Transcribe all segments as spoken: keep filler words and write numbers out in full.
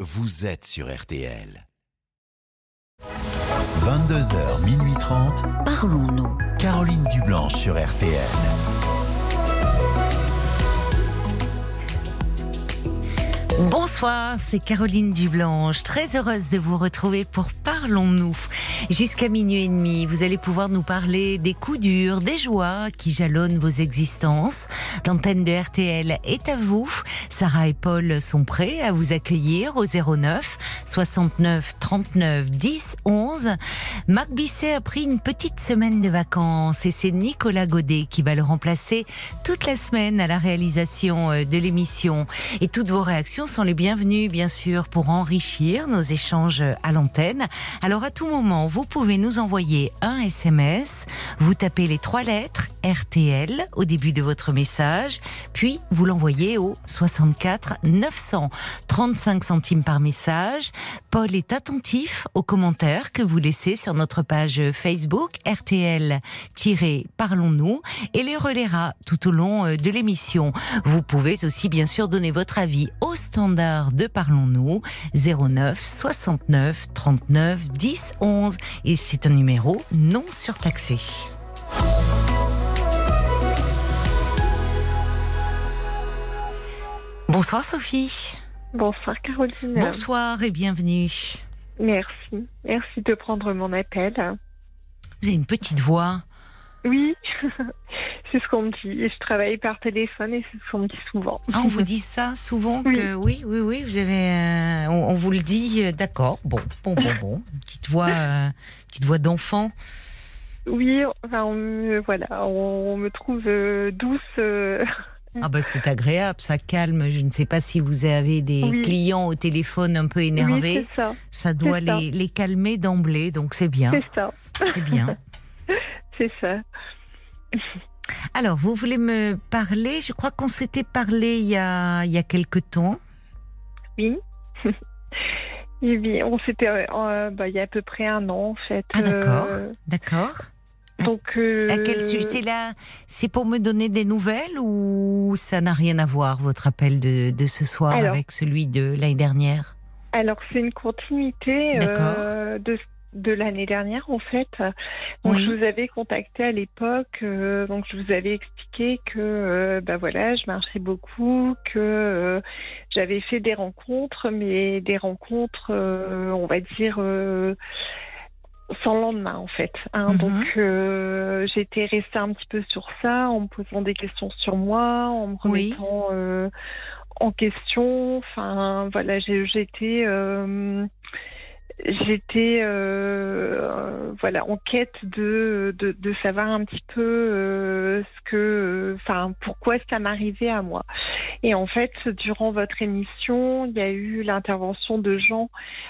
vous êtes sur R T L. vingt-deux heures, minuit trente. Parlons-nous. Caroline Dublanche sur R T L. Bonsoir, c'est Caroline Dublanche, très heureuse de vous retrouver pour Parlons-nous. Jusqu'à minuit et demi, vous allez pouvoir nous parler des coups durs, des joies qui jalonnent vos existences. L'antenne de R T L est à vous. Sarah et Paul sont prêts à vous accueillir au zéro neuf soixante-neuf trente-neuf dix onze. Marc Bisset a pris une petite semaine de vacances et c'est Nicolas Godet qui va le remplacer toute la semaine à la réalisation de l'émission. Et toutes vos réactions sont les bienvenues, bien sûr, pour enrichir nos échanges à l'antenne. Alors, à tout moment, vous pouvez nous envoyer un S M S. Vous tapez les trois lettres R T L au début de votre message, puis vous l'envoyez au soixante-quatre neuf cents, trente-cinq centimes par message. Paul est attentif aux commentaires que vous laissez sur notre page Facebook R T L-Parlons-nous et les relaiera tout au long de l'émission. Vous pouvez aussi, bien sûr, donner votre avis au standard de Parlons-nous, zéro neuf soixante-neuf trente-neuf dix onze, et c'est un numéro non surtaxé. Bonsoir Sophie. Bonsoir Caroline. Bonsoir et bienvenue. Merci, merci de prendre mon appel. Vous avez une petite voix. Oui, c'est ce qu'on me dit. Et je travaille par téléphone et c'est ce qu'on me dit souvent. Ah, on vous dit ça souvent oui. que oui, oui, oui, vous avez, euh, on, on vous le dit, euh, d'accord. Bon, bon, bon, bon, une petite voix, euh, petite voix d'enfant. Oui, enfin, on me, voilà, on, on me trouve euh, douce. Euh... Ah bah c'est agréable, ça calme. Je ne sais pas si vous avez des oui. clients au téléphone un peu énervés. Oui, c'est ça. Ça doit c'est les, ça. les calmer d'emblée, donc c'est bien. C'est ça. C'est bien. C'est ça. Alors, vous voulez me parler, je crois qu'on s'était parlé il y a, il y a quelque temps. Oui. Et oui, on s'était, euh, bah, il y a à peu près un an en fait. Ah d'accord, euh... d'accord. Donc, euh... à quel sujet c'est là, c'est pour me donner des nouvelles ou ça n'a rien à voir votre appel de, de ce soir alors, avec celui de l'année dernière? Alors c'est une continuité euh, de de l'année dernière en fait. Donc oui. Je vous avais contacté à l'époque, euh, donc je vous avais expliqué que euh, bah voilà, je marchais beaucoup, que euh, j'avais fait des rencontres, mais des rencontres, euh, on va dire. Euh, sans lendemain en fait hein. Mm-hmm. Donc euh, j'étais restée un petit peu sur ça en me posant des questions sur moi, en me remettant oui. euh, en question, enfin voilà, j'ai, j'étais euh, j'étais euh, voilà en quête de, de de savoir un petit peu euh, ce que enfin pourquoi ça m'arrivait à moi. Et en fait, durant votre émission, il y a eu l'intervention de Jean,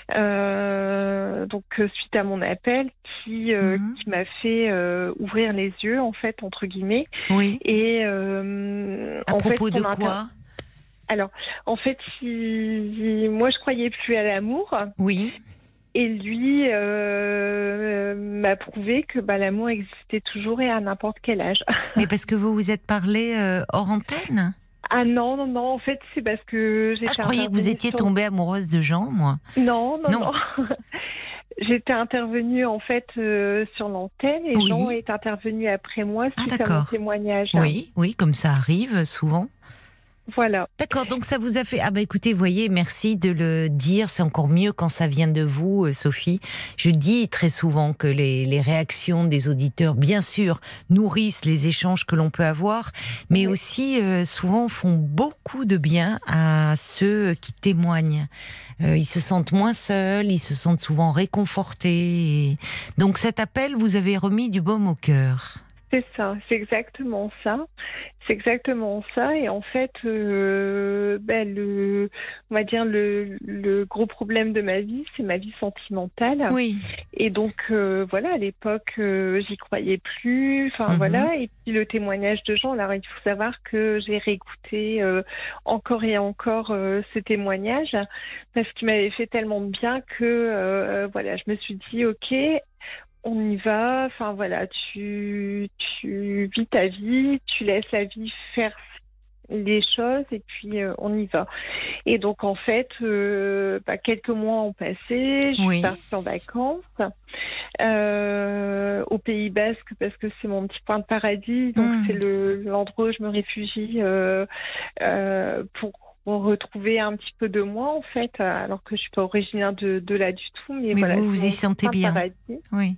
euh, donc suite à mon appel, qui, euh, mmh. qui m'a fait euh, ouvrir les yeux, en fait, entre guillemets. Oui. Et euh, à en propos fait, de inter... quoi? Alors, en fait, il... moi, je croyais plus à l'amour. Oui. Et lui euh, m'a prouvé que bah, l'amour existait toujours et à n'importe quel âge. Mais parce que vous vous êtes parlé euh, hors antenne? Ah non, non, non, en fait, c'est parce que j'étais... Ah, je croyais que vous étiez sur... tombée amoureuse de Jean, moi. Non, non, non. non. J'étais intervenue, en fait, euh, sur l'antenne et oui. Jean est intervenu après moi suite ah, à mon témoignage. Oui, oui, comme ça arrive souvent. Voilà. D'accord, donc ça vous a fait... Ah bah écoutez, voyez, merci de le dire, c'est encore mieux quand ça vient de vous, Sophie. Je dis très souvent que les, les réactions des auditeurs, bien sûr, nourrissent les échanges que l'on peut avoir, mais oui. aussi euh, souvent font beaucoup de bien à ceux qui témoignent. Euh, ils se sentent moins seuls, ils se sentent souvent réconfortés. Et... Donc cet appel, vous avez remis du baume au cœur. C'est ça, c'est exactement ça. C'est exactement ça. Et en fait, euh, ben le, on va dire le, le gros problème de ma vie, c'est ma vie sentimentale. Oui. Et donc, euh, voilà, à l'époque, euh, j'y croyais plus. Enfin, mm-hmm. voilà. Et puis le témoignage de Jean, alors il faut savoir que j'ai réécouté euh, encore et encore euh, ce témoignage parce qu'il m'avait fait tellement de bien que, euh, voilà, je me suis dit, ok, on y va, enfin voilà, tu, tu vis ta vie, tu laisses la vie faire les choses et puis euh, on y va. Et donc en fait, euh, bah, quelques mois ont passé, je Oui. suis partie en vacances euh, au Pays Basque parce que c'est mon petit point de paradis, donc Mmh. c'est le, l'endroit où je me réfugie euh, euh, pour pour retrouver un petit peu de moi en fait, alors que je suis pas originaire de, de là du tout, mais, Mais voilà, vous, c'est vous y mon petit sentez point de bien. paradis. Oui.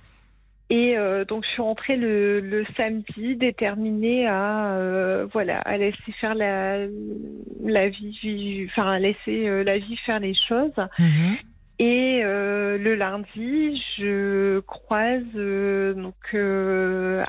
Et euh, donc je suis rentrée le, le samedi, déterminée à euh, voilà à laisser faire la la vie, enfin à laisser euh, la vie faire les choses. Mmh. Et euh, le lundi, je croise euh, donc euh,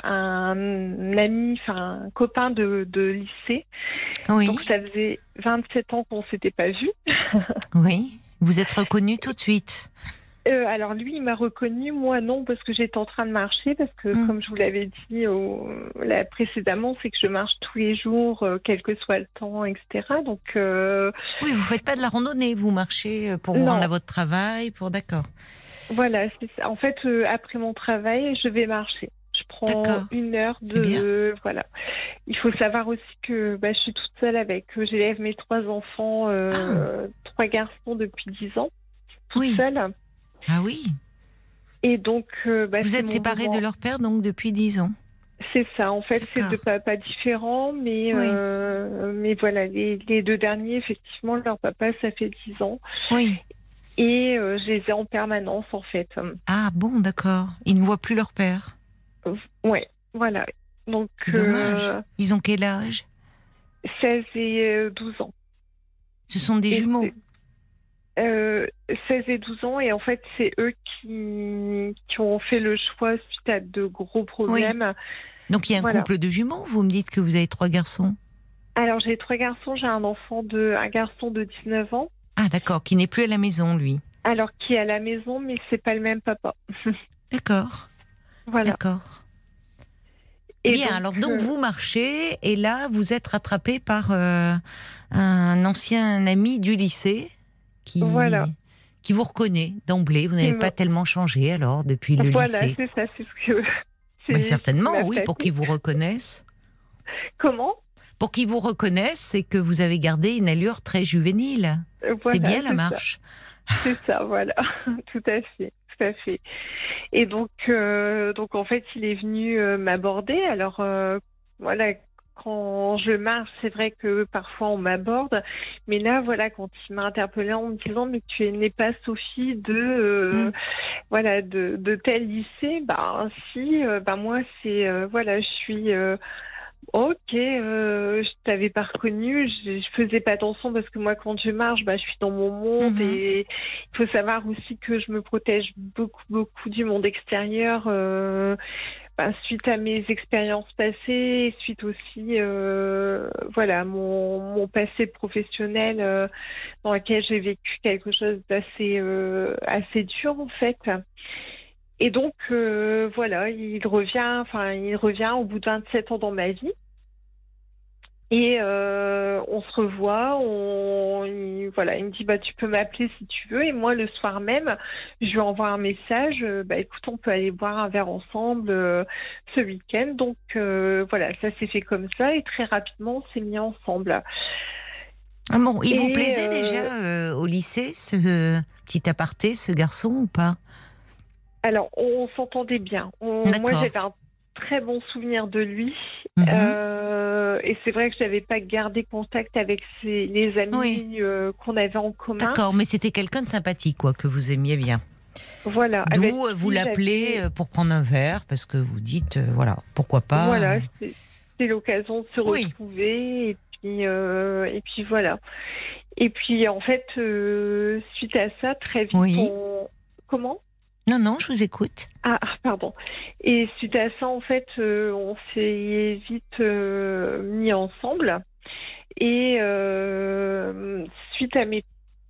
un ami, enfin un copain de, de lycée. Oui. Donc ça faisait vingt-sept ans qu'on s'était pas vus. Oui. Vous êtes reconnue tout de suite. Euh, alors lui, il m'a reconnu, moi non, parce que j'étais en train de marcher, parce que Mmh. comme je vous l'avais dit au, là, précédemment, c'est que je marche tous les jours, euh, quel que soit le temps, et cetera. Donc euh, Oui, vous faites pas de la randonnée, vous marchez pour vous non, rendre à votre travail, pour d'accord. voilà, c'est ça. En fait, euh, après mon travail, je vais marcher. Je prends D'accord. une heure C'est bien. de voilà. Il faut savoir aussi que bah, je suis toute seule avec, euh, j'élève mes trois enfants, euh, trois garçons depuis dix ans, toute Oui. seule. Ah oui. Et donc, euh, bah, Vous c'est êtes mon séparés moment. de leur père donc depuis dix ans. C'est ça, en fait, c'est D'accord. deux papas différents, mais, Oui. euh, mais voilà, les, les deux derniers, effectivement, leur papa, ça fait dix ans. Oui. Et euh, je les ai en permanence, en fait. Ah bon, d'accord. Ils ne voient plus leur père. Euh, ouais, voilà. Donc, C'est dommage. euh, Ils ont quel âge? seize et euh, douze ans. Ce sont des Et jumeaux. c'est- euh, seize et douze ans, et en fait, c'est eux qui, qui ont fait le choix suite à de gros problèmes. Donc il y a un Voilà. couple de jumeaux. Vous me dites que vous avez trois garçons. Alors, j'ai trois garçons, j'ai un enfant de, un garçon de dix-neuf ans. Ah d'accord, qui n'est plus à la maison lui. Alors, qui est à la maison, mais c'est pas le même papa. D'accord. Voilà. D'accord. Et Bien, donc, alors donc euh, vous marchez et là vous êtes rattrapé par euh, un ancien ami du lycée qui, Voilà. qui vous reconnaît d'emblée. Vous n'avez Qui me- pas tellement changé alors depuis le voilà, lycée. c'est ça, c'est ce que. c'est Ben, ce qui certainement, m'a oui, pour flatté. qu'ils vous reconnaissent. Comment? Pour qu'ils vous reconnaissent, c'est que vous avez gardé une allure très juvénile. Euh, c'est voilà, bien la ça. marche. C'est ça, voilà, tout à fait, tout à fait. Et donc, euh, donc en fait, il est venu euh, m'aborder. Alors, euh, voilà, quand je marche, c'est vrai que parfois on m'aborde, mais là, voilà, quand il m'a interpellée en me disant, mais tu n'es pas Sophie de, euh, Mm. voilà, de, de tel lycée, bah si, euh, bah moi c'est, euh, voilà, je suis. euh, Ok, euh, je t'avais pas reconnu, je, je faisais pas attention parce que moi quand je marche, bah, je suis dans mon monde Mhm. et il faut savoir aussi que je me protège beaucoup beaucoup du monde extérieur euh, bah, suite à mes expériences passées, suite aussi euh, voilà mon, mon passé professionnel euh, dans lequel j'ai vécu quelque chose d'assez euh, assez dur en fait. Et donc, euh, voilà, il revient, enfin, il revient au bout de vingt-sept ans dans ma vie. Et euh, on se revoit, on, il, voilà, il me dit, bah, tu peux m'appeler si tu veux. Et moi, le soir même, je lui envoie un message, euh, bah, écoute, on peut aller boire un verre ensemble euh, ce week-end. Donc, euh, voilà, ça s'est fait comme ça. Et très rapidement, on s'est mis ensemble. Ah bon, il Et, vous plaisait euh, déjà euh, au lycée, ce petit aparté, ce garçon ou pas? Alors, on, on s'entendait bien. On, moi, D'accord. j'avais un très bon souvenir de lui. Mhm. Euh, et c'est vrai que je n'avais pas gardé contact avec ses, les amis Oui. euh, qu'on avait en commun. D'accord, mais c'était quelqu'un de sympathique, quoi, que vous aimiez bien. Voilà. avec D'où euh, vous qui l'appelez j'avais- euh, pour prendre un verre, parce que vous dites, euh, voilà, pourquoi pas. Voilà, euh, c'est c'est l'occasion de se Oui. retrouver. Et puis, euh, et puis voilà. Et puis, en fait, euh, suite à ça, très vite, Oui. on... Comment? Non, non, je vous écoute. Ah, pardon. Et suite à ça, en fait, euh, on s'est vite euh, mis ensemble. Et euh, suite à mes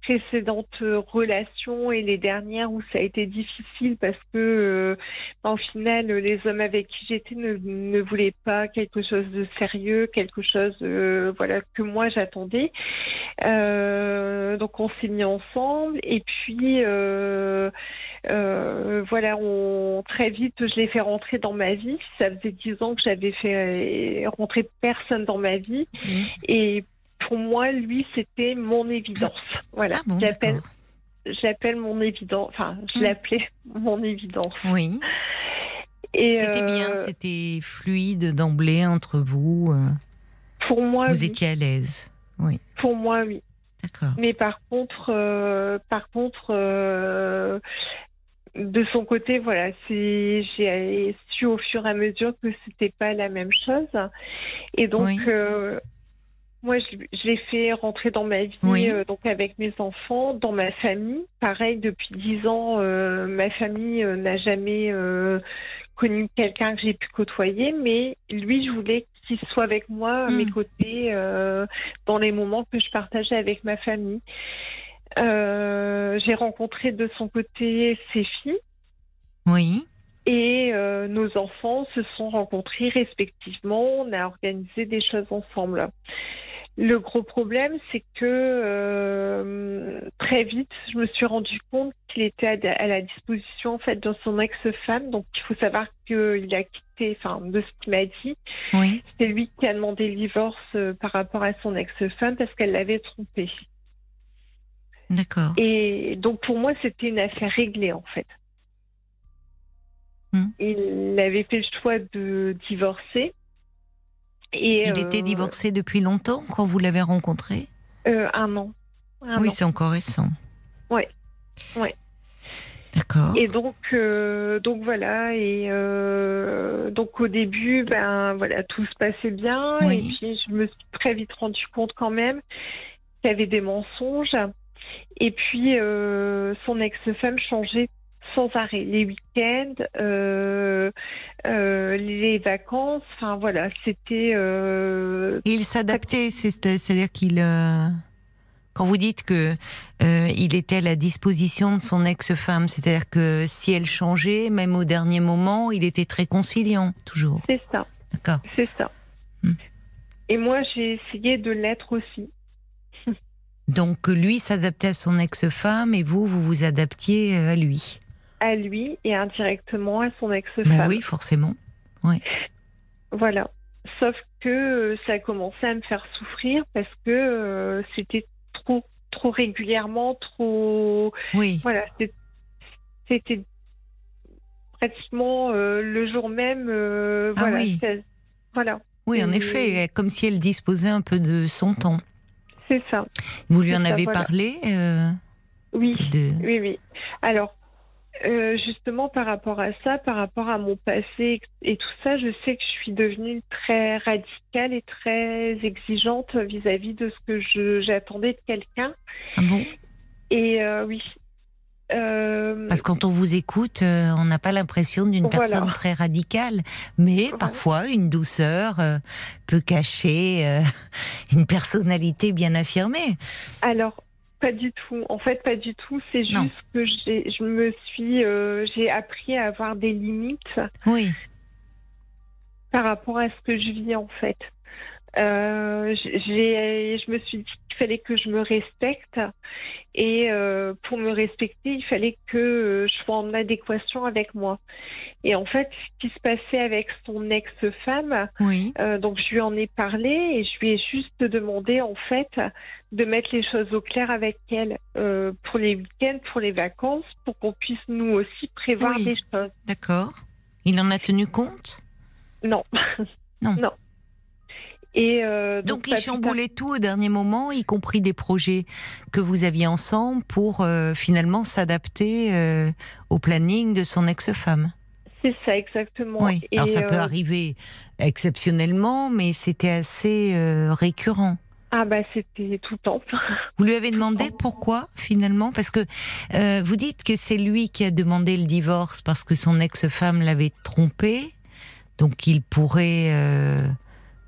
précédentes relations et les dernières où ça a été difficile parce que, euh, en final, les hommes avec qui j'étais ne, ne voulaient pas quelque chose de sérieux, quelque chose, euh, voilà, que moi j'attendais. Euh, donc on s'est mis ensemble et puis euh, euh, voilà, on, très vite je l'ai fait rentrer dans ma vie. Ça faisait dix ans que j'avais fait rentrer personne dans ma vie mmh. et pour moi, lui, c'était mon évidence. Voilà, ah bon, j'appelle, j'appelle mon évidence. Enfin, je mmh. l'appelais mon évidence. Oui. Et c'était euh, bien, c'était fluide d'emblée entre vous. Pour moi, vous oui. étiez à l'aise. Oui. Pour moi, oui. D'accord. Mais par contre, euh, par contre, euh, de son côté, voilà, c'est, j'ai su au fur et à mesure que c'était pas la même chose. Et donc, oui. euh, moi, je, je l'ai fait rentrer dans ma vie, oui. euh, donc avec mes enfants, dans ma famille. Pareil, depuis dix ans, euh, ma famille euh, n'a jamais euh, connu quelqu'un que j'ai pu côtoyer, mais lui, je voulais qu'il soit avec moi à mmh. mes côtés euh, dans les moments que je partageais avec ma famille. Euh, j'ai rencontré de son côté ses filles. Oui. Et euh, nos enfants se sont rencontrés respectivement. On a organisé des choses ensemble. Le gros problème, c'est que euh, très vite, je me suis rendu compte qu'il était à, à la disposition en fait de son ex-femme. Donc, il faut savoir qu'il a quitté, enfin, de ce qu'il m'a dit, oui. c'est lui qui a demandé le divorce euh, par rapport à son ex-femme parce qu'elle l'avait trompé. D'accord. Et donc, pour moi, c'était une affaire réglée en fait. Hum. Il avait fait le choix de divorcer. Et il euh, était divorcé depuis longtemps quand vous l'avez rencontré ? euh, Un an. Un oui, an. C'est encore récent. Oui, oui. D'accord. Et donc, euh, donc voilà. Et euh, donc au début, ben voilà, tout se passait bien. Oui. Et puis je me suis très vite rendu compte quand même qu'il y avait des mensonges. Et puis euh, son ex-femme changeait sans arrêt, les week-ends, euh, euh, les vacances, enfin voilà, c'était... Euh, il s'adaptait, c'est, c'est-à-dire qu'il... Euh, quand vous dites que euh, il était à la disposition de son ex-femme, c'est-à-dire que si elle changeait, même au dernier moment, il était très conciliant, toujours. C'est ça. D'accord. C'est ça. Hum. Et moi, j'ai essayé de l'être aussi. Donc lui s'adaptait à son ex-femme et vous, vous vous adaptiez à lui. À lui et indirectement à son ex-femme. Ben oui, forcément. Ouais. Voilà. Sauf que ça a commencé à me faire souffrir parce que euh, c'était trop, trop régulièrement, trop. Oui. Voilà. C'était, c'était pratiquement euh, le jour même. Euh, ah voilà. Oui. C'est, voilà. Oui, en et... effet, comme si elle disposait un peu de son temps. C'est ça. Vous lui C'est en ça, avez voilà. parlé euh, Oui. De... Oui, oui. Alors. Euh, justement par rapport à ça, par rapport à mon passé et tout ça, je sais que je suis devenue très radicale et très exigeante vis-à-vis de ce que je, j'attendais de quelqu'un. Ah bon ? Et euh, oui. Euh... Parce que quand on vous écoute, euh, on n'a pas l'impression d'une voilà. personne très radicale, mais voilà. parfois une douceur euh, peut cacher euh, une personnalité bien affirmée. Alors. Pas du tout. En fait, pas du tout. C'est juste non. que j'ai, je me suis, euh, j'ai appris à avoir des limites. Oui. Par rapport à ce que je vis, en fait. Euh, j'ai, je me suis dit qu'il fallait que je me respecte. Et euh, pour me respecter, il fallait que je sois en adéquation avec moi. Et en fait, ce qui se passait avec son ex-femme, oui. euh, donc je lui en ai parlé et je lui ai juste demandé en fait de mettre les choses au clair avec elle euh, pour les week-ends, pour les vacances, pour qu'on puisse nous aussi prévoir oui. des choses. D'accord. Il en a tenu compte ? Non. Non. non. Et euh, donc, donc il chamboulait tout au dernier moment, y compris des projets que vous aviez ensemble pour euh, finalement s'adapter euh, au planning de son ex-femme. C'est ça, exactement. Oui. Et alors ça euh... peut arriver exceptionnellement, mais c'était assez euh, récurrent. Ah bah c'était tout le temps. Vous lui avez demandé pourquoi finalement ? Parce que euh, vous dites que c'est lui qui a demandé le divorce parce que son ex-femme l'avait trompé, donc il pourrait... Euh,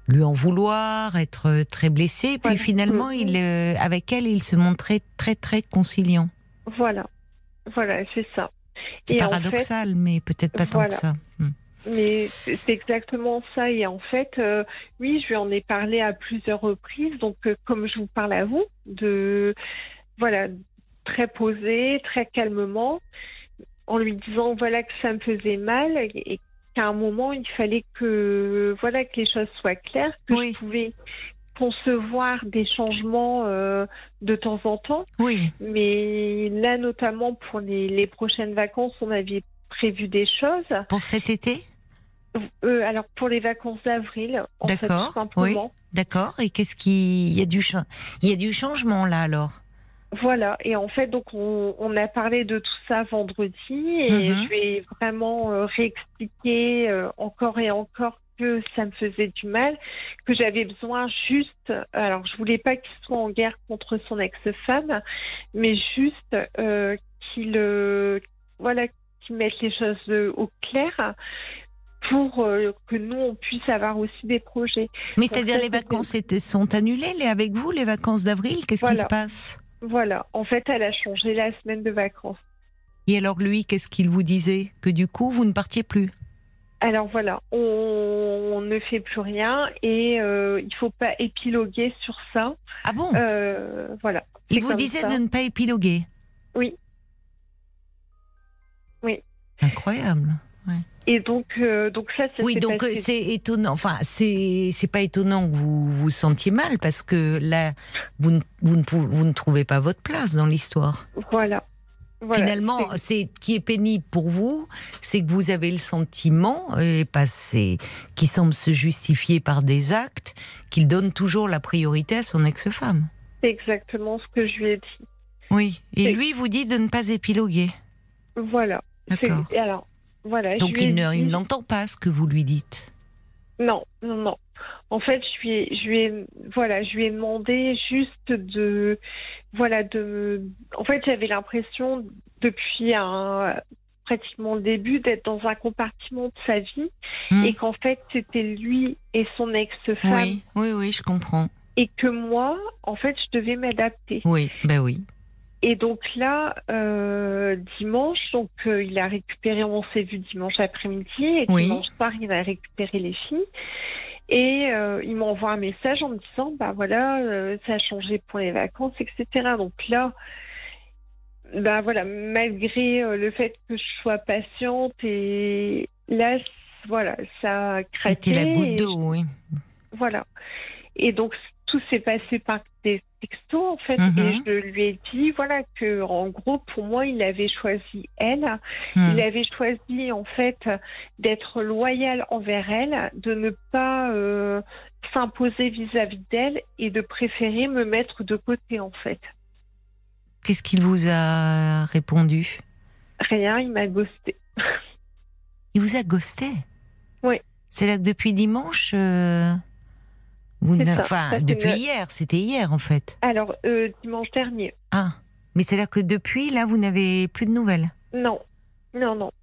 lui en vouloir, être très blessé, puis voilà. finalement, Mmh. il, euh, avec elle, il se montrait très très conciliant. Voilà, voilà, c'est ça. C'est et paradoxal, en fait, mais peut-être pas voilà. tant que ça. Mmh. Mais c'est exactement ça. Et en fait, euh, oui, je lui en ai parlé à plusieurs reprises. Donc, euh, comme je vous parle à vous, de voilà, très posé, très calmement, en lui disant voilà que ça me faisait mal et qu'à un moment il fallait que voilà que les choses soient claires, que oui. je pouvais concevoir des changements euh, de temps en temps. Oui. Mais là, notamment pour les, les prochaines vacances, on avait prévu des choses. Pour cet été ? Euh, alors pour les vacances d'avril, en fait, tout simplement. Oui. D'accord. Et qu'est-ce qui, il y a du cha... il y a du changement là alors. Voilà. Et en fait, donc on, on a parlé de tout ça vendredi et Mm-hmm. je lui ai vraiment euh, réexpliqué euh, encore et encore que ça me faisait du mal, que j'avais besoin juste. Alors je voulais pas qu'il soit en guerre contre son ex-femme, mais juste euh, qu'il euh, voilà qu'il mette les choses euh, au clair. Pour euh, que nous, on puisse avoir aussi des projets. Mais donc, c'est-à-dire, les vacances étaient, sont annulées les, avec vous, les vacances d'avril ? Qu'est-ce voilà. qui se passe ? Voilà. En fait, elle a changé la semaine de vacances. Et alors, lui, qu'est-ce qu'il vous disait ? Que du coup, vous ne partiez plus ? Alors voilà, on, on ne fait plus rien et euh, il ne faut pas épiloguer sur ça. Ah bon ? euh, Voilà. Il vous disait ça. De ne pas épiloguer ? Oui. Oui. Incroyable. Ouais. Et donc, euh, donc ça, ça oui, donc passé. C'est étonnant. Enfin, c'est c'est pas étonnant que vous vous sentiez mal parce que là, vous ne vous ne, vous ne trouvez pas votre place dans l'histoire. Voilà. voilà. Finalement, c'est... c'est qui est pénible pour vous, c'est que vous avez le sentiment, et pas c'est qui semble se justifier par des actes, qu'il donne toujours la priorité à son ex-femme. C'est exactement ce que je lui ai dit. Oui. Et c'est... lui vous dit de ne pas épiloguer. Voilà. D'accord. C'est... Alors. Voilà, donc il, ne, dit... il n'entend pas ce que vous lui dites. Non, non, non. En fait, je lui ai, je lui ai, voilà, je lui ai demandé juste de, voilà, de. En fait, j'avais l'impression depuis un, pratiquement le début d'être dans un compartiment de sa vie mmh. et qu'en fait, c'était lui et son ex-femme. Oui, oui, oui, je comprends. Et que moi, en fait, je devais m'adapter. Oui, ben oui. Et donc là, euh, dimanche, donc euh, il a récupéré, on s'est vu dimanche après-midi, et oui. dimanche soir, il a récupéré les filles. Et euh, il m'envoie un message en me disant, bah voilà, euh, ça a changé pour les vacances, et cetera. Donc là, bah voilà, malgré euh, le fait que je sois patiente, et là, voilà, ça a craqué. C'était la goutte d'eau, oui. Voilà. Et donc, tout s'est passé par des textos, en fait, mmh. et je lui ai dit, voilà, que, en gros, pour moi, il avait choisi elle. Mmh. Il avait choisi, en fait, d'être loyal envers elle, de ne pas euh, s'imposer vis-à-vis d'elle et de préférer me mettre de côté, en fait. Qu'est-ce qu'il vous a répondu ? Rien, il m'a ghosté. Il vous a ghosté ? Oui. C'est là que depuis dimanche euh... Vous ne... ça, Enfin, ça, depuis une... hier, c'était hier en fait. Alors, euh, dimanche dernier. Ah, mais c'est là que depuis, là, vous n'avez plus de nouvelles ? Non, non, non.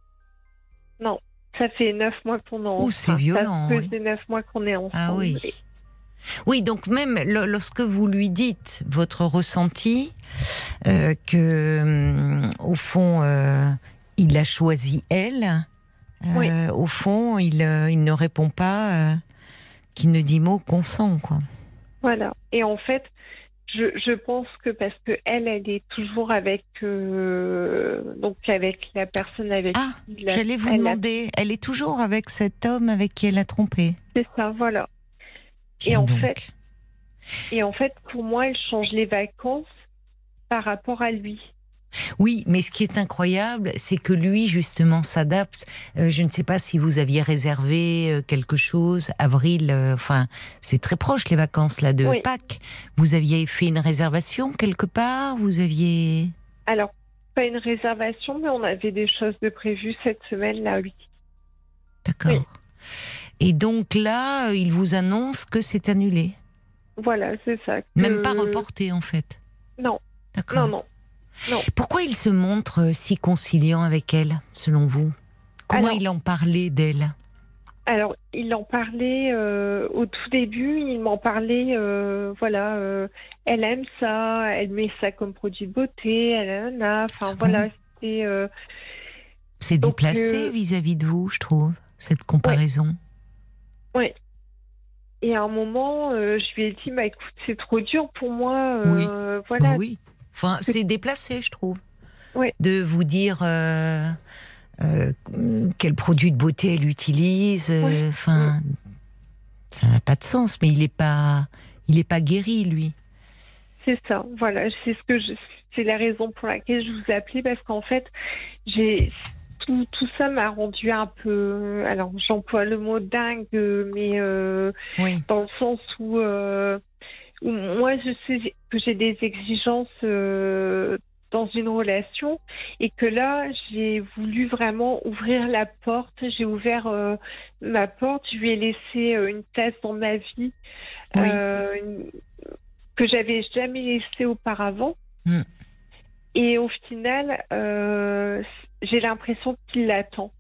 Non, ça fait neuf mois qu'on est ensemble. Oh, c'est violent, ça oui. fait neuf mois qu'on est ensemble. Ah oui. Et... Oui, donc même lorsque vous lui dites votre ressenti, euh, que, euh, au fond, euh, il a choisi elle, euh, oui. au fond, il, euh, il ne répond pas... Euh, qui ne dit mot consent, quoi. Voilà. Et en fait, je, je pense que parce que elle, elle est toujours avec euh, donc avec la personne avec ah, qui la, j'allais vous elle demander, a... elle est toujours avec cet homme avec qui elle a trompé. C'est ça, voilà. Tiens et en donc. fait, et en fait, pour moi, elle change les vacances par rapport à lui. Oui, mais ce qui est incroyable, c'est que lui, justement, s'adapte. Euh, je ne sais pas si vous aviez réservé euh, quelque chose, avril, euh, enfin, c'est très proche les vacances là de oui. Pâques. Vous aviez fait une réservation quelque part ? Vous aviez... Alors, pas une réservation, mais on avait des choses de prévues cette semaine-là, oui. D'accord. Oui. Et donc là, il vous annonce que c'est annulé ? Voilà, c'est ça. Que... Même pas reporté, en fait ? Non. D'accord. Non, non. Non. Pourquoi il se montre si conciliant avec elle, selon vous ? Comment Alors, il en parlait d'elle ? Alors, il en parlait euh, au tout début, il m'en parlait, euh, voilà, euh, elle aime ça, elle met ça comme produit de beauté, elle en a, enfin voilà, Mmh. c'était... Euh, C'est donc, déplacé euh, vis-à-vis de vous, je trouve, cette comparaison. Ouais. ouais. Et à un moment, euh, je lui ai dit, bah écoute, c'est trop dur pour moi, euh, Oui. voilà. Bah oui. Enfin, c'est déplacé, je trouve, Ouais. de vous dire euh, euh, quel produit de beauté elle utilise. Ouais. Enfin, Mm. ça n'a pas de sens. Mais il n'est pas, il est pas guéri, lui. C'est ça. Voilà, c'est ce que je, c'est la raison pour laquelle je vous ai appelé, parce qu'en fait, j'ai tout, tout ça m'a rendu un peu. Alors, j'emploie le mot dingue, mais euh, Oui. dans le sens où, euh, où moi, je sais que j'ai des exigences. Euh, dans une relation, et que là j'ai voulu vraiment ouvrir la porte, j'ai ouvert euh, ma porte, je lui ai laissé euh, une place dans ma vie, Oui. euh, une, que j'avais jamais laissée auparavant, Mm. et au final euh, j'ai l'impression qu'il l'attend,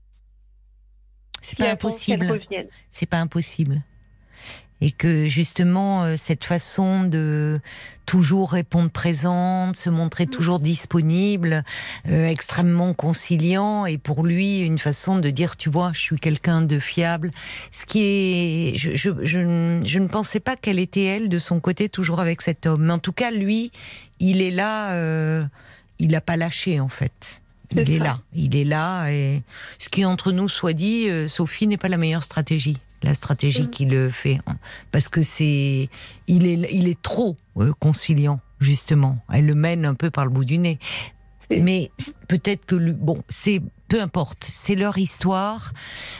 C'est qu'il pas attend impossible. qu'elle revienne. C'est pas impossible. Et que justement, euh, cette façon de toujours répondre présente, se montrer Mm. toujours disponible, euh, extrêmement conciliant, et pour lui, une façon de dire, tu vois, je suis quelqu'un de fiable. Ce qui est... Je, je, je, je ne pensais pas qu'elle était, elle, de son côté, toujours avec cet homme. Mais en tout cas, lui, il est là, euh, il n'a pas lâché, en fait. Il C'est est ça. là, il est là, et ce qui, entre nous, soit dit, euh, Sophie n'est pas la meilleure stratégie. La stratégie Mm. qui le fait, parce que c'est, il est, il est trop euh, conciliant, justement. Elle le mène un peu par le bout du nez. C'est- Mais peut-être que lui, bon, c'est peu importe, c'est leur histoire.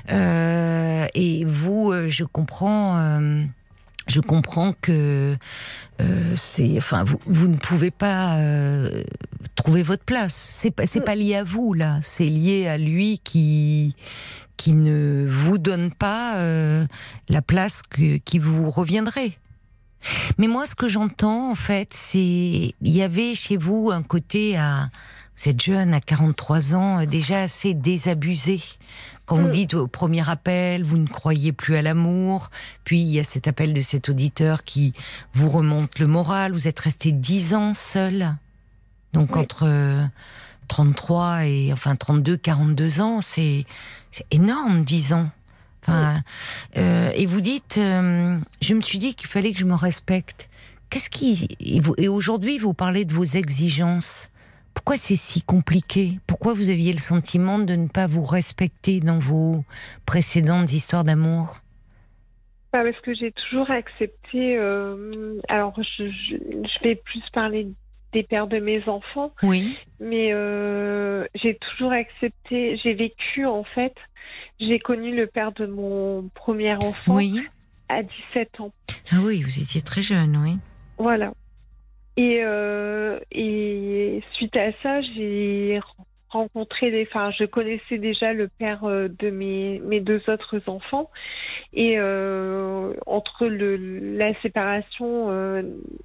Euh, et vous, euh, je comprends. Euh, Je comprends que euh, c'est, enfin, vous, vous ne pouvez pas euh, trouver votre place. C'est pas, c'est Mm. pas lié à vous là. C'est lié à lui qui qui ne vous donne pas euh, la place que, qui vous reviendrait. Mais moi, ce que j'entends, en fait, c'est il y avait chez vous un côté à vous êtes jeune, à quarante-trois ans, déjà assez désabusé. Quand vous Mm. dites au premier appel, vous ne croyez plus à l'amour, puis il y a cet appel de cet auditeur qui vous remonte le moral, vous êtes resté dix ans seul. Donc Oui. entre euh, trente-trois et enfin trente-deux, quarante-deux ans, c'est, c'est énorme, dix ans. Enfin, euh, et vous dites, euh, je me suis dit qu'il fallait que je me respecte. Qu'est-ce qui et, vous, et aujourd'hui vous parlez de vos exigences. Pourquoi c'est si compliqué ? Pourquoi vous aviez le sentiment de ne pas vous respecter dans vos précédentes histoires d'amour ? Bah, parce que j'ai toujours accepté. Euh, alors, je, je, je vais plus parler des pères de mes enfants, Oui. mais euh, j'ai toujours accepté. J'ai vécu, en fait, j'ai connu le père de mon premier enfant Oui. à dix-sept ans. Ah oui, vous étiez très jeune, oui. Voilà. Et, euh, et suite à ça, j'ai rencontré des. Enfin, je connaissais déjà le père de mes, mes deux autres enfants. Et euh, entre le, la séparation euh,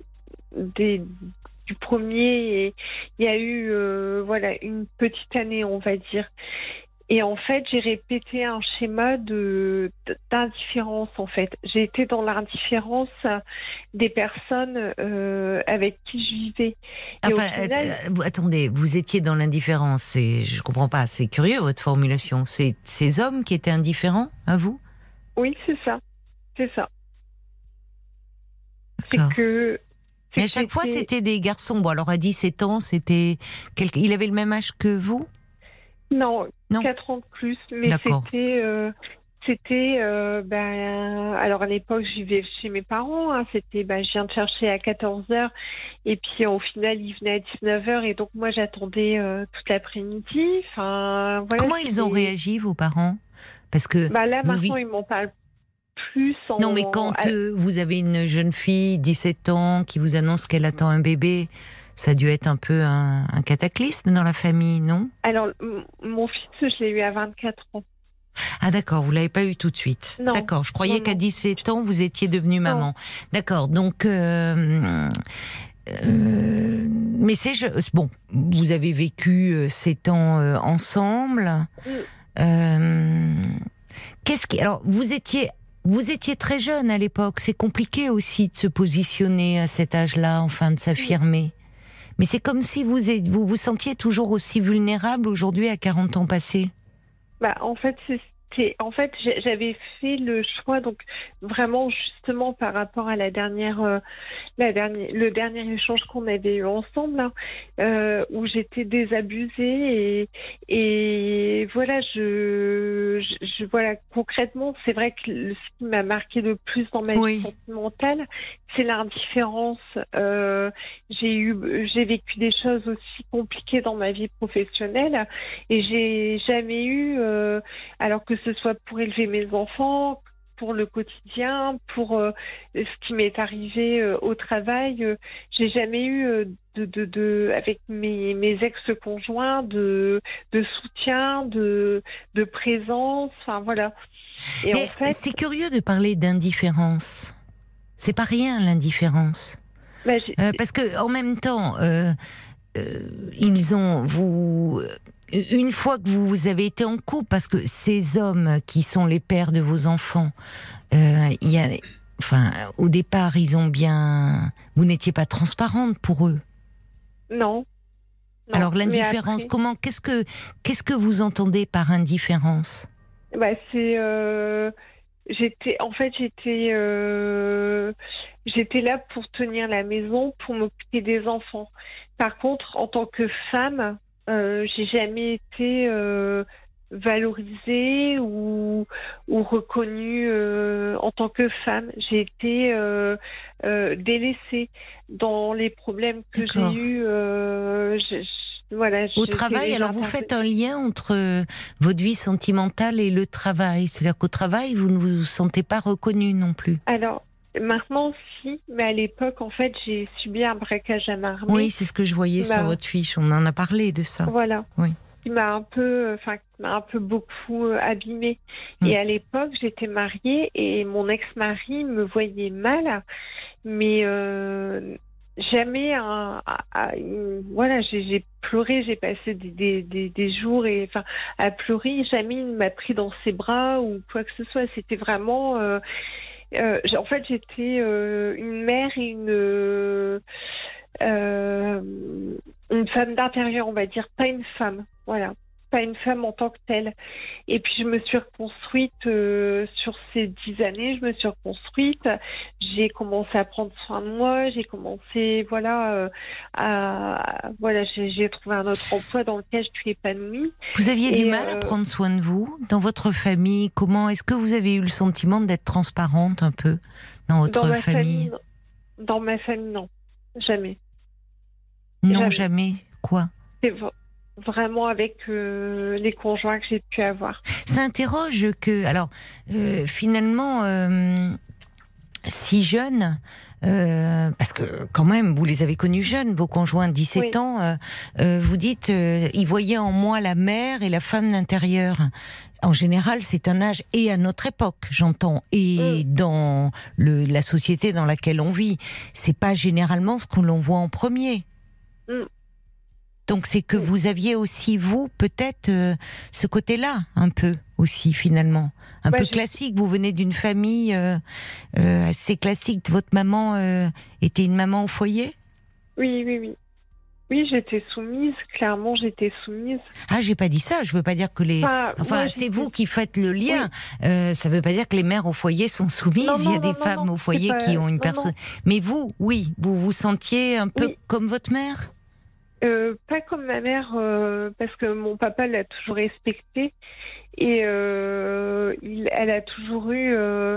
des, du premier, et il y a eu euh, voilà une petite année, on va dire. Et en fait, j'ai répété un schéma de d'indifférence. En fait, j'ai été dans l'indifférence des personnes euh, avec qui je vivais. Et enfin, au final, euh, attendez, vous étiez dans l'indifférence. C'est, je comprends pas. C'est curieux votre formulation. C'est ces hommes qui étaient indifférents à vous ? oui, c'est ça, c'est ça. D'accord. C'est que. c'est Mais à que chaque fois, j'étais- c'était des garçons. Bon, alors à dix-sept ans, c'était quelque... il avait le même âge que vous ? Non, Non. quatre ans de plus, mais D'accord. c'était, euh, c'était, euh, ben, alors à l'époque, je vivais chez mes parents, hein, c'était, ben, je viens de chercher à quatorze heures, et puis au final, il venait à dix-neuf heures, et donc moi, j'attendais euh, toute l'après-midi, enfin, voilà. Comment ils ont c'était- réagi, vos parents ? Parce que Bah là, vous maintenant, vi- ils m'en parlent plus en... non, mais quand à- euh, vous avez une jeune fille, dix-sept ans, qui vous annonce qu'elle attend un bébé, ça a dû être un peu un, un cataclysme dans la famille, non ? Alors, m- mon fils, je l'ai eu à vingt-quatre ans. Ah d'accord, vous l'avez pas eu tout de suite. Non. D'accord, je croyais Non, qu'à non. dix-sept ans, vous étiez devenue maman. D'accord, donc... Euh, euh, mais c'est... je- Bon, vous avez vécu euh, sept ans euh, ensemble. Mm. Euh, Qu'est-ce qui... Alors, vous étiez, vous étiez très jeune à l'époque. C'est compliqué aussi de se positionner à cet âge-là, enfin, de s'affirmer. Mais c'est comme si vous êtes, vous vous sentiez toujours aussi vulnérable aujourd'hui à quarante ans passés. Bah, en fait, c'est En fait, j'avais fait le choix, donc vraiment justement par rapport à la dernière, euh, la dernière, le dernier échange qu'on avait eu ensemble, hein, euh, où j'étais désabusée et, et voilà, je, je, je voilà concrètement, c'est vrai que le, ce qui m'a marqué le plus dans ma oui. vie sentimentale, c'est l'indifférence. Euh, j'ai eu, j'ai vécu des choses aussi compliquées dans ma vie professionnelle et j'ai jamais eu, euh, alors que ce soit pour élever mes enfants, pour le quotidien, pour euh, ce qui m'est arrivé euh, au travail, euh, j'ai jamais eu euh, de, de, de, avec mes, mes ex-conjoints de, de soutien, de, de présence, enfin voilà. Et Mais en fait, c'est curieux de parler d'indifférence. C'est pas rien l'indifférence, bah, euh, parce que en même temps, euh, euh, ils ont vous. Une fois que vous avez été en couple, parce que ces hommes qui sont les pères de vos enfants, euh, il y a, enfin, au départ, ils ont bien. Vous n'étiez pas transparente pour eux. Non. non Alors l'indifférence, après... comment, qu'est-ce que, qu'est-ce que vous entendez par indifférence ? Bah, c'est, euh, j'étais, en fait, j'étais, euh, j'étais là pour tenir la maison, pour m'occuper des enfants. Par contre, en tant que femme. Euh, j'ai jamais été euh, valorisée ou, ou reconnue euh, en tant que femme. J'ai été euh, euh, délaissée dans les problèmes que D'accord. j'ai eus. Euh, je, je, voilà, Au travail, alors vous faites un lien entre votre vie sentimentale et le travail. C'est-à-dire qu'au travail, vous ne vous sentez pas reconnue non plus. Alors, maintenant, si, mais à l'époque, en fait, j'ai subi un braquage à main armée. Oui, c'est ce que je voyais bah, sur votre fiche. On en a parlé de ça. Voilà. Oui. Qui m'a un peu, enfin, qui m'a un peu beaucoup euh, abîmée. Mmh. Et à l'époque, j'étais mariée et mon ex-mari me voyait mal, mais euh, jamais un, un, un, voilà, j'ai, j'ai pleuré, j'ai passé des, des, des, des jours et enfin à pleurer. Jamais il m'a pris dans ses bras ou quoi que ce soit. C'était vraiment euh, Euh, en fait, j'étais euh, une mère et une, euh, une femme d'intérieur, on va dire, pas une femme, voilà, pas une femme en tant que telle. Et puis, je me suis reconstruite euh, sur ces dix années, je me suis reconstruite, j'ai commencé à prendre soin de moi, j'ai commencé, voilà, euh, à, voilà, j'ai, j'ai trouvé un autre emploi dans lequel je suis épanouie. Vous aviez et du mal euh, à prendre soin de vous dans votre famille. Comment est-ce que vous avez eu le sentiment d'être transparente un peu dans votre dans ma famille, famille Dans ma famille, non, jamais. Non, jamais. jamais. Quoi ? C'est v- vraiment avec euh, les conjoints que j'ai pu avoir. Ça interroge que, alors, euh, finalement, euh, si jeune, euh, parce que quand même, vous les avez connus jeunes, vos conjoints, dix-sept oui. ans, euh, euh, vous dites, euh, ils voyaient en moi la mère et la femme d'intérieur. En général, c'est un âge, et à notre époque, j'entends, et mmh. dans le, la société dans laquelle on vit, c'est pas généralement ce que l'on voit en premier. Mmh. Donc c'est que mmh. vous aviez aussi, vous, peut-être, euh, ce côté-là, un peu, aussi, finalement. Un bah, peu je... classique, vous venez d'une famille euh, euh, assez classique. Votre maman euh, était une maman au foyer ? Oui, oui, oui. Oui, j'étais soumise, clairement j'étais soumise. Ah, j'ai pas dit ça, je veux pas dire que les... Enfin, enfin ouais, c'est j'étais... vous qui faites le lien. Oui. Euh, ça veut pas dire que les mères au foyer sont soumises, non, non, il y a non, des non, femmes non, au foyer pas... qui ont une personne... Mais vous, oui, vous vous sentiez un peu oui. comme votre mère ? euh, Pas comme ma mère, euh, parce que mon papa l'a toujours respectée. Et euh, il, elle a toujours eu... Euh,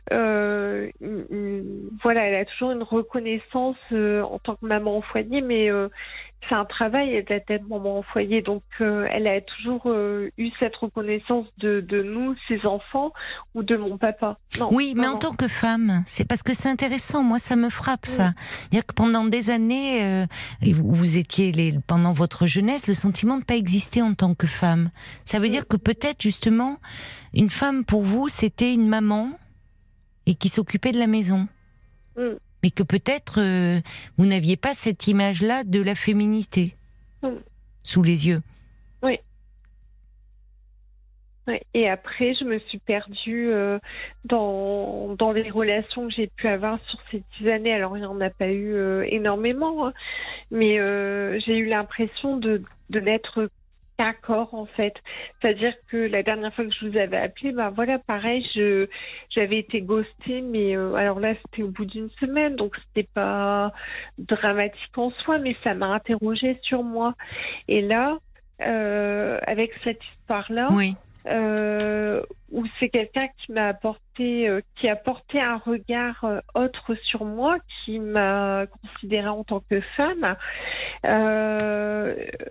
Euh, une, une, voilà, elle a toujours une reconnaissance euh, en tant que maman au foyer, mais euh, c'est un travail d'être maman au foyer, donc euh, elle a toujours euh, eu cette reconnaissance de, de nous, ses enfants, ou de mon papa. Non, oui, non, mais non. en tant que femme, c'est parce que c'est intéressant. Moi, ça me frappe oui. ça. C'est-à-dire que pendant des années, euh, vous, vous étiez les, pendant votre jeunesse, le sentiment de ne pas exister en tant que femme. Ça veut oui. dire que peut-être justement, une femme pour vous, c'était une maman. Et qui s'occupait de la maison. Mm. Mais que peut-être euh, vous n'aviez pas cette image-là de la féminité mm. sous les yeux. Oui. Ouais. Et après, je me suis perdue euh, dans, dans les relations que j'ai pu avoir sur ces dix années. Alors, il n'y en a pas eu euh, énormément, hein, mais euh, j'ai eu l'impression de, de n'être qu'un corps, en fait. C'est-à-dire que la dernière fois que je vous avais appelé, ben voilà, pareil, je, j'avais été ghostée, mais euh, alors là, c'était au bout d'une semaine, donc c'était pas dramatique en soi, mais ça m'a interrogée sur moi. Et là, euh, avec cette histoire-là, oui. Euh, où c'est quelqu'un qui m'a apporté, euh, qui a porté un regard euh, autre sur moi, qui m'a considérée en tant que femme. Euh,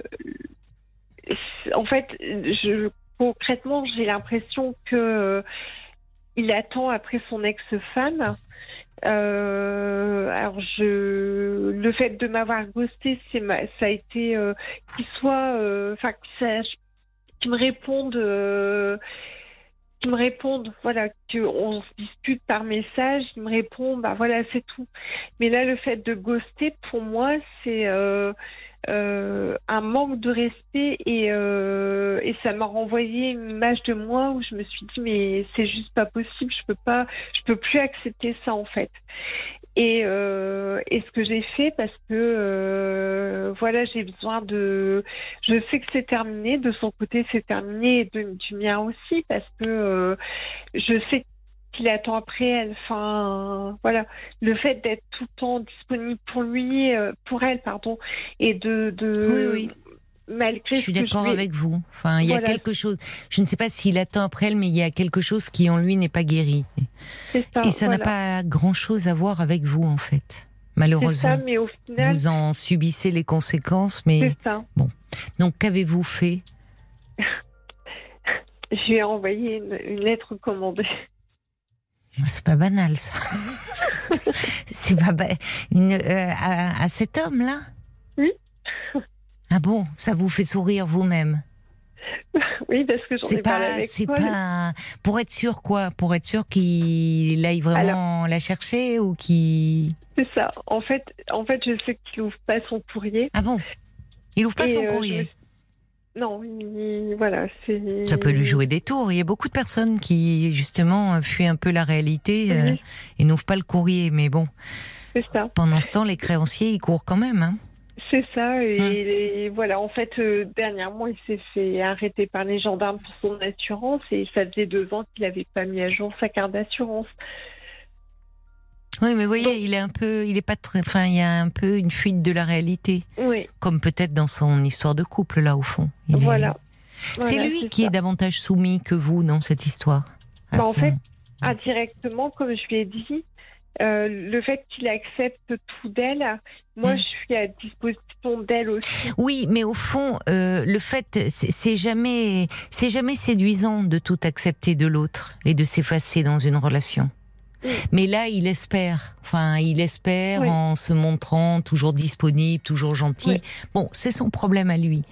en fait, je, concrètement, j'ai l'impression que euh, il attend après son ex-femme. Euh, alors, je, le fait de m'avoir ghosté, c'est ma, ça a été euh, qu'il soit, enfin, euh, qu'il sache. Qui me répondent, euh, qui me répondent, voilà, qu'on se dispute par message, ils me répondent, bah voilà, c'est tout. Mais là, le fait de ghoster, pour moi, c'est euh, euh, un manque de respect et, euh, et ça m'a renvoyé une image de moi où je me suis dit, mais c'est juste pas possible, je peux pas, je peux plus accepter ça en fait. Et, euh, et ce que j'ai fait, parce que euh, voilà, j'ai besoin de... Je sais que c'est terminé, de son côté c'est terminé, et de, du mien aussi, parce que euh, je sais qu'il attend après elle. Enfin, voilà, le fait d'être tout le temps disponible pour lui, euh, pour elle, pardon, et de... de... Oui, oui. Malgré je suis d'accord je vais... avec vous. Enfin, il y a voilà. quelque chose. Je ne sais pas s'il attend après elle, mais il y a quelque chose qui en lui n'est pas guéri. C'est ça, et ça voilà. n'a pas grand-chose à voir avec vous, en fait. Malheureusement. C'est ça, mais au final, vous en subissez les conséquences, mais c'est ça. Bon. Donc, qu'avez-vous fait? Je lui ai envoyé une, une lettre commandée. C'est pas banal, ça. C'est pas ba... une, euh, à, à cet homme-là? Oui. Ah bon, ça vous fait sourire vous-même? Oui, parce que j'en c'est ai pas, parlé avec c'est Paul. Pas pour être sûr quoi? Pour être sûr qu'il aille vraiment Alors, la chercher ou qu'il... C'est ça. En fait, en fait, je sais qu'il ouvre pas son courrier. Ah bon? Il ouvre pas Et son euh, courrier? je... Non, il... voilà, c'est... Ça peut lui jouer des tours. Il y a beaucoup de personnes qui, justement, fuient un peu la réalité oui. euh, et n'ouvrent pas le courrier. Mais bon, c'est ça. Pendant ce temps, les créanciers, ils courent quand même, hein. C'est ça, et, hum. et voilà, en fait, euh, dernièrement, il s'est fait arrêter par les gendarmes pour son assurance, et ça faisait deux ans qu'il n'avait pas mis à jour sa carte d'assurance. Oui, mais vous voyez, Donc, il est un peu, il est pas très, enfin, il y a un peu une fuite de la réalité. Oui. Comme peut-être dans son histoire de couple, là, au fond. Il voilà. Est... C'est voilà, lui c'est qui ça. est davantage soumis que vous dans cette histoire. Bah, son... En fait, indirectement, comme je lui ai dit, Euh, le fait qu'il accepte tout d'elle, moi mmh. je suis à disposition d'elle aussi. Oui, mais au fond, euh, le fait, c'est, c'est jamais, c'est jamais séduisant de tout accepter de l'autre et de s'effacer dans une relation. Mmh. Mais là, il espère. Enfin, il espère oui. en se montrant toujours disponible, toujours gentil. Oui. Bon, c'est son problème à lui.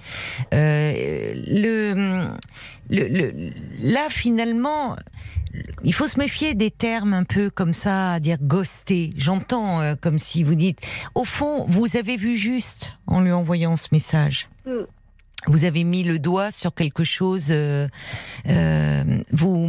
Euh, le, le, le, là, finalement. Il faut se méfier des termes un peu comme ça, à dire ghoster. J'entends euh, comme si vous dites... Au fond, vous avez vu juste en lui envoyant ce message. Mm. Vous avez mis le doigt sur quelque chose... Euh, euh, vous,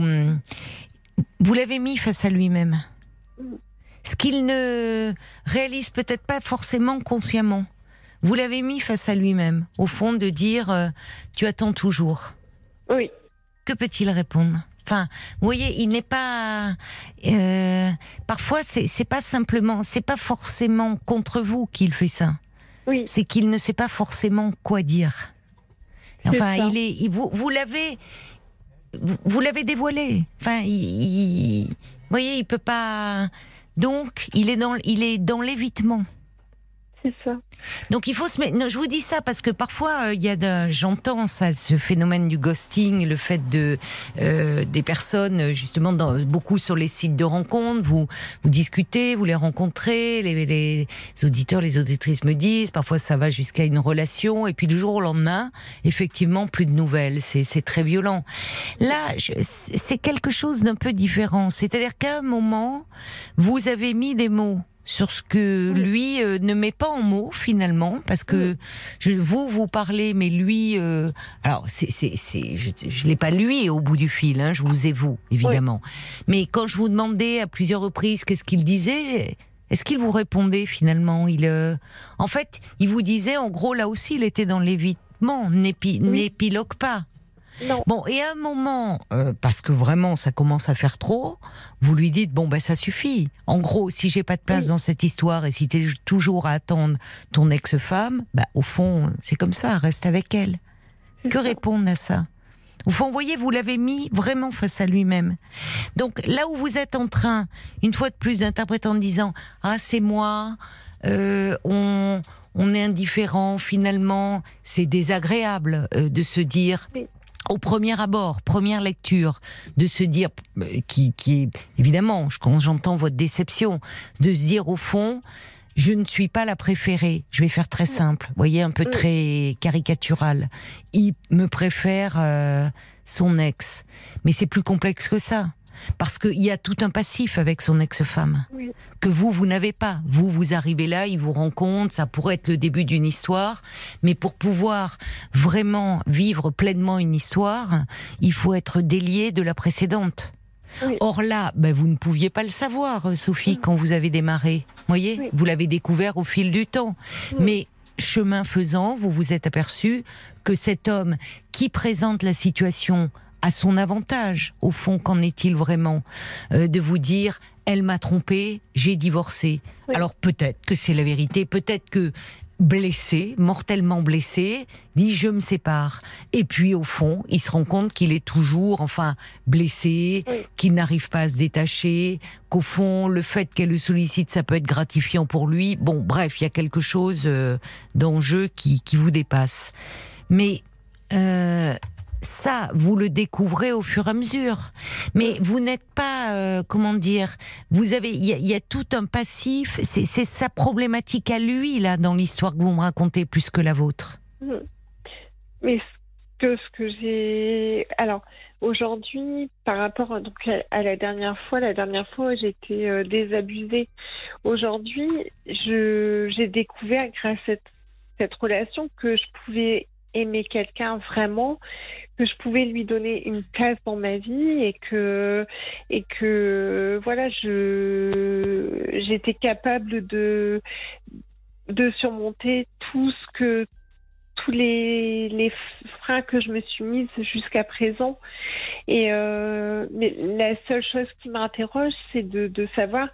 vous l'avez mis face à lui-même. Mm. Ce qu'il ne réalise peut-être pas forcément consciemment. Vous l'avez mis face à lui-même. Au fond, de dire euh, « Tu attends toujours ». Oui. Que peut-il répondre ? Enfin, vous voyez, il n'est pas. Euh, parfois, c'est, c'est pas simplement, c'est pas forcément contre vous qu'il fait ça. Oui. C'est qu'il ne sait pas forcément quoi dire. Enfin, il est. Il, vous, vous l'avez, vous, vous l'avez dévoilé. Enfin, il, il, vous voyez, il peut pas. Donc, il est dans, il est dans l'évitement. C'est ça. Donc il faut se mettre... Non, je vous dis ça parce que parfois il euh, y a de... j'entends ça, ce phénomène du ghosting, le fait de euh, des personnes justement dans, beaucoup sur les sites de rencontres, vous vous discutez, vous les rencontrez, les, les auditeurs, les auditrices me disent, parfois ça va jusqu'à une relation et puis du jour au lendemain, effectivement plus de nouvelles, c'est c'est très violent. Là, je, c'est quelque chose d'un peu différent, c'est-à-dire qu'à un moment vous avez mis des mots sur ce que oui. lui euh, ne met pas en mots finalement, parce que oui. je, vous vous parlez, mais lui, euh, alors c'est, c'est, c'est, je, je l'ai pas lui au bout du fil, hein, je vous ai vous évidemment. Oui. Mais quand je vous demandais à plusieurs reprises qu'est-ce qu'il disait, est-ce qu'il vous répondait finalement? Il, euh, en fait, il vous disait en gros là aussi, il était dans l'évitement, n'épi, oui. n'épilogue pas. Non. Bon, et à un moment, euh, parce que vraiment ça commence à faire trop, vous lui dites bon ben ça suffit. En gros, si j'ai pas de place oui. dans cette histoire et si t'es toujours à attendre ton ex-femme, bah au fond c'est comme ça, reste avec elle. C'est que ça. Répondre à ça? Au fond, vous voyez, vous l'avez mis vraiment face à lui-même. Donc là où vous êtes en train, une fois de plus, d'interpréter en disant ah c'est moi, euh, on on est indifférent finalement, c'est désagréable euh, de se dire. Oui. Au premier abord, première lecture, de se dire, qui, qui est évidemment, quand j'entends votre déception, de se dire au fond, je ne suis pas la préférée. Je vais faire très simple, vous voyez, un peu très caricatural. Il me préfère euh, son ex, mais c'est plus complexe que ça. Parce qu'il y a tout un passif avec son ex-femme oui. que vous, vous n'avez pas. Vous, vous arrivez là, il vous rencontre, ça pourrait être le début d'une histoire, mais pour pouvoir vraiment vivre pleinement une histoire, il faut être délié de la précédente. Oui. Or là, ben, vous ne pouviez pas le savoir, Sophie, oui. quand vous avez démarré. Vous voyez, oui. vous l'avez découvert au fil du temps. Oui. Mais chemin faisant, vous vous êtes aperçu que cet homme qui présente la situation à son avantage, au fond, qu'en est-il vraiment euh, de vous dire, elle m'a trompé, j'ai divorcé. Oui. Alors peut-être que c'est la vérité, peut-être que blessé, mortellement blessé, dit je me sépare. Et puis au fond, il se rend compte qu'il est toujours, enfin, blessé, oui. qu'il n'arrive pas à se détacher, qu'au fond, le fait qu'elle le sollicite, ça peut être gratifiant pour lui. Bon, bref, il y a quelque chose euh, d'enjeu qui, qui vous dépasse. Mais euh, ça, vous le découvrez au fur et à mesure. Mais vous n'êtes pas, euh, comment dire, vous avez, il y, y a tout un passif. C'est, c'est sa problématique à lui là dans l'histoire que vous me racontez plus que la vôtre. Mais ce que ce que j'ai, alors aujourd'hui, par rapport à, donc à la dernière fois, la dernière fois j'ai été euh, désabusée. Aujourd'hui, je j'ai découvert grâce à cette, cette relation que je pouvais aimer quelqu'un vraiment, que je pouvais lui donner une place dans ma vie et que et que voilà, je j'étais capable de de surmonter tout ce que tous les les freins que je me suis mise jusqu'à présent. Et euh, mais la seule chose qui m'interroge, c'est de de savoir,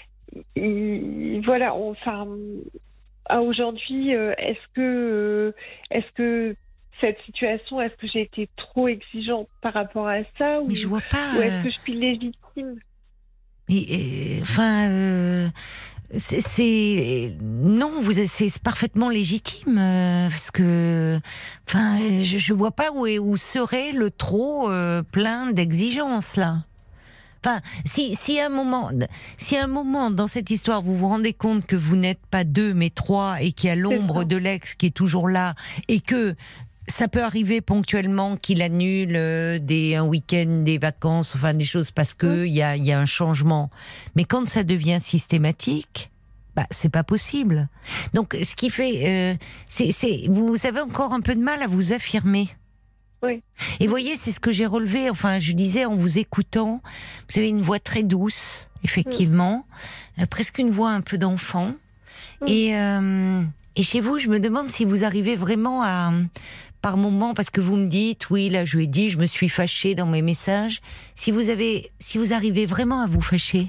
il, voilà, enfin. À aujourd'hui, euh, est-ce que, euh, est-ce que cette situation, est-ce que j'ai été trop exigeante par rapport à ça, ou, mais je vois pas, ou est-ce que je suis légitime? Et, et, enfin, euh, c'est, c'est non, vous, c'est parfaitement légitime euh, parce que, enfin, je, je vois pas où est, où serait le trop euh, plein d'exigences là. Enfin, si, si à un moment, si à un moment dans cette histoire vous vous rendez compte que vous n'êtes pas deux mais trois et qu'il y a l'ombre de l'ex qui est toujours là et que ça peut arriver ponctuellement qu'il annule des un week-end, des vacances, enfin des choses parce que il y a il y a un changement. Mais quand ça devient systématique, bah c'est pas possible. Donc ce qui fait, euh, c'est c'est vous avez encore un peu de mal à vous affirmer. Oui. Et vous voyez, c'est ce que j'ai relevé, enfin, je disais en vous écoutant, vous avez une voix très douce, effectivement, oui. euh, presque une voix un peu d'enfant. Oui. Et, euh, et chez vous, je me demande si vous arrivez vraiment à, par moments, parce que vous me dites, oui, là, je lui ai dit, je me suis fâchée dans mes messages, si vous avez, si vous arrivez vraiment à vous fâcher.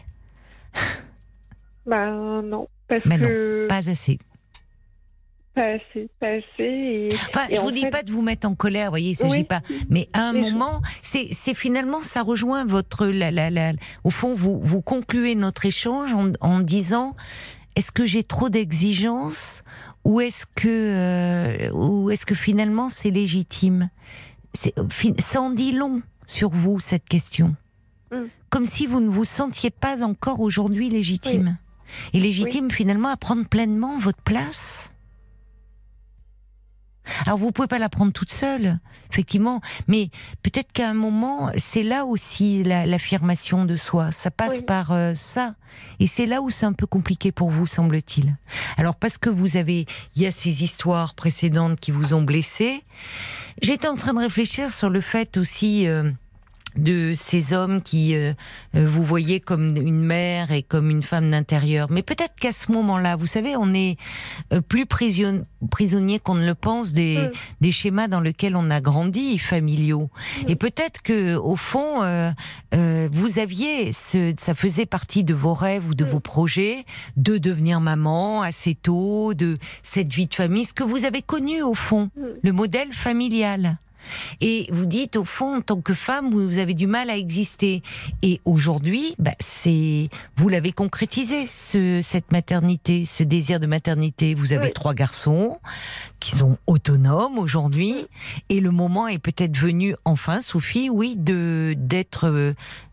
Bah non, parce bah que... non, pas assez. Pas assez, pas assez. Et, enfin, et je vous dis fait... pas de vous mettre en colère, vous voyez, il s'agit oui. pas. Mais à un Mais moment, je... c'est, c'est finalement, ça rejoint votre, la, la, la, au fond, vous, vous concluez notre échange en, en disant, est-ce que j'ai trop d'exigences ou est-ce que, euh, ou est-ce que finalement c'est légitime? C'est, ça en dit long sur vous cette question. Mm. Comme si vous ne vous sentiez pas encore aujourd'hui légitime. Oui. Et légitime oui. finalement à prendre pleinement votre place. Alors vous pouvez pas la prendre toute seule, effectivement, mais peut-être qu'à un moment, c'est là aussi la, l'affirmation de soi. Ça passe oui. par euh, ça, et c'est là où c'est un peu compliqué pour vous, semble-t-il. Alors parce que vous avez, il y a ces histoires précédentes qui vous ont blessé. J'étais en train de réfléchir sur le fait aussi. Euh, de ces hommes qui euh, vous voyez comme une mère et comme une femme d'intérieur. Mais peut-être qu'à ce moment-là, vous savez, on est euh, plus prision- prisonnier qu'on ne le pense des, mmh. des schémas dans lesquels on a grandi, familiaux. Mmh. Et peut-être que au fond, euh, euh, vous aviez, ce, ça faisait partie de vos rêves ou de mmh. vos projets, de devenir maman assez tôt, de cette vie de famille, ce que vous avez connu au fond, mmh. le modèle familial. Et vous dites, au fond, en tant que femme, vous avez du mal à exister. Et aujourd'hui, bah, c'est, vous l'avez concrétisé, ce, cette maternité, ce désir de maternité. Vous avez oui. trois garçons qui sont autonomes aujourd'hui. Et le moment est peut-être venu, enfin, Sophie, oui, de, d'être, euh,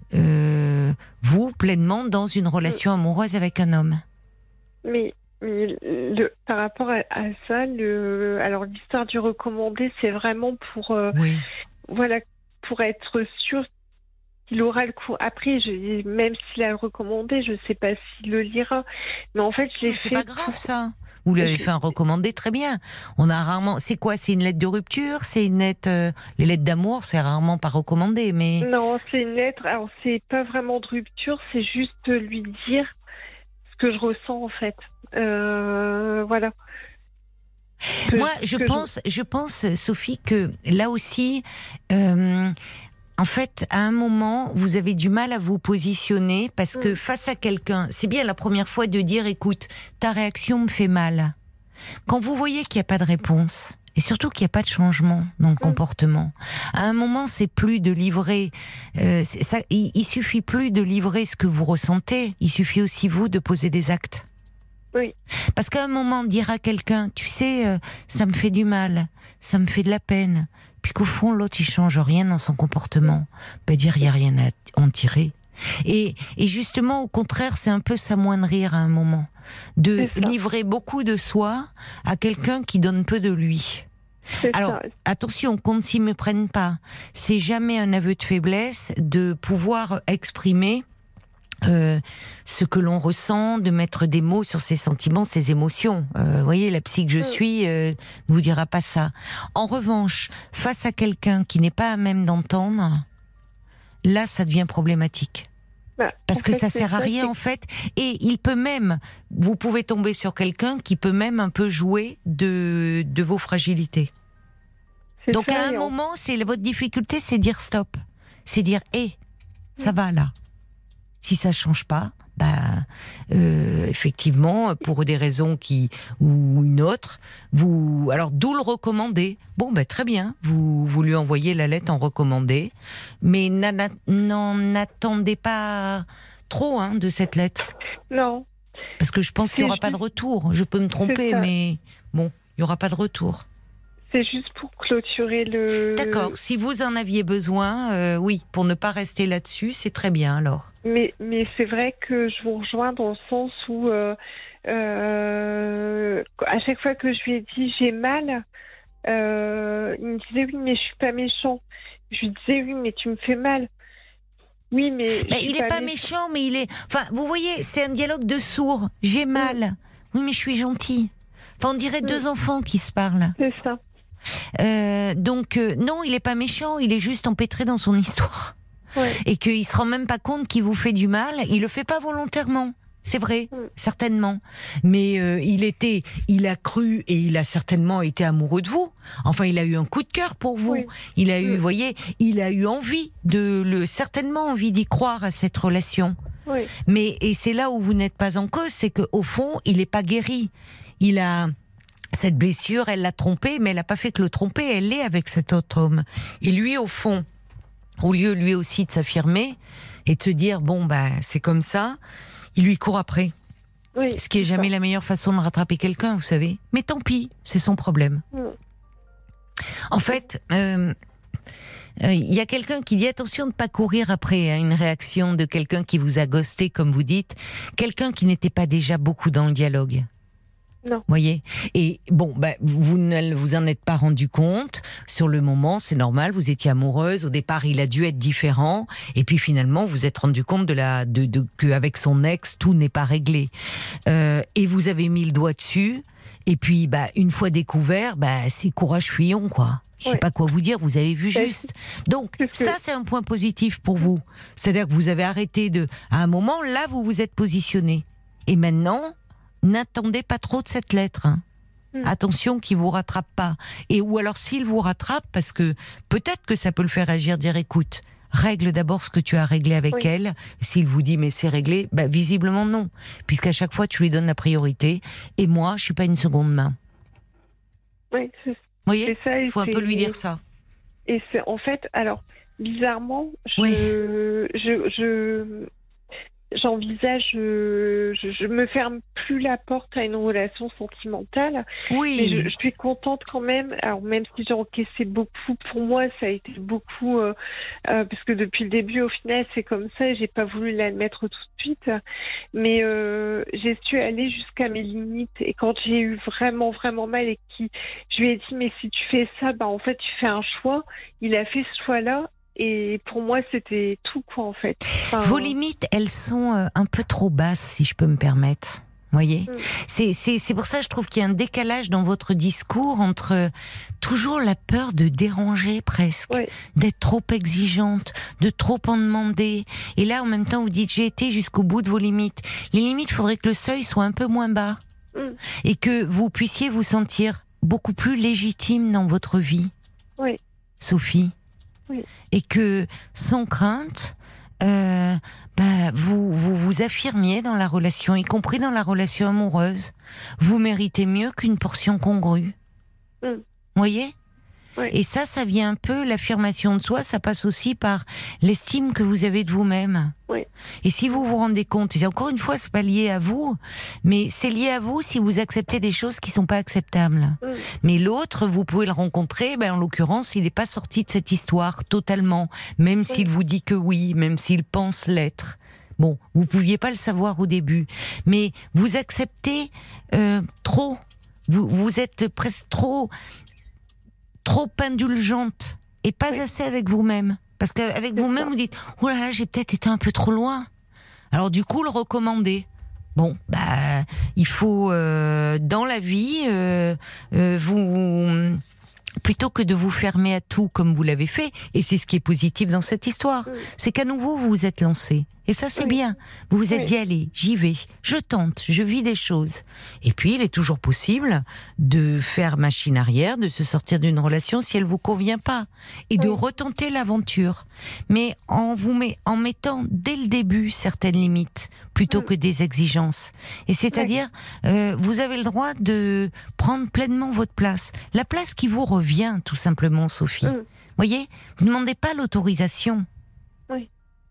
euh, vous, pleinement dans une relation amoureuse avec un homme. Mais... Mais le, par rapport à, à ça, le, alors l'histoire du recommandé, c'est vraiment pour, euh, oui. voilà, pour être sûr qu'il aura le coup. Après, je, même s'il a le recommandé, je ne sais pas s'il le lira. Mais en fait, je l'ai c'est fait. C'est pas grave pour... ça. Vous l'avez je... fait un recommandé, très bien. On a rarement. C'est quoi? C'est une lettre de rupture? C'est une lettre. Euh... Les lettres d'amour, c'est rarement pas recommandé, mais. Non, c'est une lettre. Alors, c'est pas vraiment de rupture. C'est juste lui dire ce que je ressens en fait. Euh, voilà. Que, Moi, je pense, je... je pense, Sophie, que là aussi, euh, en fait, à un moment, vous avez du mal à vous positionner parce que mmh. face à quelqu'un, c'est bien la première fois de dire, écoute, ta réaction me fait mal. Quand vous voyez qu'il n'y a pas de réponse, et surtout qu'il n'y a pas de changement dans le mmh. comportement. À un moment, c'est plus de livrer. Euh, ça, il, il suffit plus de livrer ce que vous ressentez. Il suffit aussi vous de poser des actes. Oui. Parce qu'à un moment, dire à quelqu'un, tu sais, euh, ça me fait du mal, ça me fait de la peine, puis qu'au fond, l'autre, il change rien dans son comportement, ben dire, il n'y a rien à en tirer. Et, et justement, au contraire, c'est un peu s'amoindrir à un moment, de livrer beaucoup de soi à quelqu'un qui donne peu de lui. C'est Alors, ça. Attention, qu'on ne s'y méprenne pas. C'est jamais un aveu de faiblesse de pouvoir exprimer Euh, ce que l'on ressent, de mettre des mots sur ses sentiments, ses émotions. Euh, vous voyez, la psy que je suis euh, ne vous dira pas ça. En revanche, face à quelqu'un qui n'est pas à même d'entendre, là, ça devient problématique. Bah, Parce que fait, ça sert à rien, en fait. Et il peut même, vous pouvez tomber sur quelqu'un qui peut même un peu jouer de, de vos fragilités. C'est Donc, ça, à un moment, c'est, votre difficulté, c'est dire stop. C'est dire, hé, hey, ça mmh. va là. Si ça change pas, bah, euh, effectivement, pour des raisons qui ou une autre, vous, alors d'où le recommandé. Bon, ben bah, très bien, vous vous lui envoyez la lettre en recommandé, mais n'en attendez pas trop hein, de cette lettre. Non. Parce que je pense qu'il y aura juste... pas de retour. Je peux me tromper, mais bon, il y aura pas de retour. C'est juste pour clôturer le... D'accord, si vous en aviez besoin, euh, oui, pour ne pas rester là-dessus, c'est très bien alors. Mais, mais c'est vrai que je vous rejoins dans le sens où, euh, euh, à chaque fois que je lui ai dit j'ai mal, euh, il me disait oui, mais je suis pas méchant. Je lui disais oui, mais tu me fais mal. Oui, mais. mais il n'est pas, pas méchant, mais il est. Enfin, vous voyez, c'est un dialogue de sourds. J'ai mal. Mmh. Oui, mais je suis gentil. Enfin, on dirait mmh. deux enfants qui se parlent. C'est ça. Euh, donc euh, non, il est pas méchant, il est juste empêtré dans son histoire ouais. et qu'il se rend même pas compte qu'il vous fait du mal. Il le fait pas volontairement, c'est vrai, mm. certainement. Mais euh, il était, il a cru et il a certainement été amoureux de vous. Enfin, il a eu un coup de cœur pour vous. Oui. Il a eu, mm. vous voyez, il a eu envie de le, certainement envie d'y croire à cette relation. Oui. Mais et c'est là où vous n'êtes pas en cause, c'est que au fond, il est pas guéri. Il a Cette blessure, elle l'a trompé, mais elle n'a pas fait que le tromper, elle l'est avec cet autre homme. Et lui, au fond, au lieu lui aussi de s'affirmer et de se dire, bon, bah, c'est comme ça, il lui court après. Oui, Ce qui est jamais ça. La meilleure façon de rattraper quelqu'un, vous savez. Mais tant pis, c'est son problème. Mm. En fait, euh, euh, y a quelqu'un qui dit, attention de ne pas courir après hein, une réaction de quelqu'un qui vous a ghosté, comme vous dites, quelqu'un qui n'était pas déjà beaucoup dans le dialogue. Non. Voyez. Et bon, bah, vous ne vous en êtes pas rendu compte sur le moment, c'est normal. Vous étiez amoureuse. Au départ, il a dû être différent. Et puis finalement, vous vous êtes rendu compte de la, de, de qu'avec son ex, tout n'est pas réglé. Euh, et vous avez mis le doigt dessus. Et puis, bah, une fois découvert, bah, c'est courage fuyons, quoi. Je sais ouais. pas quoi vous dire. Vous avez vu juste. Donc ça, c'est un point positif pour vous. C'est-à-dire que vous avez arrêté de. À un moment, là, vous vous êtes positionné. Et maintenant. N'attendez pas trop de cette lettre. Hein. Mmh. Attention qu'il vous rattrape pas. Et ou alors s'il vous rattrape, parce que peut-être que ça peut le faire agir, dire écoute, règle d'abord ce que tu as réglé avec oui. elle. S'il vous dit mais c'est réglé, bah, visiblement non, puisqu'à chaque fois tu lui donnes la priorité. Et moi, je suis pas une seconde main. Oui, c'est, vous voyez, c'est il faut un peu lui dire ça. Et c'est en fait, alors bizarrement, je, oui. je, je j'envisage, je, je, je me ferme plus la porte à une relation sentimentale. Oui. Mais je, je suis contente quand même. Alors même si j'ai encaissé beaucoup, pour moi ça a été beaucoup euh, euh, parce que depuis le début, au final, c'est comme ça. Et j'ai pas voulu l'admettre tout de suite, mais euh, j'ai su aller jusqu'à mes limites. Et quand j'ai eu vraiment vraiment mal et qui, je lui ai dit mais si tu fais ça, bah en fait tu fais un choix. Il a fait ce choix-là. Et pour moi, c'était tout, quoi, en fait. Enfin, Vos limites, elles sont euh, un peu trop basses, si je peux me permettre. Voyez, mmh. c'est, c'est, c'est pour ça que je trouve qu'il y a un décalage dans votre discours entre euh, toujours la peur de déranger presque, oui. d'être trop exigeante, de trop en demander. Et là, en même temps, vous dites, j'ai été jusqu'au bout de vos limites. Les limites, il faudrait que le seuil soit un peu moins bas. Mmh. Et que vous puissiez vous sentir beaucoup plus légitime dans votre vie. Oui. Sophie. Oui. Et que, sans crainte, euh, bah, vous, vous vous affirmiez dans la relation, y compris dans la relation amoureuse. Vous méritez mieux qu'une portion congrue. Mm. Vous voyez ? Oui. Et ça, ça vient un peu, l'affirmation de soi, ça passe aussi par l'estime que vous avez de vous-même. Oui. Et si vous vous rendez compte, et encore une fois, c'est pas lié à vous, mais c'est lié à vous si vous acceptez des choses qui sont pas acceptables. Mm. Mais l'autre, vous pouvez le rencontrer, ben en l'occurrence, il n'est pas sorti de cette histoire totalement, même oui. s'il vous dit que oui, même s'il pense l'être. Bon, vous pouviez pas le savoir au début, mais vous acceptez euh, trop. Vous, vous êtes presque trop... trop indulgente et pas oui. assez avec vous-même. Parce qu'avec c'est vous-même, ça. Vous dites « Oh là là, j'ai peut-être été un peu trop loin. » Alors du coup, le recommander. Bon, bah, il faut, euh, dans la vie, euh, euh, vous... plutôt que de vous fermer à tout comme vous l'avez fait, et c'est ce qui est positif dans cette histoire, oui. c'est qu'à nouveau, vous vous êtes lancé. Et ça, c'est oui. bien. Vous vous êtes oui. dit, allez, j'y vais, je tente, je vis des choses. Et puis, il est toujours possible de faire machine arrière, de se sortir d'une relation si elle vous convient pas, et oui. de retenter l'aventure. Mais en vous met, en mettant dès le début certaines limites, plutôt oui. que des exigences. Et c'est-à-dire, oui. euh, vous avez le droit de prendre pleinement votre place. La place qui vous revient, tout simplement, Sophie. Vous oui. voyez, vous ne demandez pas l'autorisation. Oui.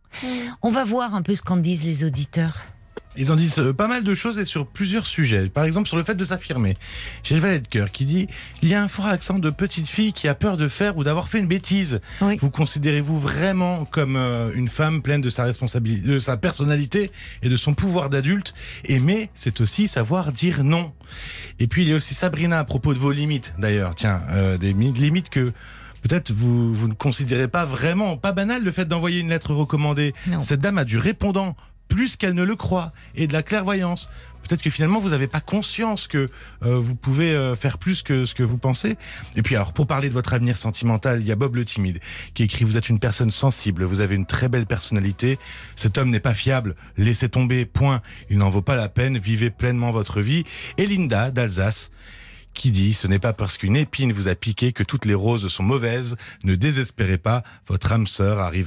On va voir un peu ce qu'en disent les auditeurs. Ils en disent euh, pas mal de choses et sur plusieurs sujets. Par exemple, sur le fait de s'affirmer. J'ai le valet de cœur qui dit « Il y a un fort accent de petite fille qui a peur de faire ou d'avoir fait une bêtise. Oui. Vous considérez-vous vraiment comme euh, une femme pleine de sa responsabilité, de sa personnalité et de son pouvoir d'adulte? Aimer, c'est aussi savoir dire non. » Et puis, il y a aussi Sabrina à propos de vos limites, d'ailleurs. Tiens, euh, des limites que... peut-être vous, vous ne considérez pas vraiment, pas banal le fait d'envoyer une lettre recommandée. Non. Cette dame a du répondant, plus qu'elle ne le croit, et de la clairvoyance. Peut-être que finalement vous n'avez pas conscience que euh, vous pouvez euh, faire plus que ce que vous pensez. Et puis alors, pour parler de votre avenir sentimental, il y a Bob le timide qui écrit « Vous êtes une personne sensible, vous avez une très belle personnalité. Cet homme n'est pas fiable, laissez tomber, point. Il n'en vaut pas la peine, vivez pleinement votre vie. » Et Linda d'Alsace qui dit « Ce n'est pas parce qu'une épine vous a piqué que toutes les roses sont mauvaises. Ne désespérez pas, votre âme sœur arrivera. »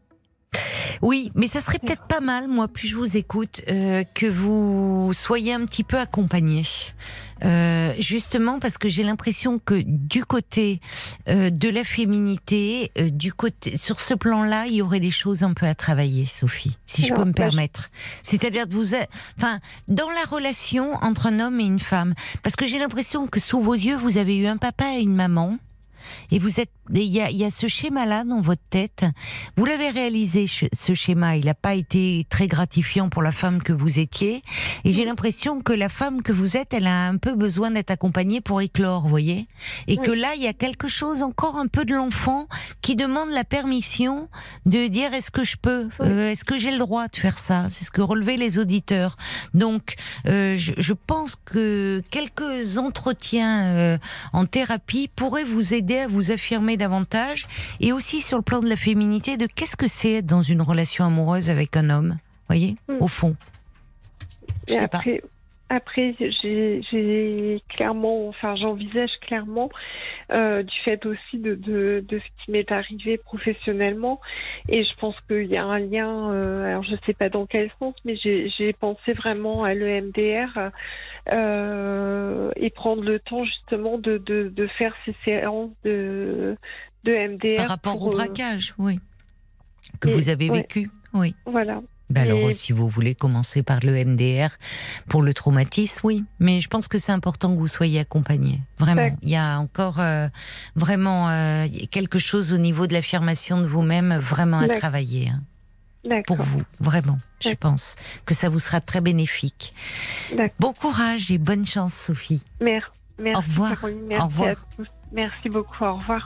Oui, mais ça serait peut-être pas mal, moi, plus je vous écoute, euh, que vous soyez un petit peu accompagnés. Euh, justement parce que j'ai l'impression que du côté euh, de la féminité, euh, du côté sur ce plan-là, il y aurait des choses un peu à travailler, Sophie, si je peux me permettre. C'est-à-dire de vous, enfin, dans la relation entre un homme et une femme, parce que j'ai l'impression que sous vos yeux, vous avez eu un papa et une maman Et vous êtes, il y a, il y a ce schéma-là dans votre tête. Vous l'avez réalisé, ce schéma. Il n'a pas été très gratifiant pour la femme que vous étiez. Et j'ai l'impression que la femme que vous êtes, elle a un peu besoin d'être accompagnée pour éclore, vous voyez. Et oui. que là, il y a quelque chose, encore un peu de l'enfant, qui demande la permission de dire est-ce que je peux, oui. euh, est-ce que j'ai le droit de faire ça. C'est ce que relevaient les auditeurs. Donc, euh, je, je pense que quelques entretiens euh, en thérapie pourraient vous aider à vous affirmer davantage, et aussi sur le plan de la féminité, de qu'est-ce que c'est être dans une relation amoureuse avec un homme, voyez, mmh. au fond. Je et sais après, pas. Après, j'ai, j'ai clairement, enfin, j'envisage clairement euh, du fait aussi de, de, de ce qui m'est arrivé professionnellement, et je pense qu'il y a un lien. Euh, alors, je sais pas dans quel sens, mais j'ai, j'ai pensé vraiment à l'E M D R. Euh, et prendre le temps justement de, de, de faire ces séances de, de M D R. Par rapport pour, au braquage, euh... oui. Que et, vous avez ouais. vécu, oui. Voilà. Ben alors, et... si vous voulez commencer par le M D R pour le traumatisme, oui. Mais je pense que c'est important que vous soyez accompagné. Vraiment. Ouais. Il y a encore euh, vraiment euh, quelque chose au niveau de l'affirmation de vous-même vraiment à D'accord. travailler. Hein. D'accord. Pour vous, vraiment, je D'accord. pense que ça vous sera très bénéfique. D'accord. Bon courage et bonne chance, Sophie. Merci. Merci. Au revoir. Caroline. Merci au revoir. à tous. Merci beaucoup. Au revoir.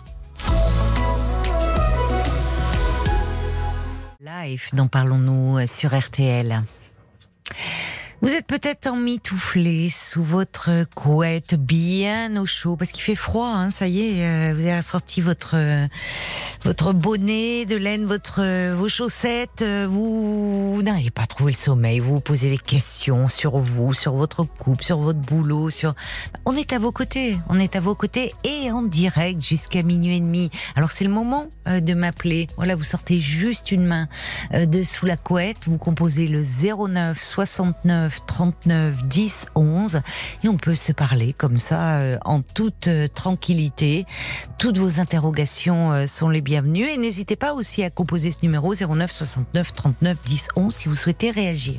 Live, dont parlons-nous sur R T L. Vous êtes peut-être emmitouflé sous votre couette, bien au chaud, parce qu'il fait froid, hein, ça y est, euh, vous avez sorti votre euh, votre bonnet de laine, votre euh, vos chaussettes, euh, vous n'arrivez pas à trouver le sommeil, vous vous posez des questions sur vous, sur votre couple, sur votre boulot, sur... On est à vos côtés, on est à vos côtés et en direct jusqu'à minuit et demi. Alors c'est le moment euh, de m'appeler. Voilà, vous sortez juste une main euh, de sous la couette, vous composez le zéro neuf soixante-neuf trente-neuf dix onze et on peut se parler comme ça euh, en toute euh, tranquillité. Toutes vos interrogations euh, sont les bienvenues et n'hésitez pas aussi à composer ce numéro zéro neuf soixante-neuf trente-neuf dix onze si vous souhaitez réagir.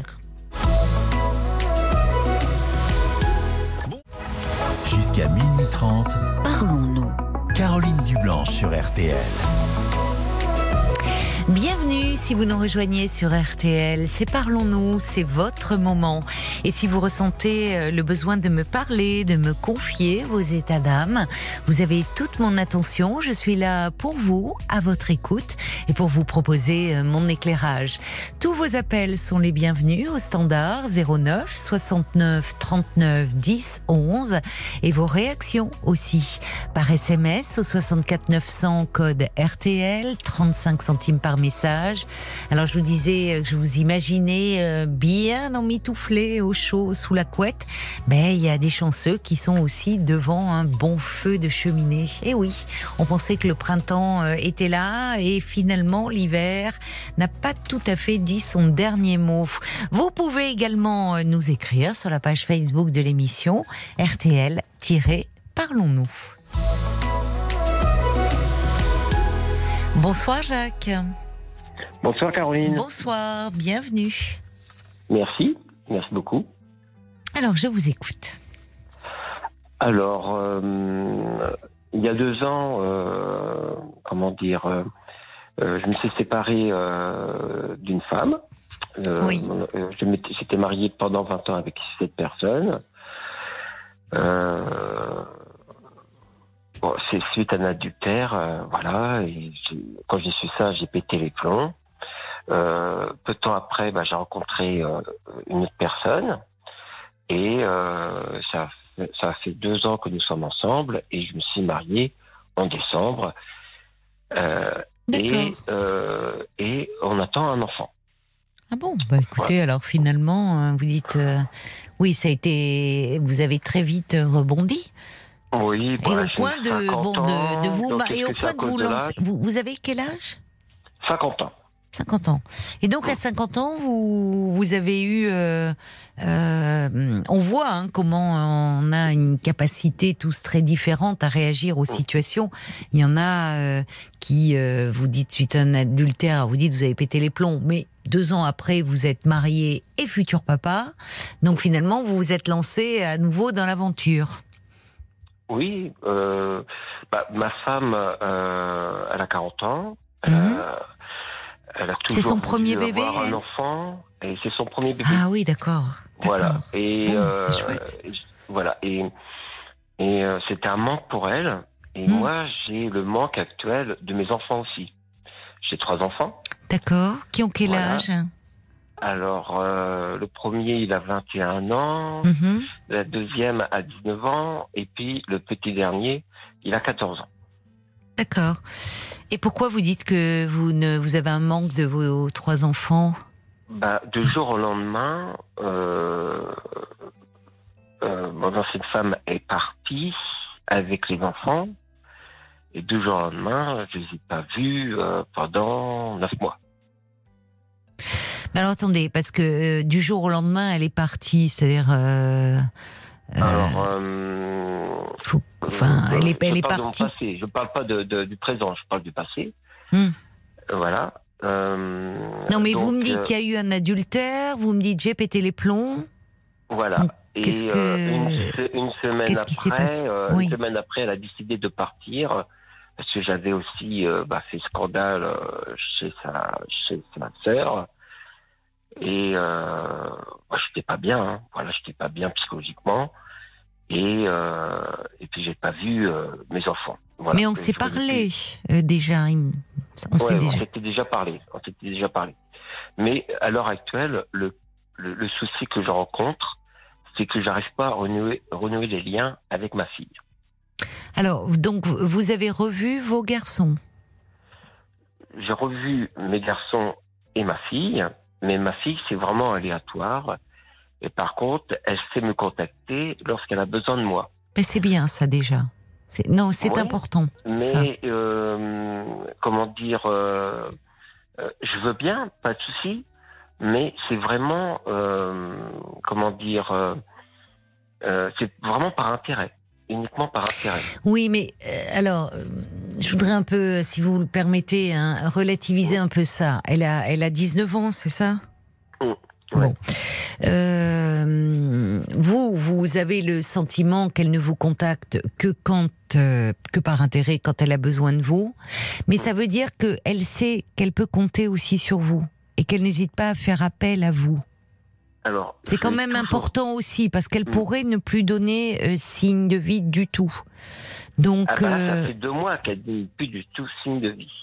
Jusqu'à minuit trente, parlons-nous. Caroline Dublanche sur R T L. Bienvenue si vous nous rejoignez sur R T L, c'est Parlons-nous, c'est votre moment. Et si vous ressentez le besoin de me parler, de me confier vos états d'âme, vous avez toute mon attention, je suis là pour vous, à votre écoute, et pour vous proposer mon éclairage. Tous vos appels sont les bienvenus au standard zéro neuf soixante-neuf trente-neuf dix onze, et vos réactions aussi, par S M S au soixante-quatre neuf cents, code R T L, trente-cinq centimes par message. Alors je vous disais que je vous imaginais bien emmitouflé au chaud sous la couette. Ben il y a des chanceux qui sont aussi devant un bon feu de cheminée. Et oui, on pensait que le printemps était là et finalement l'hiver n'a pas tout à fait dit son dernier mot. Vous pouvez également nous écrire sur la page Facebook de l'émission R T L-Parlons-nous. Bonsoir Jacques. Bonsoir Caroline. Bonsoir, bienvenue. Merci, merci beaucoup. Alors, je vous écoute. Alors, euh, il y a deux ans, euh, comment dire, euh, euh, je me suis séparé euh, d'une femme. Euh, oui. Je m'étais, j'étais marié pendant vingt ans avec cette personne. Euh, bon, c'est suite à un adultère, euh, voilà. Et quand j'ai su ça, j'ai pété les plombs. Euh, peu de temps après, bah, j'ai rencontré euh, une autre personne et euh, ça, ça fait deux ans que nous sommes ensemble et je me suis marié en décembre euh, et, euh, et on attend un enfant. Ah bon, bah écoutez, ouais. Alors finalement, vous dites, euh, oui, ça a été, vous avez très vite rebondi. Oui, bah, et au point de, bon, de, de vous, donc, et au point de vous lancer, vous, vous avez quel âge ? cinquante ans. cinquante ans. Et donc à cinquante ans, vous, vous avez eu... Euh, euh, on voit hein, comment on a une capacité tous très différente à réagir aux situations. Il y en a euh, qui, euh, vous dites suite à un adultère, vous dites vous avez pété les plombs, mais deux ans après, vous êtes marié et futur papa. Donc finalement, vous vous êtes lancé à nouveau dans l'aventure. Oui, euh, bah, ma femme, euh, elle a quarante ans. Elle, mmh. a, elle a toujours c'est son premier voulu bébé, avoir elle un enfant, et c'est son premier bébé. Ah oui, d'accord. Voilà. d'accord. Et bon, euh, c'est chouette. Voilà. Et, et euh, c'était un manque pour elle. Et mmh. moi, j'ai le manque actuel de mes enfants aussi. J'ai trois enfants. D'accord. Qui ont quel voilà. âge? Alors, euh, le premier, il a vingt et un ans, mmh. la deuxième a dix-neuf ans, et puis le petit dernier, il a quatorze ans. D'accord. Et pourquoi vous dites que vous, ne, vous avez un manque de vos trois enfants? Bah, de jour au lendemain, euh, euh, mon ancienne femme est partie avec les enfants, et deux jours au lendemain, je ne les ai pas vus euh, pendant neuf mois. Mais alors attendez, parce que euh, du jour au lendemain, elle est partie, c'est-à-dire... Euh, euh, alors, euh, faut, enfin, euh, elle est, elle est partie. Je ne parle pas de, de, du présent, je parle du passé. Hum. Voilà. Euh, non, mais donc, vous me dites qu'il y a eu un adultère, vous me dites j'ai pété les plombs. Voilà. Donc, et qu'est-ce que... euh, une, une semaine qu'est-ce qui s'est après, passé euh, oui. une semaine après, elle a décidé de partir parce que j'avais aussi euh, bah, fait scandale euh, chez sa chez sa sœur. Et euh, moi, j'étais pas bien, hein. Voilà, j'étais pas bien psychologiquement, et euh, et puis j'ai pas vu euh, mes enfants. Voilà. Mais on s'est parlé euh, déjà. On ouais, s'est déjà. On s'était déjà parlé. On s'était déjà parlé. Mais à l'heure actuelle, le, le le souci que je rencontre, c'est que j'arrive pas à renouer renouer les liens avec ma fille. Alors, donc, vous avez revu vos garçons? J'ai revu mes garçons et ma fille. Mais ma fille, c'est vraiment aléatoire. Et par contre, elle sait me contacter lorsqu'elle a besoin de moi. Mais c'est bien, ça, déjà. C'est... Non, c'est oui, important. Mais, euh, comment dire, euh, euh, je veux bien, pas de souci. Mais c'est vraiment, euh, comment dire, euh, euh, c'est vraiment par intérêt. Uniquement par intérêt. Oui, mais euh, alors, euh, je voudrais un peu, si vous le permettez, hein, relativiser un peu ça. Elle a, elle a dix-neuf ans, c'est ça ? Mmh, ouais. Bon. Euh, vous, vous avez le sentiment qu'elle ne vous contacte que quand, euh, que par intérêt, quand elle a besoin de vous. Mais ça veut dire qu'elle sait qu'elle peut compter aussi sur vous et qu'elle n'hésite pas à faire appel à vous. Alors, c'est quand même toujours... important aussi, parce qu'elle mmh. pourrait ne plus donner euh, signe de vie du tout. Donc, ah bah, euh... ça fait deux mois qu'elle ne donne plus du tout signe de vie.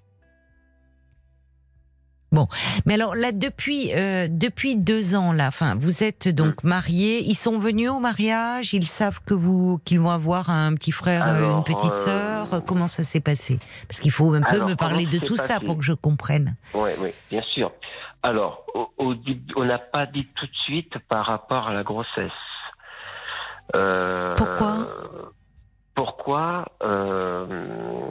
Bon, mais alors là, depuis euh, depuis deux ans, là, enfin, vous êtes donc mmh. mariés. Ils sont venus au mariage. Ils savent que vous qu'ils vont avoir un petit frère, alors, une petite sœur. Euh... Comment ça s'est passé? Parce qu'il faut un peu alors, me parler de tout passé? Ça pour que je comprenne. Oui, oui, bien sûr. Alors, au, au, on n'a pas dit tout de suite par rapport à la grossesse. Euh, pourquoi Pourquoi euh,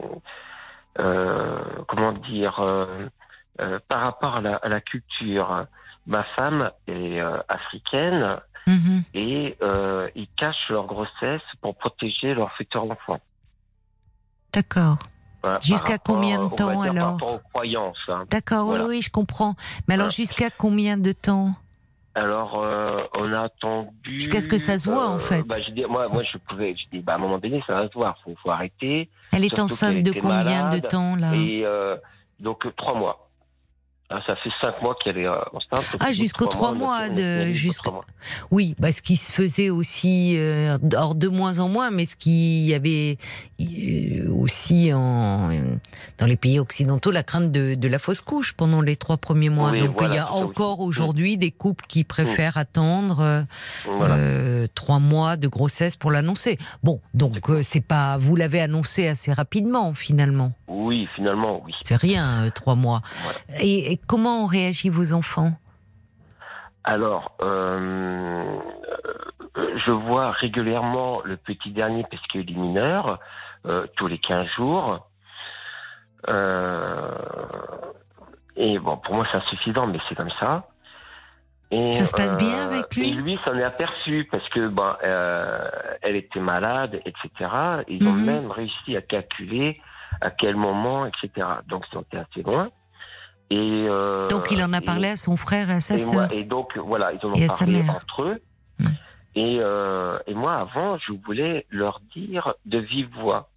euh, Comment dire euh, euh, par rapport à la, à la culture, ma femme est euh, africaine mm-hmm. et euh, ils cachent leur grossesse pour protéger leur futur enfant. D'accord. Voilà, jusqu'à combien de temps dire, alors? Par rapport aux croyances. Hein. D'accord, voilà. oui, oui, je comprends. Mais alors, voilà. jusqu'à combien de temps? Alors, euh, on a attendu... Jusqu'à ce que ça se voit, euh, en fait. Bah, je dis, moi, moi, je pouvais... Je dis, bah, à un moment donné, ça va se voir. Il faut, faut arrêter. Elle est enceinte de combien malade, de temps, là? Et euh, donc, trois mois. Ah, ça fait cinq mois qu'elle est euh, enceinte. Ah, jusqu'aux trois mois, mois de jusqu'au. Mois. Oui, bah ce qui se faisait aussi, euh, alors de moins en moins, mais ce qui y avait euh, aussi en dans les pays occidentaux la crainte de, de la fausse couche pendant les trois premiers mois. Oui, Donc voilà, il y a encore aussi. aujourd'hui mmh. des couples qui préfèrent mmh. attendre euh, voilà. euh, trois mois de grossesse pour l'annoncer. Bon, donc euh, c'est pas, vous l'avez annoncé assez rapidement finalement. Oui, finalement, oui. C'est rien, euh, trois mois. Voilà. Et, et comment ont réagi vos enfants? Alors, euh, je vois régulièrement le petit dernier, parce qu'il est mineur, euh, tous les quinze jours. Euh, et bon, pour moi, c'est insuffisant, mais c'est comme ça. Et, ça se passe euh, bien avec lui? Et lui s'en est aperçu, parce que ben, euh, elle était malade, et cetera. Ils ont mm-hmm. même réussi à calculer à quel moment, et cetera. Donc, ils ont été assez loin. Et euh, donc, il en a parlé et, à son frère et à sa et sœur. Moi, et donc, voilà, ils en ont parlé entre eux. Mmh. Et, euh, et moi, avant, je voulais leur dire de vive voix.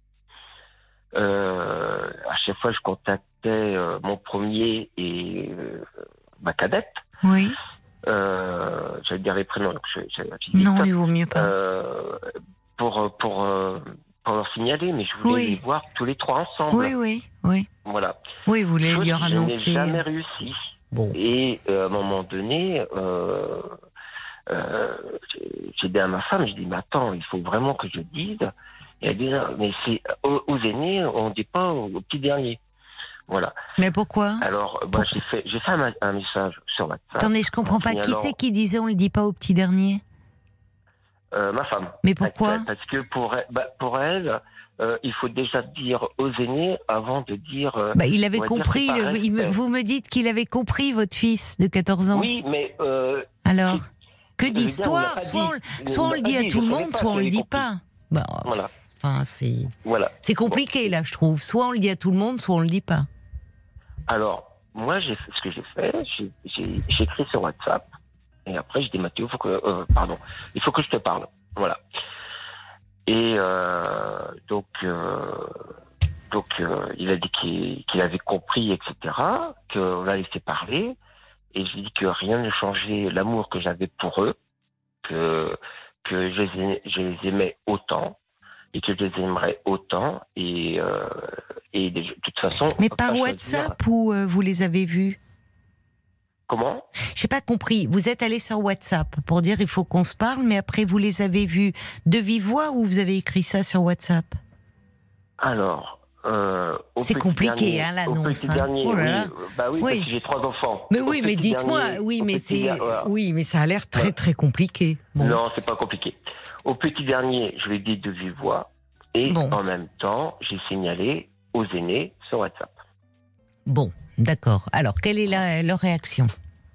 Euh, à chaque fois, je contactais euh, mon premier et euh, ma cadette. Oui. Euh, j'allais dire les prénoms. Donc je, je, je non, top, il vaut mieux pas. Euh, pour, pour, euh, pour leur signaler, mais je voulais oui. les voir tous les trois ensemble. Oui, oui, oui. Voilà. Oui, vous voulez Chose leur annoncer. Je n'ai jamais réussi. Bon. Et euh, à un moment donné, euh, euh, j'ai dit à ma femme, je dis, mais attends, il faut vraiment que je dise. Et elle dit, mais c'est aux, aux aînés, on ne dit pas aux, aux petits derniers. Voilà. Mais pourquoi? Alors, bah, pourquoi j'ai fait, j'ai fait un, un message sur WhatsApp. Attendez, je comprends pas. Qui c'est qui disait on le dit pas au petit dernier? euh, Ma femme. Mais pourquoi? Parce, parce que pour elle, bah, pour elle euh, il faut déjà dire aux aînés avant de dire. Euh, bah, il avait compris. Le, il me, vous me dites qu'il avait compris, votre fils de quatorze ans. Oui, mais. Euh, Alors, que d'histoire. Soit on, soit on le dit à tout le monde, soit on le dit pas. Bah, voilà. Enfin, c'est. Voilà. C'est compliqué, là, je trouve. Soit on le dit à tout le monde, soit on le dit pas. Alors, moi, j'ai fait ce que j'ai fait. J'ai, j'ai, j'ai écrit sur WhatsApp. Et après, je dis, Mathéo, faut que, euh, pardon, il faut que je te parle. Voilà. Et euh, donc, euh, donc euh, il a dit qu'il, qu'il avait compris, et cetera, qu'on l'a laissé parler. Et je lui ai dit que rien ne changeait l'amour que j'avais pour eux, que, que je, les, je les aimais autant. Et que je les aimerais autant, et, euh, et de, de toute façon... Mais par WhatsApp dire... ou euh, vous les avez vus? Comment? J'ai pas compris. Vous êtes allé sur WhatsApp pour dire il faut qu'on se parle, mais après vous les avez vus de vive voix ou vous avez écrit ça sur WhatsApp? Alors... Euh, c'est compliqué, dernier, hein, l'annonce. Hein. Dernier, oh là là. Oui, bah oui, oui, parce que j'ai trois enfants. Mais oui, mais dites-moi, dernier, oui, mais c'est, der... voilà. oui, mais ça a l'air très, très compliqué. Bon. Non, c'est pas compliqué. Au petit dernier, je l'ai dit de vive voix, et bon. En même temps, j'ai signalé aux aînés sur WhatsApp. Bon, d'accord. Alors, quelle est la, leur réaction?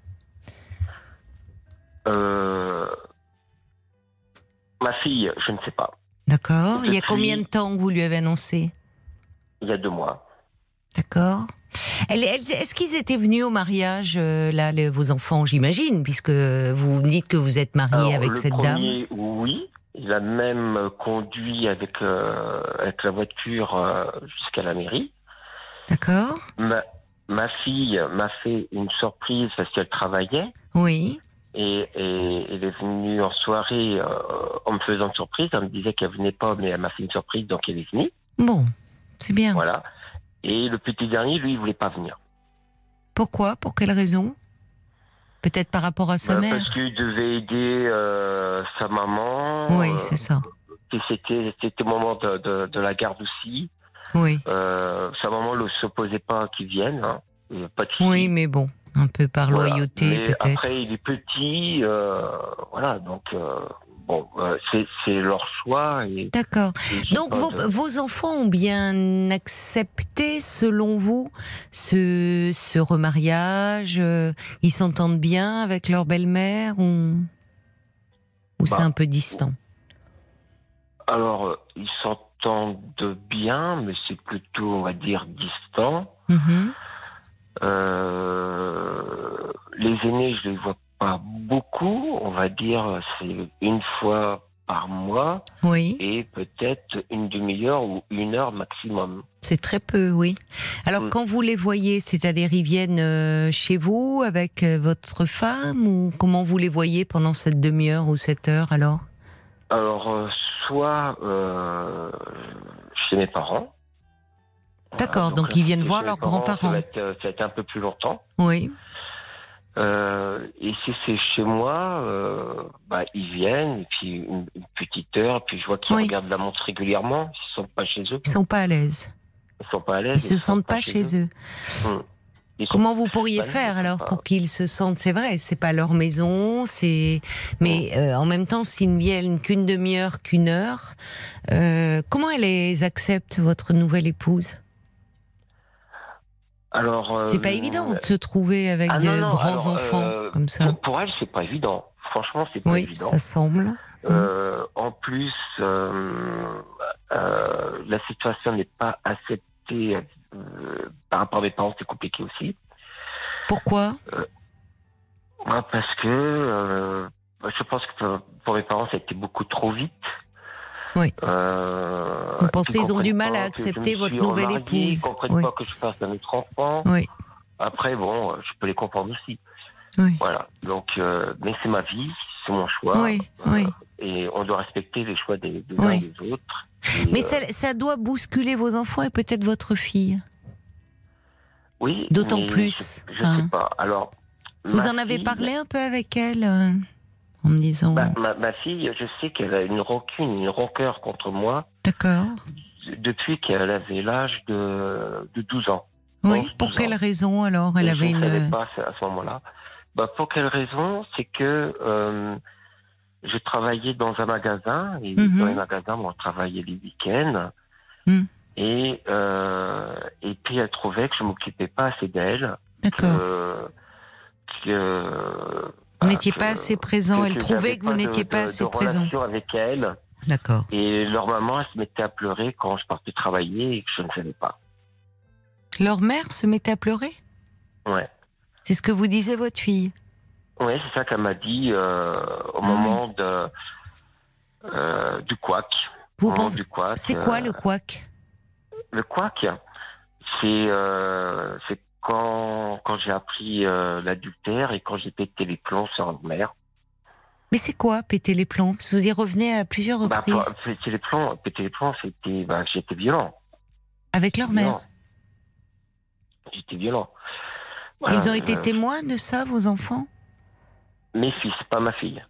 euh... Ma fille, je ne sais pas. D'accord. Depuis... Il y a combien de temps que vous lui avez annoncé? Il y a deux mois. D'accord. Elle, elle, est-ce qu'ils étaient venus au mariage, euh, là, les, vos enfants, j'imagine, puisque vous me dites que vous êtes marié Alors, avec le cette premier, dame? Oui. Il a même conduit avec, euh, avec la voiture euh, jusqu'à la mairie. D'accord. Ma, ma fille m'a fait une surprise parce qu'elle travaillait. Oui. Et, et elle est venue en soirée euh, en me faisant une surprise. Elle me disait qu'elle venait pas, mais elle m'a fait une surprise, donc elle est venue. Bon. C'est bien. Voilà. Et le petit dernier, lui, il voulait pas venir. Pourquoi? Pour quelle raison? Peut-être par rapport à sa bah, mère. Parce qu'il devait aider euh, sa maman. Oui, euh, c'est ça. Et c'était, c'était le moment de, de, de la garde aussi. Oui. Euh, sa maman ne s'opposait pas qu'il vienne. Hein. Pas de oui, mais bon, un peu par voilà. loyauté, mais peut-être. Après, il est petit. Euh, voilà, donc... Euh, Bon, euh, c'est, c'est leur choix. Et, D'accord. et Donc vos, de... vos enfants ont bien accepté, selon vous, ce, ce remariage euh, Ils s'entendent bien avec leur belle-mère ou, ou bah, c'est un peu distant? Alors, euh, ils s'entendent bien, mais c'est plutôt, on va dire, distant. Mm-hmm. Euh, les aînés, je les vois pas beaucoup, on va dire, c'est une fois par mois. Oui. Et peut-être une demi-heure ou une heure maximum. C'est très peu, oui. Alors, mmh. quand vous les voyez, c'est-à-dire ils viennent euh, chez vous avec euh, votre femme, ou comment vous les voyez pendant cette demi-heure ou cette heure, alors? Alors, euh, soit euh, chez mes parents. D'accord, voilà, donc, donc ils viennent voir leurs grands-parents. Ça va, être, ça va être un peu plus longtemps. Oui. Euh, et si c'est chez moi, euh, bah, ils viennent, et puis une, une petite heure, puis je vois qu'ils oui. regardent la montre régulièrement, ils ne sont pas chez eux. Ils ne sont pas à l'aise. Ils ne sont pas à l'aise. Ils ne se sentent pas, pas chez, chez eux. eux. Hum. Comment vous pourriez faire alors pour qu'ils se sentent? C'est vrai, c'est pas leur maison, c'est. Mais euh, en même temps, s'ils ne viennent qu'une demi-heure, qu'une heure, euh, comment elle les accepte, votre nouvelle épouse? Alors, euh, c'est pas évident de se trouver avec ah, de non, non, grands alors, enfants euh, comme ça. Pour, pour elle, c'est pas évident. Franchement, c'est pas oui, évident. Oui, ça semble. Euh, mmh. En plus, euh, euh, la situation n'est pas acceptée euh, par rapport à mes parents. C'est compliqué aussi. Pourquoi? euh, Parce que euh, je pense que pour mes parents, ça a été beaucoup trop vite. Oui. Euh, Vous pensez qu'ils ont du mal à accepter votre nouvelle épouse. Ils ne comprennent oui. pas que je fasse un autre enfant. Oui. Après, bon, je peux les comprendre aussi. Oui. Voilà. Donc, euh, mais c'est ma vie, c'est mon choix. Oui, euh, oui. Et on doit respecter les choix des, des oui. uns et des autres. Et, mais euh, ça, ça doit bousculer vos enfants et peut-être votre fille. Oui. D'autant mais plus. Je, je hein. sais pas. Alors. Vous en avez fille, parlé un peu avec elle euh, en me disant. Bah, ma, ma fille, je sais qu'elle a une rancune, une rancœur contre moi. D'accord. Depuis qu'elle avait l'âge de, de douze ans. Oui, onze, pour quelle ans. raison alors elle Et avait je une. Je ne savais pas à ce moment-là. Bah, pour quelle raison? C'est que euh, je travaillais dans un magasin, et mm-hmm. dans les magasins, on travaillait les week-ends. Mm. Et, euh, et puis elle trouvait que je ne m'occupais pas assez d'elle. D'accord. Que, que, vous n'étiez pas assez présent. Elle trouvait que vous n'étiez pas assez présent. De relation avec elle. D'accord. Et leur maman, elle se mettait à pleurer quand je partais travailler et que je ne savais pas. Leur mère se mettait à pleurer? Ouais. C'est ce que vous disait votre fille? Oui, c'est ça qu'elle m'a dit euh, au ah moment oui. de, euh, du couac. Vous pensez... C'est quoi euh, le couac? Le couac, c'est, euh, c'est quand, quand j'ai appris euh, l'adultère et quand j'ai pété les plombs sur ma mère. Mais c'est quoi, péter les plombs? Parce que vous y revenez à plusieurs reprises. Bah, péter les plombs, péter les plombs, c'était, bah, j'étais violent. Avec leur mère? Violent. J'étais violent. Voilà, Ils ont été euh, témoins de ça, vos enfants? Mes fils, pas ma fille.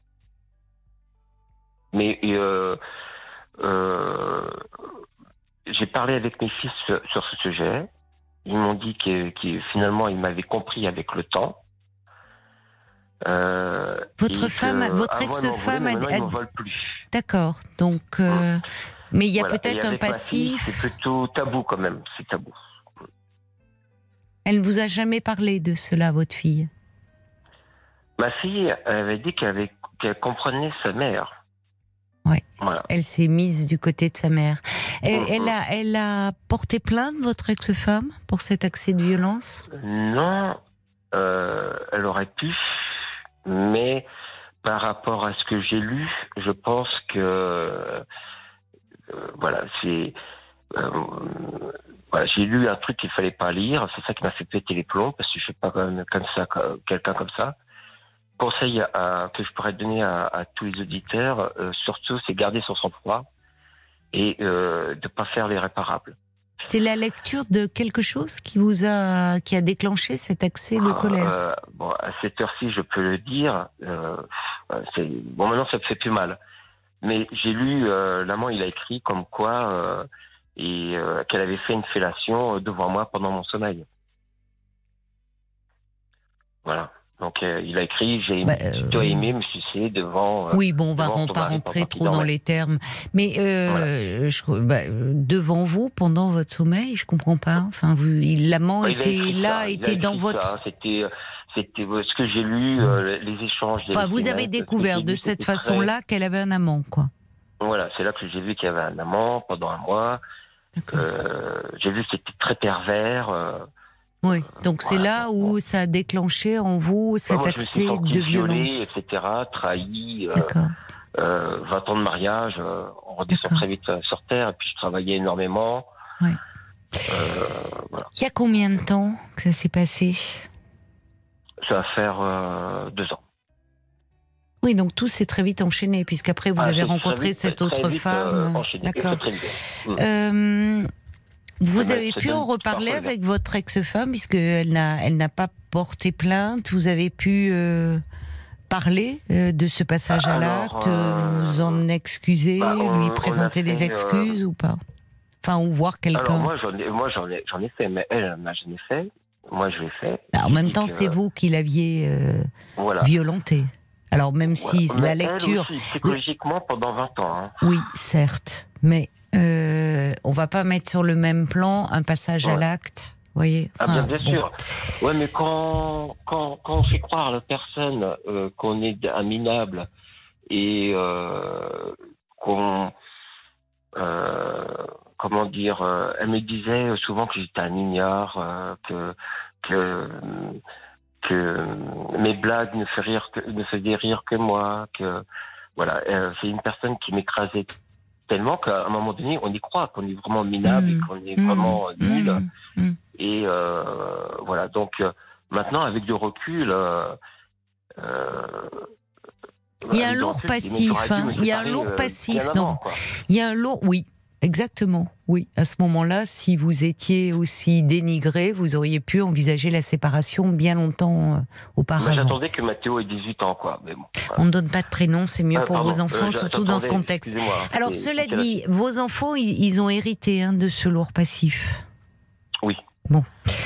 Mais euh, euh, j'ai parlé avec mes fils sur, sur ce sujet. Ils m'ont dit que, que finalement, ils m'avaient compris avec le temps. Euh, votre femme, que, votre ex-femme a, a... a... plus. D'accord. Donc, euh, mmh. mais il y a voilà. peut-être un passif. Fille, c'est plutôt tabou quand même. C'est tabou. Elle ne vous a jamais parlé de cela, votre fille? Ma fille, elle avait dit qu'elle, avait, qu'elle comprenait sa mère. Ouais. Voilà. Elle s'est mise du côté de sa mère. Elle, mmh. elle, a, elle a porté plainte, votre ex-femme, pour cet accès de violence? Non, euh, elle aurait pu. Mais par rapport à ce que j'ai lu, je pense que euh, voilà, c'est euh, voilà, j'ai lu un truc qu'il fallait pas lire. C'est ça qui m'a fait péter les plombs parce que je suis pas comme, comme ça, quelqu'un comme ça. Conseil à, que je pourrais donner à, à tous les auditeurs, euh, surtout, c'est garder son sang-froid et euh, de pas faire l'irréparable. C'est la lecture de quelque chose qui vous a, qui a déclenché cet accès de colère. Euh, bon, à cette heure-ci, je peux le dire. Euh, c'est, bon, maintenant, ça me fait plus mal. Mais j'ai lu, euh, l'amant, il a écrit comme quoi, euh, et euh, qu'elle avait fait une fellation devant moi pendant mon sommeil. Voilà. Donc, euh, il a écrit, j'ai bah, plutôt euh... aimé me sucer devant... Euh, oui, bon, on va pas rentrer trop dans les termes. Mais euh, voilà. je, bah, devant vous, pendant votre sommeil, je comprends pas. Enfin, vous, l'amant bah, était là, ça, était dans votre... Ça. C'était, c'était ce que j'ai lu, euh, les échanges... Enfin, vous avez découvert de cette façon-là très... qu'elle avait un amant, quoi. Voilà, c'est là que j'ai vu qu'il y avait un amant pendant un mois. Euh, j'ai vu que c'était très pervers... Euh, Oui, donc voilà, c'est là où bon. ça a déclenché en vous cet moi, accès je me suis de violé, violence, et cetera, trahi, euh, euh, vingt ans de mariage, euh, on redescend D'accord. très vite sur terre, et puis je travaillais énormément. Oui. Euh, voilà. Il y a combien de temps que ça s'est passé? Ça va faire euh, deux ans. Oui, donc tout s'est très vite enchaîné, puisqu'après vous ah, avez rencontré vite, cette autre vite, femme. Euh, enchaîné, D'accord. Très vite. Mmh. Euh, Vous avez pu en reparler avec votre ex-femme, puisqu'elle n'a, elle n'a pas porté plainte. Vous avez pu euh, parler euh, de ce passage à l'acte, euh, vous en excuser, bah, on, lui présenter des excuses euh... ou pas? Enfin, ou voir quelqu'un. Alors moi, j'en ai, moi, j'en ai, j'en ai fait, mais elle, elle n'a jamais fait. Moi, je l'ai fait. Bah, en même temps, que... c'est vous qui l'aviez euh, voilà. violenté. Alors même voilà. si mais la lecture... Elle aussi, psychologiquement, pendant vingt ans. Hein. Oui, certes, mais... Euh, on va pas mettre sur le même plan un passage ouais. à l'acte, voyez. Enfin, ah bien, bien bon. sûr. Ouais, mais quand, quand, quand on fait croire à la personne euh, qu'on est un minable et euh, qu'on, euh, comment dire, euh, elle me disait souvent que j'étais un ignare, euh, que que que mes blagues ne faisaient rire que, ne faisaient rire que moi, que voilà, euh, c'est une personne qui m'écrasait tellement qu'à un moment donné, on y croit, qu'on est vraiment minable mmh. et qu'on est mmh. vraiment nul. Mmh. Et euh, voilà, donc euh, maintenant, avec du recul, euh, euh, il y a un lourd passif. Hein. Il y a un lourd passif. Euh, non, avant, il y a un lourd, oui. Exactement, oui. À ce moment-là, si vous étiez aussi dénigré, vous auriez pu envisager la séparation bien longtemps euh, auparavant. Moi, j'attendais que Mathéo ait dix-huit ans, quoi. Mais bon, voilà. On ne donne pas de prénom, c'est mieux ah, pour pardon, vos enfants, euh, surtout dans ce contexte. Alors, c'est, cela c'est dit, la... vos enfants, ils, ils ont hérité hein, de ce lourd passif. Oui. Bon.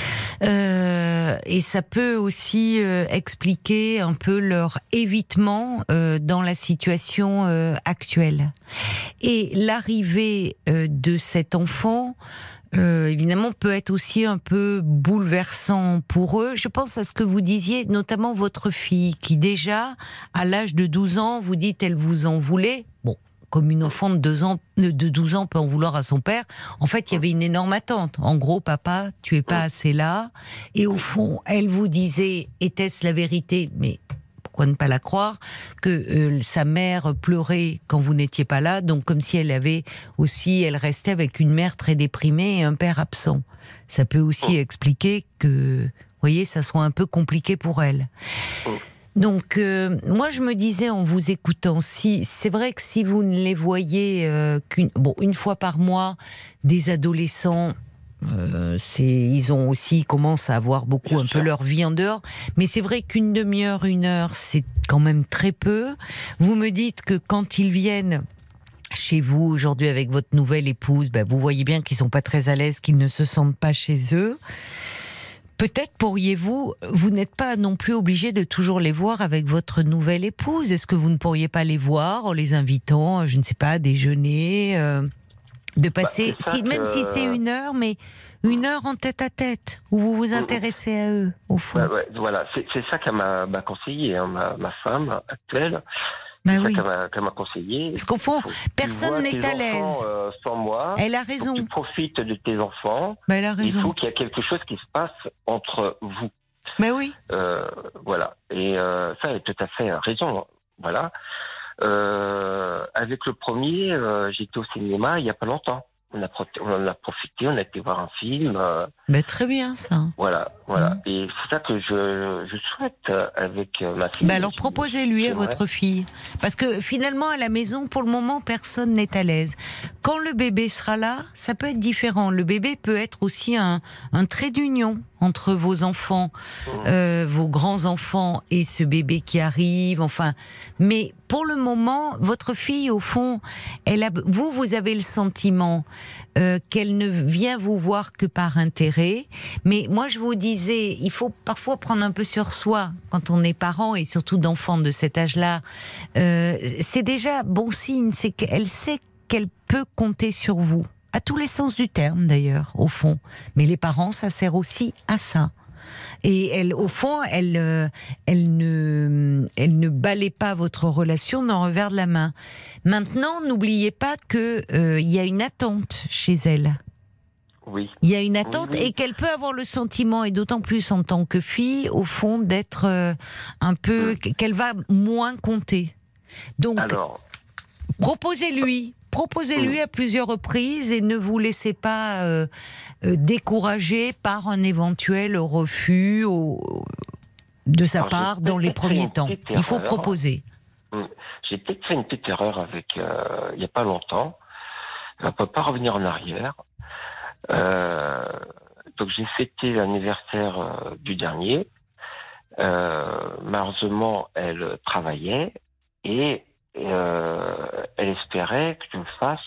Euh, et ça peut aussi euh, expliquer un peu leur évitement euh, dans la situation euh, actuelle. Et l'arrivée euh, de cet enfant, euh, évidemment, peut être aussi un peu bouleversant pour eux. Je pense à ce que vous disiez, notamment votre fille, qui déjà, à l'âge de douze ans, vous dites, elle vous en voulait. Bon. Comme une enfant de deux ans, de douze ans peut en vouloir à son père. En fait, il y avait une énorme attente. En gros, papa, tu es pas assez là. Et au fond, elle vous disait, était-ce la vérité? Mais pourquoi ne pas la croire? Que euh, sa mère pleurait quand vous n'étiez pas là. Donc, comme si elle avait aussi, elle restait avec une mère très déprimée et un père absent. Ça peut aussi expliquer que, vous voyez, ça soit un peu compliqué pour elle. Donc, euh, moi, je me disais en vous écoutant, si c'est vrai que si vous ne les voyez euh, qu'une, bon, une fois par mois, des adolescents, euh, c'est, ils ont aussi ils commencent à avoir beaucoup un peu leur vie en dehors. Mais c'est vrai qu'une demi-heure, une heure, c'est quand même très peu. Vous me dites que quand ils viennent chez vous aujourd'hui avec votre nouvelle épouse, ben, vous voyez bien qu'ils sont pas très à l'aise, qu'ils ne se sentent pas chez eux. Peut-être pourriez-vous, vous n'êtes pas non plus obligé de toujours les voir avec votre nouvelle épouse. Est-ce que vous ne pourriez pas les voir en les invitant, je ne sais pas, à déjeuner, euh, de passer, bah, si, que... même si c'est une heure, mais une heure en tête à tête, où vous vous intéressez à eux, au fond. Bah, ouais, voilà, c'est, c'est ça qu'elle m'a, m'a conseillé, hein, ma, ma femme actuelle. Bah c'est oui. ça qu'elle m'a, qu'elle m'a conseillé. Parce qu'au fond, faut, personne n'est à l'aise. Enfants, euh, sans moi. Elle a raison. Tu profites de tes enfants. Bah, elle a raison. Il faut qu'il y ait quelque chose qui se passe entre vous. Mais bah oui. Euh, voilà. Et euh, ça, elle a tout à fait raison. Voilà. Euh, avec le premier, euh, j'étais au cinéma il n'y a pas longtemps. On, a, on en a profité, on a été voir un film. Euh, bah, très bien, ça. Voilà, voilà. Mmh. Et c'est ça que je, je souhaite avec ma fille. Bah alors proposez-lui à votre fille. Parce que finalement, à la maison, pour le moment, personne n'est à l'aise. Quand le bébé sera là, ça peut être différent. Le bébé peut être aussi un, un trait d'union entre vos enfants, mmh. euh, vos grands-enfants et ce bébé qui arrive. Enfin, mais pour le moment, votre fille, au fond, elle a, vous, vous avez le sentiment euh, qu'elle ne vient vous voir que par intérêt. Mais moi, je vous disais, il faut parfois prendre un peu sur soi quand on est parent et surtout d'enfants de cet âge-là. Euh, c'est déjà bon signe, c'est qu'elle sait qu'elle peut compter sur vous. À tous les sens du terme, d'ailleurs, au fond. Mais les parents, ça sert aussi à ça. Et elle, au fond, elle, euh, elle ne, elle ne balaie pas votre relation d'un revers de la main. Maintenant, n'oubliez pas que euh, il y a une attente chez elle. Oui. Il y a une attente oui, oui. et qu'elle peut avoir le sentiment, et d'autant plus en tant que fille, au fond, d'être euh, un peu, mmh. qu'elle va moins compter. Donc, alors, proposez-lui. Proposez-lui à plusieurs reprises et ne vous laissez pas euh, euh, décourager par un éventuel refus au, de sa alors, part dans les premiers temps. Il faut proposer. J'ai peut-être fait une petite erreur avec euh, il n'y a pas longtemps. On ne peut pas revenir en arrière. Euh, donc j'ai fêté l'anniversaire euh, du dernier. Euh, malheureusement, elle travaillait et Euh, elle espérait que je le fasse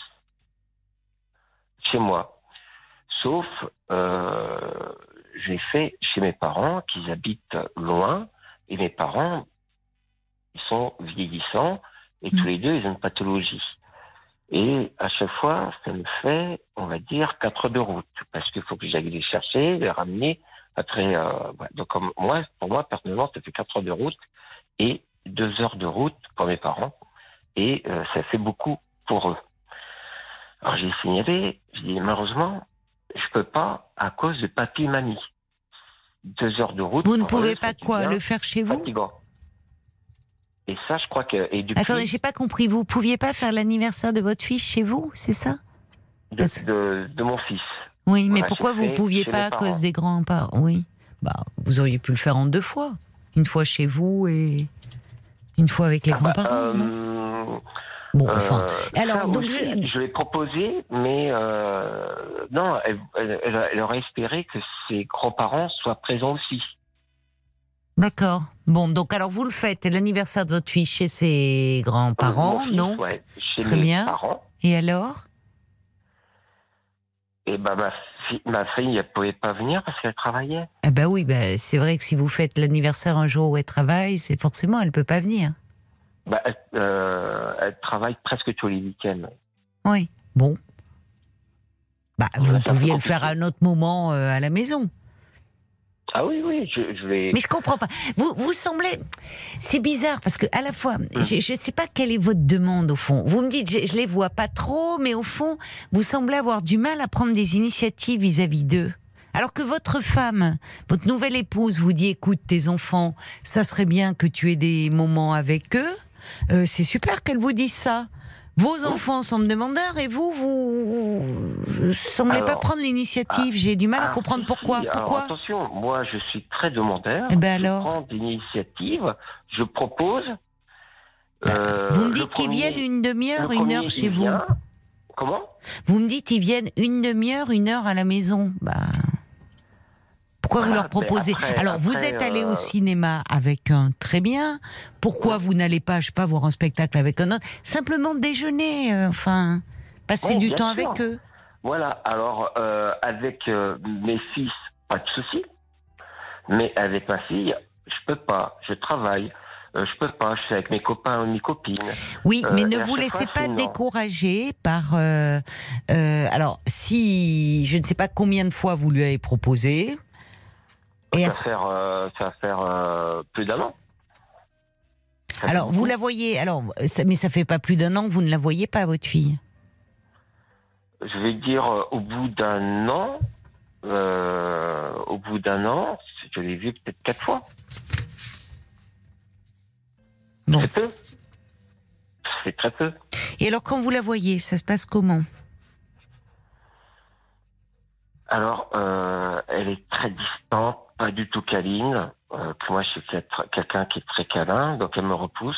chez moi. Sauf, euh, je l'ai fait chez mes parents, qui habitent loin, et mes parents, ils sont vieillissants, et mmh. tous les deux, ils ont une pathologie. Et à chaque fois, ça me fait, on va dire, quatre heures de route, parce qu'il faut que j'aille les chercher, les ramener, après, euh, ouais. Donc comme moi, pour moi, personnellement, ça fait quatre heures de route, et deux heures de route pour mes parents. Et euh, ça fait beaucoup pour eux. Alors j'ai signalé, j'ai dit malheureusement, je peux pas à cause de papy et mamie. deux heures de route. Vous ne pouvez eux, pas quoi, le faire chez vous? Fatigant. Et ça, je crois que... Et depuis... Attendez, j'ai pas compris. Vous pouviez pas faire l'anniversaire de votre fils chez vous, c'est ça? de, de, de mon fils. Oui, mais voilà, pourquoi vous ne pouviez pas à cause des grands-parents? Oui, bah, vous auriez pu le faire en deux fois. Une fois chez vous et une fois avec les ah grands-parents, bah, euh... non? Bon, enfin. Euh, alors, donc aussi, je... je l'ai proposé, mais euh, non, elle, elle, elle aurait espéré que ses grands-parents soient présents aussi. D'accord. Bon, donc alors vous le faites, l'anniversaire de votre fille chez ses grands-parents, euh, fils, donc ouais, chez très mes bien. Parents. Et alors? Et ben ma fille, ma fille, elle pouvait pas venir parce qu'elle travaillait. Ah ben oui, ben c'est vrai que si vous faites l'anniversaire un jour où elle travaille, c'est forcément elle peut pas venir. Bah, elle, euh, elle travaille presque tous les week-ends. Oui, bon. Bah, vous ouais, pouviez le faire à un autre moment euh, à la maison. Ah oui, oui, je, je vais... Mais je comprends pas. Vous, vous semblez... C'est bizarre, parce que à la fois, mmh. je ne sais pas quelle est votre demande, au fond. Vous me dites, je, je les vois pas trop, mais au fond, vous semblez avoir du mal à prendre des initiatives vis-à-vis d'eux. Alors que votre femme, votre nouvelle épouse, vous dit, écoute, tes enfants, ça serait bien que tu aies des moments avec eux. Euh, c'est super qu'elle vous dise ça. Vos enfants semblent demandeurs et vous, vous, vous semblez alors, pas prendre l'initiative. Ah, J'ai du mal à comprendre si, pourquoi. Si. Pourquoi alors, attention, moi je suis très demandeur. Eh ben je alors prends l'initiative, je propose. Bah, euh, vous me dites qu'ils viennent une demi-heure, une heure chez vous. Vient. Comment? Vous me dites qu'ils viennent une demi-heure, une heure à la maison. Bah. Pourquoi voilà, vous leur proposez après, Alors, après, vous êtes allé euh... au cinéma avec un, très bien. Pourquoi ouais. vous n'allez pas, je sais pas, voir un spectacle avec un autre? Simplement déjeuner, euh, enfin, passer bon, du temps sûr. avec eux. Voilà, alors, euh, avec euh, mes fils, pas de souci. Mais avec ma fille, je peux pas, je travaille. Euh, je peux pas, je suis avec mes copains ou mes copines. Oui, euh, mais ne vous laissez pas décourager par... Euh, euh, alors, si... Je ne sais pas combien de fois vous lui avez proposé... Ça va faire, euh, ça va faire euh, plus d'un an. Ça alors, vous la voyez, alors, ça, mais ça fait pas plus d'un an que vous ne la voyez pas, votre fille? Je vais dire, euh, au bout d'un an, euh, au bout d'un an, je l'ai vue peut-être quatre fois. Bon. C'est peu. C'est très peu. Et alors, quand vous la voyez, ça se passe comment? Alors, euh, elle est très distante, pas du tout câline. Euh, moi, je suis quelqu'un qui est très câlin, donc elle me repousse.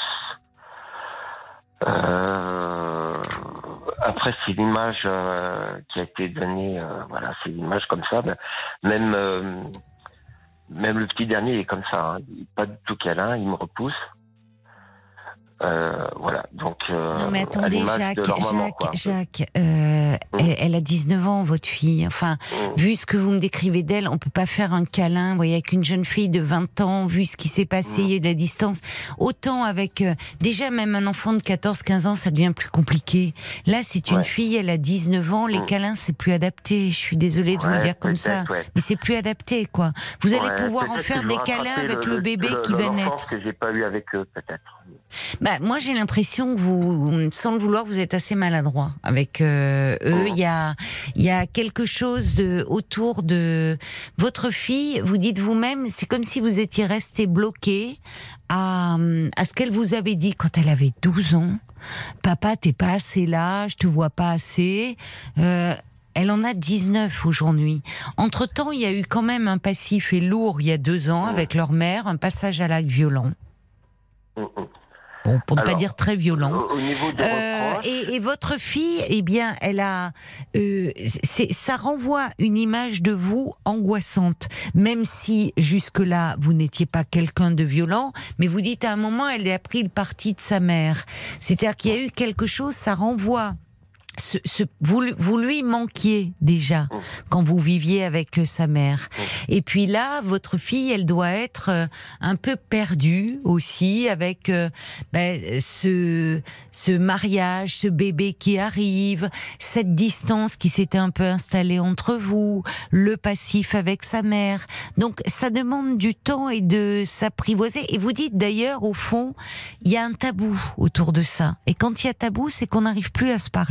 Euh, après, c'est l'image euh, qui a été donnée. Euh, voilà, c'est l'image comme ça. Même, euh, même le petit dernier il est comme ça. Hein. Il est pas du tout câlin, il me repousse. Euh, voilà, donc. Euh, non mais attendez, Jacques, Jacques, maman, Jacques, euh, mmh. elle, elle a dix-neuf ans, votre fille. Enfin, mmh. vu ce que vous me décrivez d'elle, on peut pas faire un câlin, vous voyez, avec une jeune fille de vingt ans, vu ce qui s'est passé, mmh. de la distance. Autant avec, euh, déjà même un enfant de quatorze quinze ans, ça devient plus compliqué. Là, c'est une ouais. fille, elle a dix-neuf ans, les mmh. câlins, c'est plus adapté. Je suis désolée de ouais, vous le dire comme ça, ouais. mais c'est plus adapté, quoi. Vous allez ouais, pouvoir en faire des câlins avec le, le bébé le, qui le, va naître. Que j'ai pas eu avec eux, peut-être. Bah, moi, j'ai l'impression que vous, sans le vouloir, vous êtes assez maladroit avec euh, eux. Il oh. y a, il y a quelque chose de, autour de votre fille. Vous dites vous-même, c'est comme si vous étiez resté bloqué à, à ce qu'elle vous avait dit quand elle avait douze ans. Papa, t'es pas assez là, je te vois pas assez. Euh, Elle en a dix-neuf aujourd'hui. Entre-temps, il y a eu quand même un passif et lourd il y a deux ans avec leur mère, un passage à l'acte violent. Bon, pour ne Alors, pas dire très violent. Au, au niveau des euh, et, et votre fille, eh bien, elle a, euh, c'est, ça renvoie une image de vous angoissante, même si jusque-là vous n'étiez pas quelqu'un de violent, mais vous dites à un moment, elle a pris le parti de sa mère. C'est-à-dire qu'il y a eu quelque chose, ça renvoie. Ce, ce, vous, vous lui manquiez déjà mmh. quand vous viviez avec sa mère. Mmh. Et puis là, votre fille, elle doit être euh, un peu perdue aussi avec euh, ben, ce, ce mariage, ce bébé qui arrive, cette distance qui s'était un peu installée entre vous, le passif avec sa mère. Donc ça demande du temps et de s'apprivoiser. Et vous dites d'ailleurs, au fond, il y a un tabou autour de ça. Et quand il y a tabou, c'est qu'on n'arrive plus à se parler.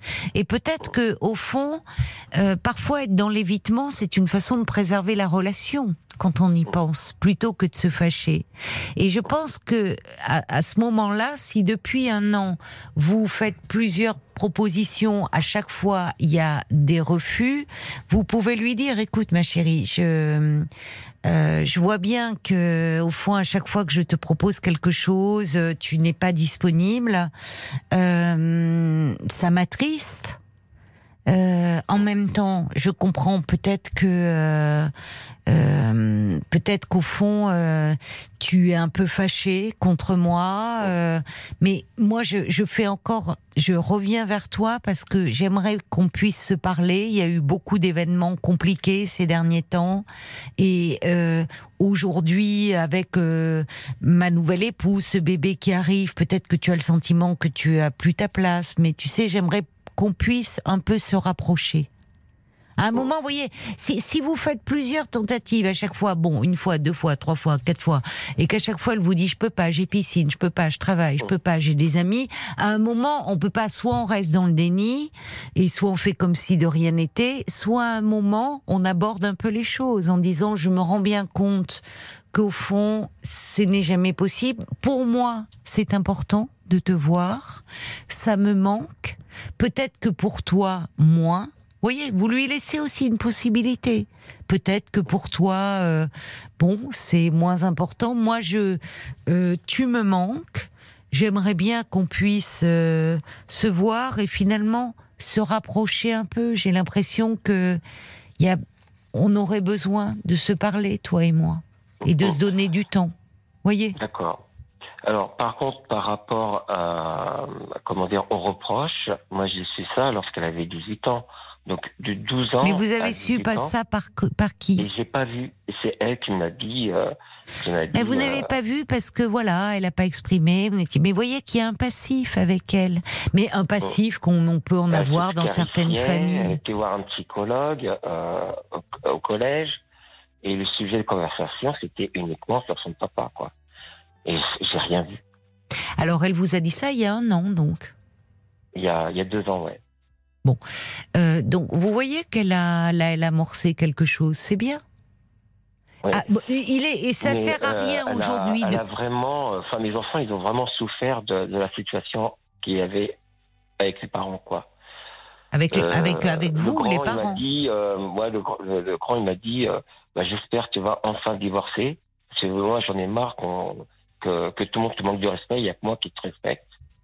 Et peut-être que, au fond, euh, parfois être dans l'évitement, c'est une façon de préserver la relation quand on y pense, plutôt que de se fâcher. Et je pense que à, à ce moment-là, si depuis un an vous faites plusieurs propositions, à chaque fois il y a des refus, vous pouvez lui dire, écoute ma chérie, je euh, je vois bien que au fond à chaque fois que je te propose quelque chose, tu n'es pas disponible, euh, ça m'attriste. Euh, en même temps, je comprends peut-être que euh, euh, peut-être qu'au fond euh, tu es un peu fâché contre moi, euh, mais moi je, je fais encore, je reviens vers toi parce que j'aimerais qu'on puisse se parler. Il y a eu beaucoup d'événements compliqués ces derniers temps et euh, aujourd'hui avec euh, ma nouvelle épouse, ce bébé qui arrive, peut-être que tu as le sentiment que tu as plus ta place, mais tu sais, j'aimerais qu'on puisse un peu se rapprocher. À un moment, vous voyez, si, si vous faites plusieurs tentatives à chaque fois, bon, une fois, deux fois, trois fois, quatre fois, et qu'à chaque fois elle vous dit je peux pas, j'ai piscine, je peux pas, je travaille, je peux pas, j'ai des amis, à un moment, on peut pas, soit on reste dans le déni, et soit on fait comme si de rien n'était, soit à un moment, on aborde un peu les choses en disant je me rends bien compte qu'au fond, ce n'est jamais possible. Pour moi, c'est important de te voir, ça me manque, peut-être que pour toi, moins. Vous voyez, vous lui laissez aussi une possibilité. Peut-être que pour toi, euh, bon, c'est moins important. Moi, je, euh, tu me manques. J'aimerais bien qu'on puisse euh, se voir et finalement se rapprocher un peu. J'ai l'impression que y a, on aurait besoin de se parler, toi et moi, et de se donner du temps. Voyez. D'accord. Alors, par contre, par rapport à, comment dire, aux reproches, moi j'ai su ça lorsqu'elle avait dix-huit ans. Donc, de douze ans. Mais vous avez su pas ça par, par qui? Et j'ai pas vu. C'est elle qui m'a dit. Euh, qui m'a dit mais vous euh... n'avez pas vu parce que voilà, elle a pas exprimé. Vous n'étiez. Mais voyez qu'il y a un passif avec elle. Mais un passif qu'on on peut en bah, avoir dans certaines familles. Elle était voir un psychologue euh, au, au collège et le sujet de conversation c'était uniquement sur son papa, quoi. Et j'ai rien vu. Alors elle vous a dit ça il y a un an, donc. Il y a, il y a deux ans, ouais. Bon, euh, donc vous voyez qu'elle a, là, elle a amorcé quelque chose, c'est bien. Ouais. Ah, bon, il est et ça Mais, sert à rien euh, aujourd'hui. Elle de... a vraiment, enfin mes enfants, ils ont vraiment souffert de, de la situation qu'il y avait avec les parents, quoi. Avec euh, avec avec vous, grand, les parents. Il m'a dit, euh, moi le, le, le grand, il m'a dit, euh, bah, j'espère que tu vas enfin divorcer. Parce que moi, j'en ai marre qu'on, que, que tout le monde te manque de respect. Il y a que moi qui te respecte.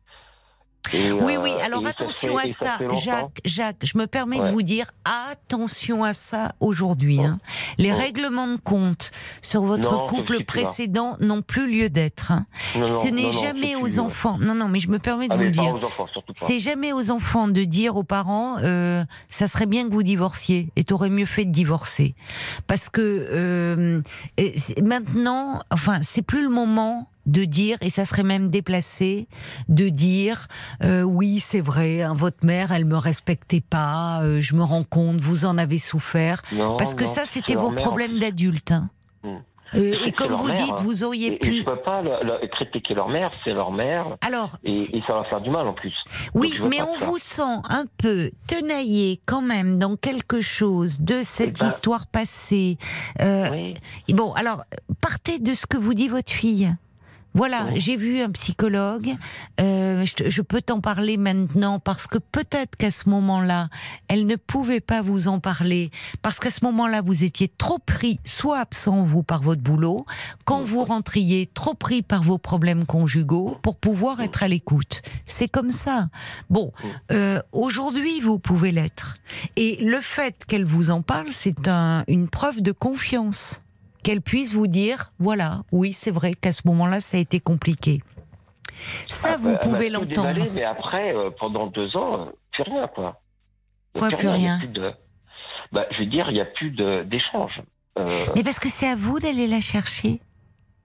Et, oui, oui, euh, alors attention fait, à ça, ça Jacques, Jacques, je me permets ouais. de vous dire attention à ça aujourd'hui. Hein. Les oh. règlements de compte sur votre non, couple précédent n'ont plus lieu d'être. Hein. Non, Ce non, n'est non, jamais non, aux plus, enfants. Non, non, mais je me permets de ah, vous le dire. Enfants, c'est jamais aux enfants de dire aux parents euh, ça serait bien que vous divorciez et t'aurais mieux fait de divorcer. Parce que euh, maintenant, enfin, c'est plus le moment de dire, et ça serait même déplacé, de dire euh, oui c'est vrai, hein, votre mère elle me respectait pas, euh, je me rends compte, vous en avez souffert, non, parce que non, ça c'était vos problèmes d'adultes. Hein. Mmh. Euh, et comme vous mère, dites, vous auriez et, pu. Et je peux pas le, le, critiquer leur mère, c'est leur mère. Alors, et, et ça va faire du mal en plus. Oui, mais on vous sent un peu tenaillé quand même dans quelque chose de cette ben, histoire passée. Euh, oui. Bon, alors partez de ce que vous dit votre fille. Voilà, oh. j'ai vu un psychologue, euh, je, je peux t'en parler maintenant parce que peut-être qu'à ce moment-là, elle ne pouvait pas vous en parler parce qu'à ce moment-là, vous étiez trop pris, soit absent vous par votre boulot, quand oh. vous rentriez, trop pris par vos problèmes conjugaux pour pouvoir oh. être à l'écoute. C'est comme ça. Bon, oh. euh, aujourd'hui, vous pouvez l'être. Et le fait qu'elle vous en parle, c'est un, une preuve de confiance. Qu'elle puisse vous dire, voilà, oui, c'est vrai qu'à ce moment-là, ça a été compliqué. Ça, ah, vous bah, pouvez bah, l'entendre. Déballé, mais après, euh, pendant deux ans, euh, plus rien, quoi. Quoi, plus, plus rien, rien. Plus de... bah, je veux dire, il n'y a plus de, d'échange. Euh... Mais parce que c'est à vous d'aller la chercher. Bah,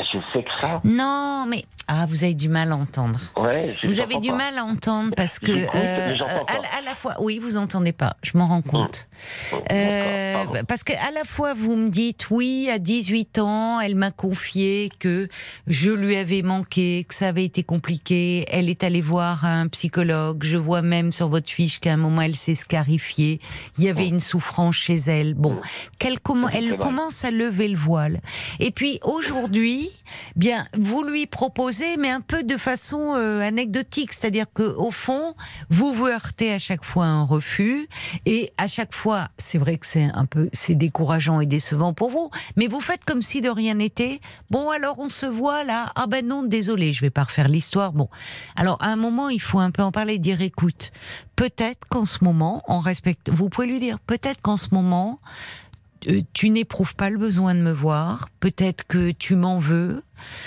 je sais que ça. Non, mais ah, vous avez du mal à entendre. Ouais, je vous avez du pas. mal à entendre parce que J'écoute, euh, mais j'entends pas. à, à la fois, oui, vous entendez pas. Je m'en rends compte. Mmh. Mmh, euh, parce que à la fois vous me dites oui, à dix-huit ans, elle m'a confié que je lui avais manqué, que ça avait été compliqué. Elle est allée voir un psychologue. Je vois même sur votre fiche qu'à un moment elle s'est scarifiée. Il y avait mmh. une souffrance chez elle. Bon, mmh. qu'elle comm- elle commence à lever le voile. Et puis aujourd'hui, bien, vous lui proposez, mais un peu de façon euh, anecdotique, c'est-à-dire que au fond, vous vous heurtez à chaque fois à un refus, et à chaque fois, c'est vrai que c'est un peu, c'est décourageant et décevant pour vous, mais vous faites comme si de rien n'était. Bon, alors on se voit là. Ah ben non, désolé, je vais pas refaire l'histoire. Bon, alors à un moment, il faut un peu en parler, dire écoute, peut-être qu'en ce moment, on respecte. Vous pouvez lui dire, peut-être qu'en ce moment. Euh, tu n'éprouves pas le besoin de me voir, peut-être que tu m'en veux.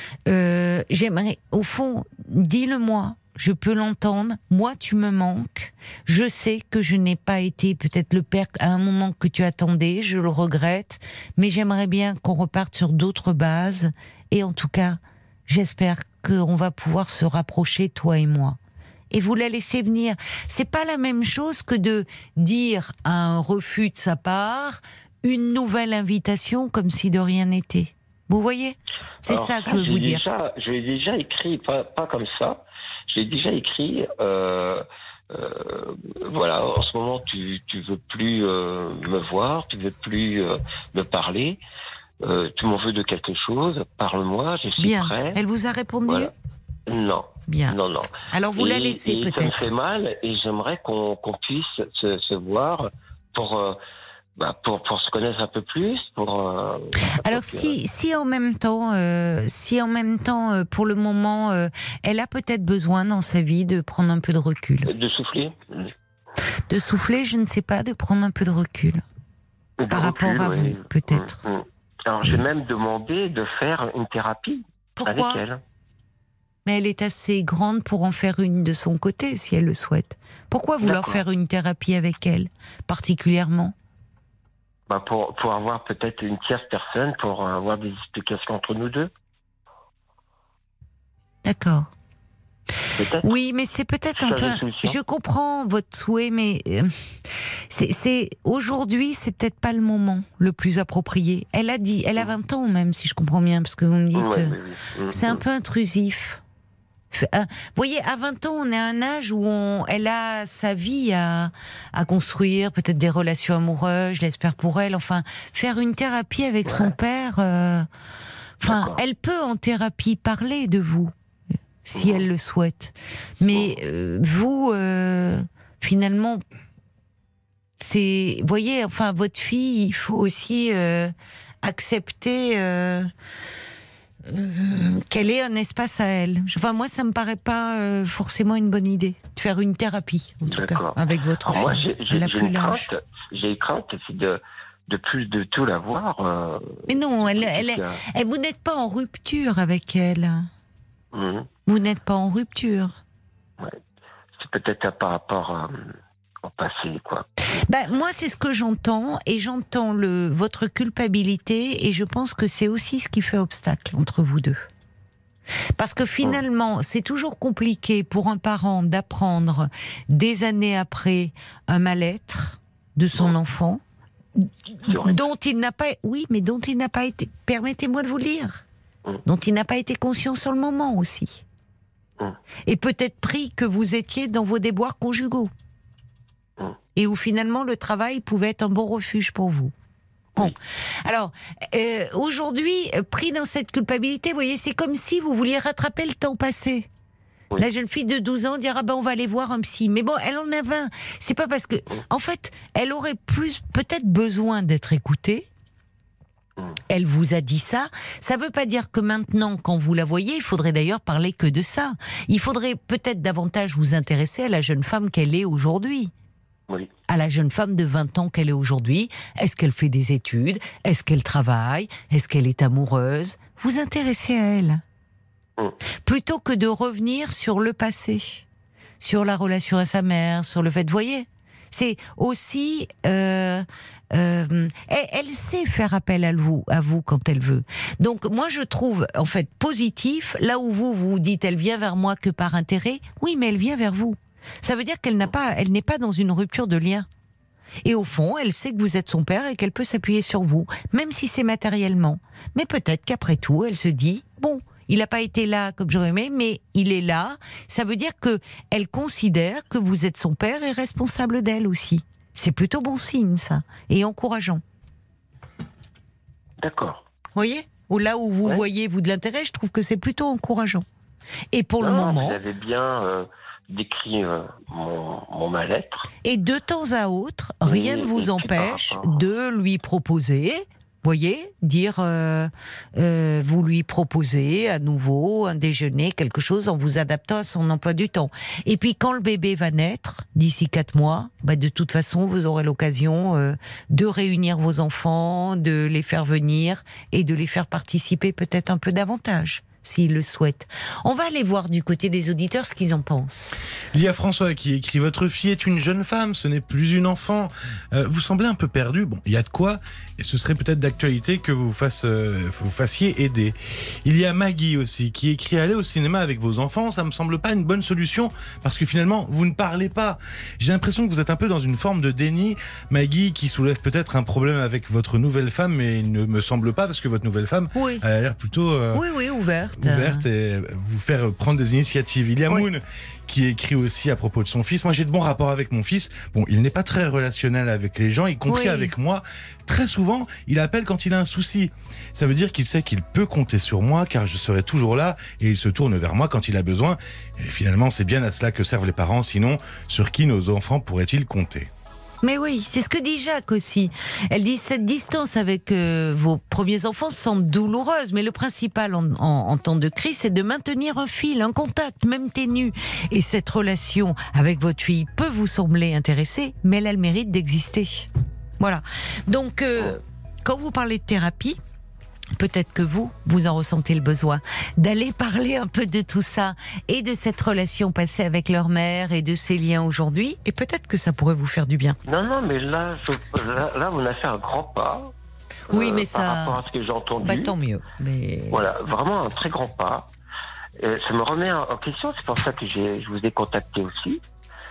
Euh, j'aimerais, au fond, dis-le-moi, je peux l'entendre. Moi, tu me manques. Je sais que je n'ai pas été peut-être le père à un moment que tu attendais, je le regrette, mais j'aimerais bien qu'on reparte sur d'autres bases. Et en tout cas, j'espère qu'on va pouvoir se rapprocher, toi et moi. Et vous la laissez venir. C'est pas la même chose que de dire à un refus de sa part une nouvelle invitation comme si de rien n'était. Vous voyez ? C'est Alors, ça que ça, je veux vous dire. Déjà, je l'ai déjà écrit, pas, pas comme ça. J'ai déjà écrit, euh, euh, voilà, en ce moment, tu, tu veux plus euh, me voir, tu veux plus euh, me parler, euh, tu m'en veux de quelque chose, parle-moi, je suis Bien. prêt. Elle vous a répondu ? Voilà. Non. Bien. Non, non. Alors vous et, la laissez et peut-être. Ça me fait mal et j'aimerais qu'on, qu'on puisse se, se voir pour... Euh, Bah pour, pour se connaître un peu plus, pour. Euh, Alors pour si que... si en même temps, euh, si en même temps, euh, pour le moment, euh, elle a peut-être besoin dans sa vie de prendre un peu de recul. De souffler. De souffler, je ne sais pas, de prendre un peu de recul. De par recul, rapport à oui. vous, peut-être. Mmh, mmh. Alors j'ai même demandé de faire une thérapie. Pourquoi ? Avec elle. Mais elle est assez grande pour en faire une de son côté, si elle le souhaite. Pourquoi vouloir D'accord. faire une thérapie avec elle, particulièrement ? Bah pour, pour avoir peut-être une tierce personne, pour avoir des explications entre nous deux. D'accord. Peut-être. Oui, mais c'est peut-être un peu... Je comprends votre souhait, mais euh, c'est, c'est aujourd'hui, c'est peut-être pas le moment le plus approprié. Elle a dit, elle a vingt ans même, si je comprends bien, parce que vous me dites, Ouais, euh, oui, oui. c'est un peu intrusif. Vous voyez, à vingt ans, on est à un âge où on, elle a sa vie à, à construire, peut-être des relations amoureuses, je l'espère pour elle. Enfin, faire une thérapie avec ouais. son père. Euh, enfin, D'accord. Elle peut en thérapie parler de vous, si mmh. elle le souhaite. Mais euh, vous, euh, finalement, c'est, vous voyez, enfin, votre fille, il faut aussi euh, accepter. Euh, Euh, qu'elle ait un espace à elle. Enfin, moi, ça me paraît pas euh, forcément une bonne idée de faire une thérapie, en tout D'accord. cas, avec votre Alors fille. Moi, j'ai, j'ai, j'ai une crainte. J'ai une crainte, c'est de de plus de tout la voir. Euh, Mais non, elle, elle, elle, elle, vous n'êtes pas en rupture avec elle. Mmh. Vous n'êtes pas en rupture. Ouais. C'est peut-être par rapport à, au passé, quoi. Ben, moi, c'est ce que j'entends, et j'entends le, votre culpabilité, et je pense que c'est aussi ce qui fait obstacle entre vous deux. Parce que finalement, mmh. c'est toujours compliqué pour un parent d'apprendre des années après un mal-être de son mmh. enfant, dont il n'a pas, oui, mais dont il n'a pas été, permettez-moi de vous le dire, mmh. dont il n'a pas été conscient sur le moment aussi. Mmh. Et peut-être pris que vous étiez dans vos déboires conjugaux. Et où finalement le travail pouvait être un bon refuge pour vous. Bon, oui. Alors euh, aujourd'hui, pris dans cette culpabilité, vous voyez, c'est comme si vous vouliez rattraper le temps passé. Oui. La jeune fille de douze ans dira bah on va aller voir un psy, mais bon, elle en a vingt. C'est pas parce que, en fait, elle aurait plus peut-être besoin d'être écoutée. Elle vous a dit ça. Ça veut pas dire que maintenant, quand vous la voyez, il faudrait d'ailleurs parler que de ça. Il faudrait peut-être davantage vous intéresser à la jeune femme qu'elle est aujourd'hui. Oui. À la jeune femme de vingt ans qu'elle est aujourd'hui. Est-ce qu'elle fait des études ? Est-ce qu'elle travaille ? Est-ce qu'elle est amoureuse ? Vous intéressez à elle. Mmh. Plutôt que de revenir sur le passé, sur la relation à sa mère, sur le fait, vous voyez, C'est aussi... Euh, euh, elle, elle sait faire appel à vous, à vous quand elle veut. Donc moi je trouve en fait positif, là où vous vous dites elle vient vers moi que par intérêt, oui mais elle vient vers vous. Ça veut dire qu'elle n'a pas, elle n'est pas dans une rupture de lien. Et au fond, elle sait que vous êtes son père et qu'elle peut s'appuyer sur vous, même si c'est matériellement. Mais peut-être qu'après tout, elle se dit, bon, il n'a pas été là comme j'aurais aimé, mais il est là. Ça veut dire que elle considère que vous êtes son père et responsable d'elle aussi. C'est plutôt bon signe, ça, et encourageant. D'accord. Vous voyez ? Ou là où vous ouais. voyez, vous, de l'intérêt, je trouve que c'est plutôt encourageant. Et pour non, le moment... Vous avez bien euh, décrit euh, mon, mon mal-être. Et de temps à autre, rien et, ne vous empêche rapport... de lui proposer... Voyez, dire, euh, euh, vous lui proposez à nouveau un déjeuner, quelque chose en vous adaptant à son emploi du temps. Et puis quand le bébé va naître, d'ici quatre mois, bah de toute façon, vous aurez l'occasion euh, de réunir vos enfants, de les faire venir et de les faire participer peut-être un peu davantage, s'ils le souhaitent. On va aller voir du côté des auditeurs ce qu'ils en pensent. Il y a François qui écrit « Votre fille est une jeune femme, ce n'est plus une enfant. Euh, vous semblez un peu perdu. Bon, il y a de quoi, et ce serait peut-être d'actualité que vous, fasse, euh, vous fassiez aider. » Il y a Maggie aussi qui écrit « Aller au cinéma avec vos enfants, ça me semble pas une bonne solution, parce que finalement, vous ne parlez pas. J'ai l'impression que vous êtes un peu dans une forme de déni. Maggie qui soulève peut-être un problème avec votre nouvelle femme, mais il ne me semble pas, parce que votre nouvelle femme oui. elle a l'air plutôt... Euh, oui, oui, ouverte. ouverte et vous faire prendre des initiatives. Il y a oui. Moon qui écrit aussi à propos de son fils. Moi, j'ai de bons rapports avec mon fils. Bon, il n'est pas très relationnel avec les gens, y compris oui. avec moi. Très souvent, il appelle quand il a un souci. Ça veut dire qu'il sait qu'il peut compter sur moi, car je serai toujours là, et il se tourne vers moi quand il a besoin. Et finalement, c'est bien à cela que servent les parents. Sinon, sur qui nos enfants pourraient-ils compter ? Mais oui, c'est ce que dit Jacques aussi. Elle dit cette distance avec euh, vos premiers enfants semble douloureuse, mais le principal en, en, en temps de crise, c'est de maintenir un fil, un contact, même ténu. Et cette relation avec votre fille peut vous sembler intéressée, mais elle a le mérite d'exister. Voilà. Donc, euh, quand vous parlez de thérapie, peut-être que vous, vous en ressentez le besoin d'aller parler un peu de tout ça et de cette relation passée avec leur mère et de ces liens aujourd'hui, et peut-être que ça pourrait vous faire du bien. Non, non, mais là, je, là, là, on a fait un grand pas. Oui, euh, mais par ça... Par rapport à ce que j'ai entendu. Bah, tant mieux. Mais... Voilà, vraiment un très grand pas. Et ça me remet en question, c'est pour ça que j'ai, je vous ai contacté aussi.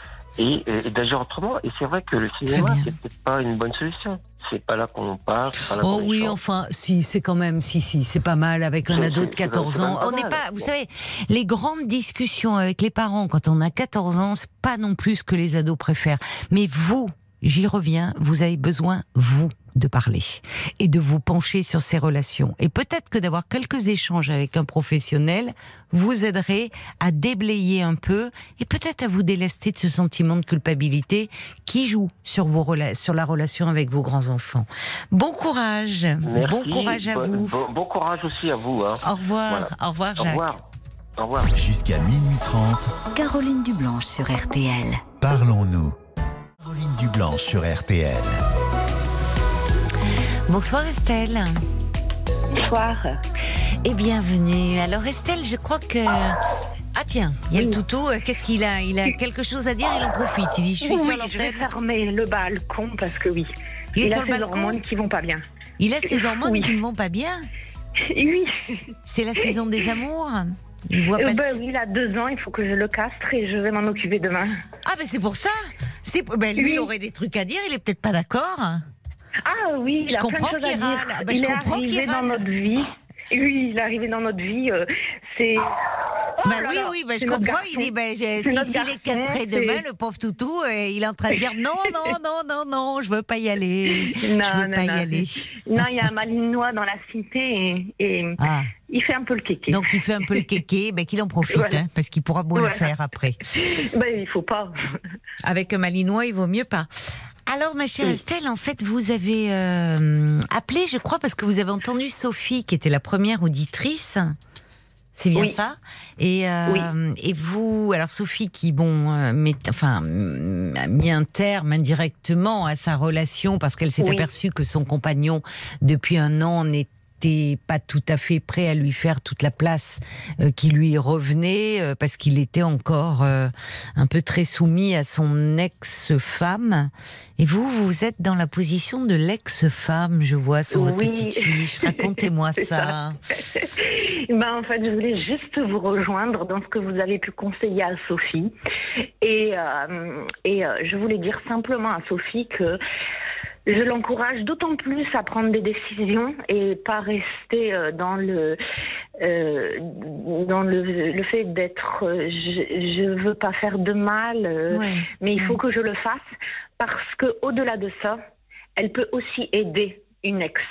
Et, et, et d'agir autrement. Et c'est vrai que le cinéma, c'est peut-être pas une bonne solution. C'est pas là qu'on parle. C'est pas là oh qu'on oui, échange. Enfin, si, c'est quand même, si, si, c'est pas mal avec un c'est, ado de quatorze ans. On n'est pas, vous savez, les grandes discussions avec les parents quand on a quatorze ans, c'est pas non plus ce que les ados préfèrent. Mais vous, j'y reviens, vous avez besoin, vous, de parler et de vous pencher sur ces relations. Et peut-être que d'avoir quelques échanges avec un professionnel vous aiderait à déblayer un peu et peut-être à vous délester de ce sentiment de culpabilité qui joue sur, vos rela- sur la relation avec vos grands-enfants. Bon courage. Merci. Bon courage à bon, vous. Bon, bon courage aussi à vous. Hein. Au revoir. Voilà. Au revoir, Jacques. Au revoir. Au revoir. Jusqu'à minuit trente. Caroline Dublanche sur R T L. Parlons-nous. Caroline Dublanche sur R T L. Bonsoir Estelle. Bonsoir. Et bienvenue. Alors Estelle, je crois que... Ah tiens, il y a oui. le toutou, qu'est-ce qu'il a ? Il a quelque chose à dire, il en profite. Il dit, je suis oui, sur oui, l'antenne. Je vais fermer le balcon parce que oui. Il, il est a sur ses le balcon. hormones qui vont pas bien. Il a ses hormones oui. qui ne vont pas bien. Oui. C'est la saison des amours. Il voit passer... ben, oui, il a deux ans, il faut que je le castre et je vais m'en occuper demain. Ah ben c'est pour ça. C'est... Ben, lui, oui. il aurait des trucs à dire, il est peut-être pas d'accord. Ah oui, il je a plein de choses à dire. Ah, ben, il je est qu'il arrivé dans notre vie. Oui, il est arrivé dans notre vie. Euh, c'est. Oh bah oui, oui, bah je comprends. Il dit, bah, j'ai, si, s'il est castré demain, le pauvre toutou, euh, il est en train de dire non, non, non, non, non, je veux pas y aller. Non, je veux non, pas non, y aller. Non, il y a un malinois dans la cité et, et ah. il fait un peu le kéké. Donc il fait un peu le kéké, ben qu'il en profite, voilà. hein, parce qu'il pourra moins voilà. le faire après. Ben il faut pas. Avec un malinois, il vaut mieux pas. Alors, ma chère oui. Estelle, en fait, vous avez euh, appelé, je crois, parce que vous avez entendu Sophie, qui était la première auditrice. C'est bien oui. ça. Et, euh, oui. et vous, alors Sophie, qui bon, euh, met, enfin, a mis un terme indirectement à sa relation parce qu'elle s'est oui. aperçue que son compagnon, depuis un an, n'est n'était pas tout à fait prêt à lui faire toute la place euh, qui lui revenait, euh, parce qu'il était encore euh, un peu très soumis à son ex-femme. Et vous, vous êtes dans la position de l'ex-femme, je vois, sur votre Oui. petite fiche. Racontez-moi ça. ça. Ben, en fait, je voulais juste vous rejoindre dans ce que vous avez pu conseiller à Sophie. Et, euh, et euh, je voulais dire simplement à Sophie que je l'encourage d'autant plus à prendre des décisions et pas rester euh, dans le euh, dans le, le fait d'être euh, je, je veux pas faire de mal, euh, Ouais. mais il faut Ouais. que je le fasse, parce que au-delà de ça, elle peut aussi aider une ex.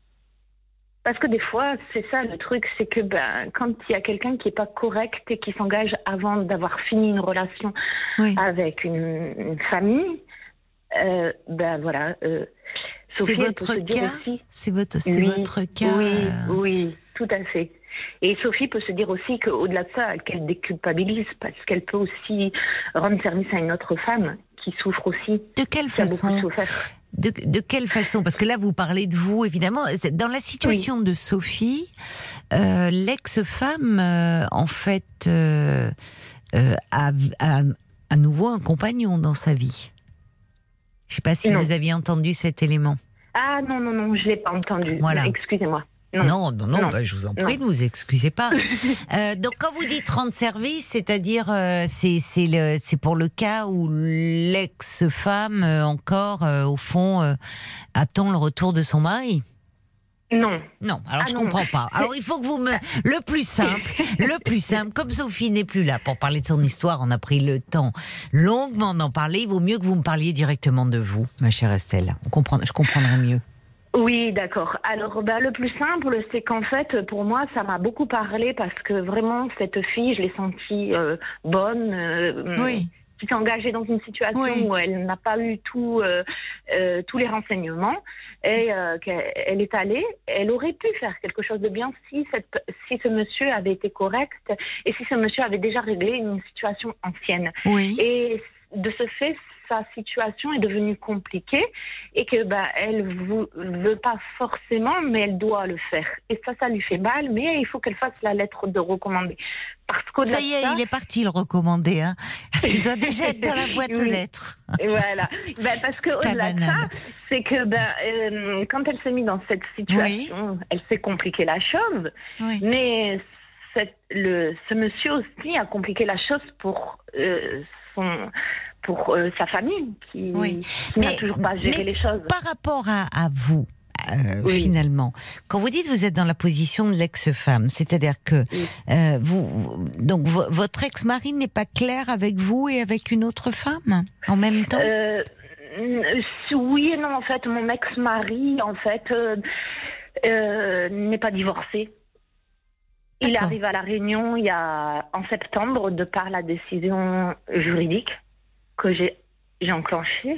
Parce que des fois, c'est ça le truc, c'est que ben, quand il y a quelqu'un qui n'est pas correct et qui s'engage avant d'avoir fini une relation Oui. avec une, une famille, euh, ben voilà. Euh, Sophie, C'est elle votre peut se dire cas aussi, C'est votre, c'est oui, votre cas oui, euh, oui, tout à fait. Et Sophie peut se dire aussi qu'au-delà de ça, qu'elle déculpabilise, parce qu'elle peut aussi rendre service à une autre femme qui souffre aussi. De quelle qui a beaucoup façon souffert. De, de quelle façon? Parce que là, vous parlez de vous, évidemment. Dans la situation de Sophie, euh, l'ex-femme, euh, en fait, euh, euh, a, a à nouveau un compagnon dans sa vie. Je ne sais pas si Non. vous aviez entendu cet élément. Ah non, non, non, je ne l'ai pas entendu. Voilà. Excusez-moi. Non, non, non, non Non. bah, je vous en prie, Non. ne vous excusez pas. euh, donc, quand vous dites rendre service, c'est-à-dire, euh, c'est, c'est, le, c'est pour le cas où l'ex-femme, euh, encore, euh, au fond, euh, attend le retour de son mari? Non. Non, alors Ah je non. comprends pas. Alors il faut que vous me... Le plus simple, le plus simple, comme Sophie n'est plus là pour parler de son histoire, on a pris le temps longuement d'en parler, il vaut mieux que vous me parliez directement de vous, ma chère Estelle. On comprend... Je comprendrai mieux. Oui, d'accord. Alors, bah, le plus simple, c'est qu'en fait, pour moi, ça m'a beaucoup parlé, parce que vraiment, cette fille, je l'ai sentie euh, bonne, euh, Oui. qui s'est engagée dans une situation Oui. où elle n'a pas eu tout, euh, euh, tous les renseignements, et euh, qu'elle est allée. Elle aurait pu faire quelque chose de bien si, cette, si ce monsieur avait été correct, et si ce monsieur avait déjà réglé une situation ancienne. Oui. Et de ce fait, sa situation est devenue compliquée, et que bah elle ne veut pas forcément, mais elle doit le faire. Et ça, ça lui fait mal, mais il faut qu'elle fasse la lettre de recommandé. Parce qu'au-delà Ça y est, de ça, il est parti le recommander. Hein. Il doit déjà être dans la boîte aux Oui. lettres. Et voilà. Ben, parce que C'est pas au-delà de banal. ça, c'est que ben, euh, quand elle s'est mise dans cette situation, elle s'est compliqué la chose. Oui. Mais cette, le, ce monsieur aussi a compliqué la chose pour euh, son, pour euh, sa famille, qui, Oui. qui n'a Mais- toujours pas géré mais les choses. Par rapport à, à vous, euh, Oui. finalement, quand vous dites que vous êtes dans la position de l'ex-femme, c'est-à-dire que Oui. euh, vous, vous- donc vo- votre ex-mari n'est pas clair avec vous et avec une autre femme en même temps? Euh, oui et non, en fait, mon ex-mari, en fait, euh, euh, n'est pas divorcé. Il D'accord. arrive à La Réunion il y a, en septembre, de par la décision juridique que j'ai, j'ai enclenchée.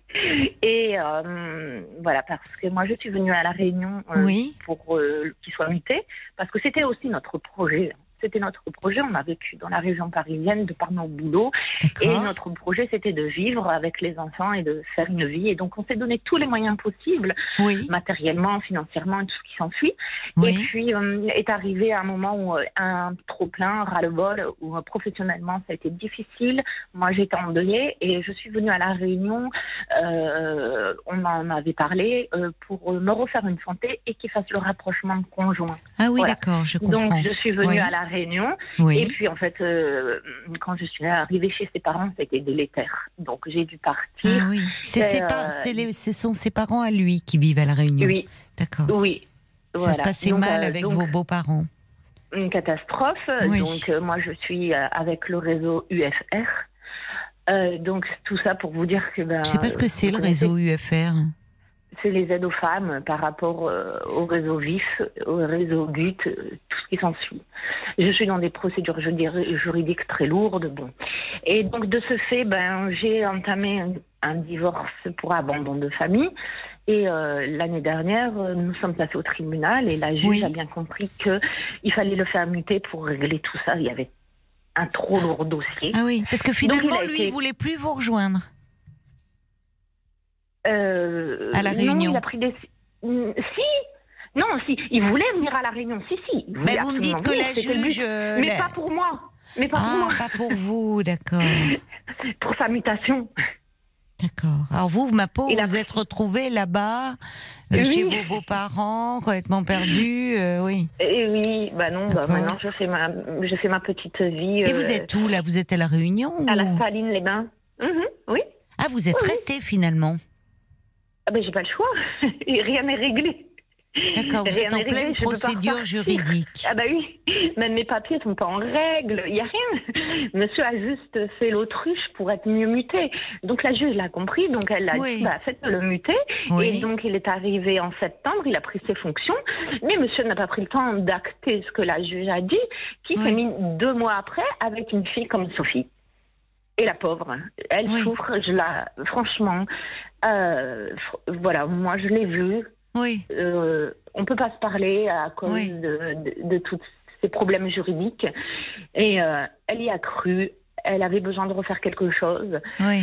Et euh, voilà, parce que moi, je suis venue à La Réunion euh, Oui. pour euh, qu'il soit muté, parce que c'était aussi notre projet. C'était notre projet. On a vécu dans la région parisienne de par nos boulots. Et D'accord. notre projet, c'était de vivre avec les enfants et de faire une vie. Et donc, on s'est donné tous les moyens possibles, Oui. matériellement, financièrement, et tout ce qui s'ensuit. Oui. Et puis, euh, est arrivé un moment où euh, un trop-plein, ras-le-bol, où euh, professionnellement, ça a été difficile. Moi, j'étais endeuillée et je suis venue à La Réunion. Euh, on en avait parlé euh, pour me refaire une santé et qu'il fasse le rapprochement de conjoint. Ah oui, Voilà. d'accord, je comprends. Donc, je suis venue Oui. à La Réunion. Oui. Et puis, en fait, euh, quand je suis arrivée chez ses parents, c'était délétère. Donc, j'ai dû partir. Ah oui. C'est ses Euh, par- c'est les- ce sont ses parents à lui qui vivent à La Réunion. Oui, D'accord. oui. Ça Voilà. se passait Donc, mal euh, avec donc, vos beaux-parents. Une catastrophe. Oui. Donc, euh, moi, je suis euh, avec le réseau U F R. Euh, donc, tout ça pour vous dire que... Ben, Je sais pas ce que c'est vous le connaissez, réseau U F R. C'est les aides aux femmes par rapport euh, au réseau V I F, au réseau G U T, euh, tout ce qui s'ensuit. Je suis dans des procédures, je dirais, juridiques très lourdes. Bon. Et donc, de ce fait, ben, j'ai entamé un, un divorce pour abandon de famille. Et euh, l'année dernière, euh, nous sommes passés au tribunal et la juge Oui. a bien compris qu'il fallait le faire muter pour régler tout ça. Il y avait un trop lourd dossier. Ah oui, parce que finalement, il a lui, été- il voulait plus vous rejoindre. Euh, À La non, Réunion. il a pris des... Mm, Si, Non, si, il voulait venir à la Réunion, si, si. Mais vous me dites que la juge... Euh, mais la... pas pour moi. Mais pas ah, pour moi. pas pour vous, d'accord. Pour sa mutation. D'accord. Alors vous, ma pauvre, la... vous êtes retrouvée là-bas, euh, oui. chez vos beaux-parents, complètement perdus, euh, oui. Et oui, bah non, bah maintenant je fais ma, je fais ma petite vie. Et euh... vous êtes où là? Vous êtes à la Réunion? À ou... la Saline-les-Bains. Mmh, oui. Ah, vous êtes oui, restée oui. finalement? Ah ben j'ai pas le choix. Et rien n'est réglé. D'accord, vous êtes en réglé, pleine procédure juridique. Ah bah oui, même mes papiers sont pas en règle, il y a rien. Monsieur a juste fait l'autruche pour être mieux muté. Donc la juge l'a compris, donc elle a oui. dit bah faites-le muter. Oui. Et donc il est arrivé en septembre, il a pris ses fonctions, mais monsieur n'a pas pris le temps d'acter ce que la juge a dit, qui oui. s'est mis deux mois après avec une fille comme Sophie. Et la pauvre, elle oui. souffre, je la, franchement, euh, voilà, moi je l'ai vue. Oui. Euh, on ne peut pas se parler à cause oui. de, de, de tous ces problèmes juridiques. Et euh, elle y a cru. Elle avait besoin de refaire quelque chose. Oui.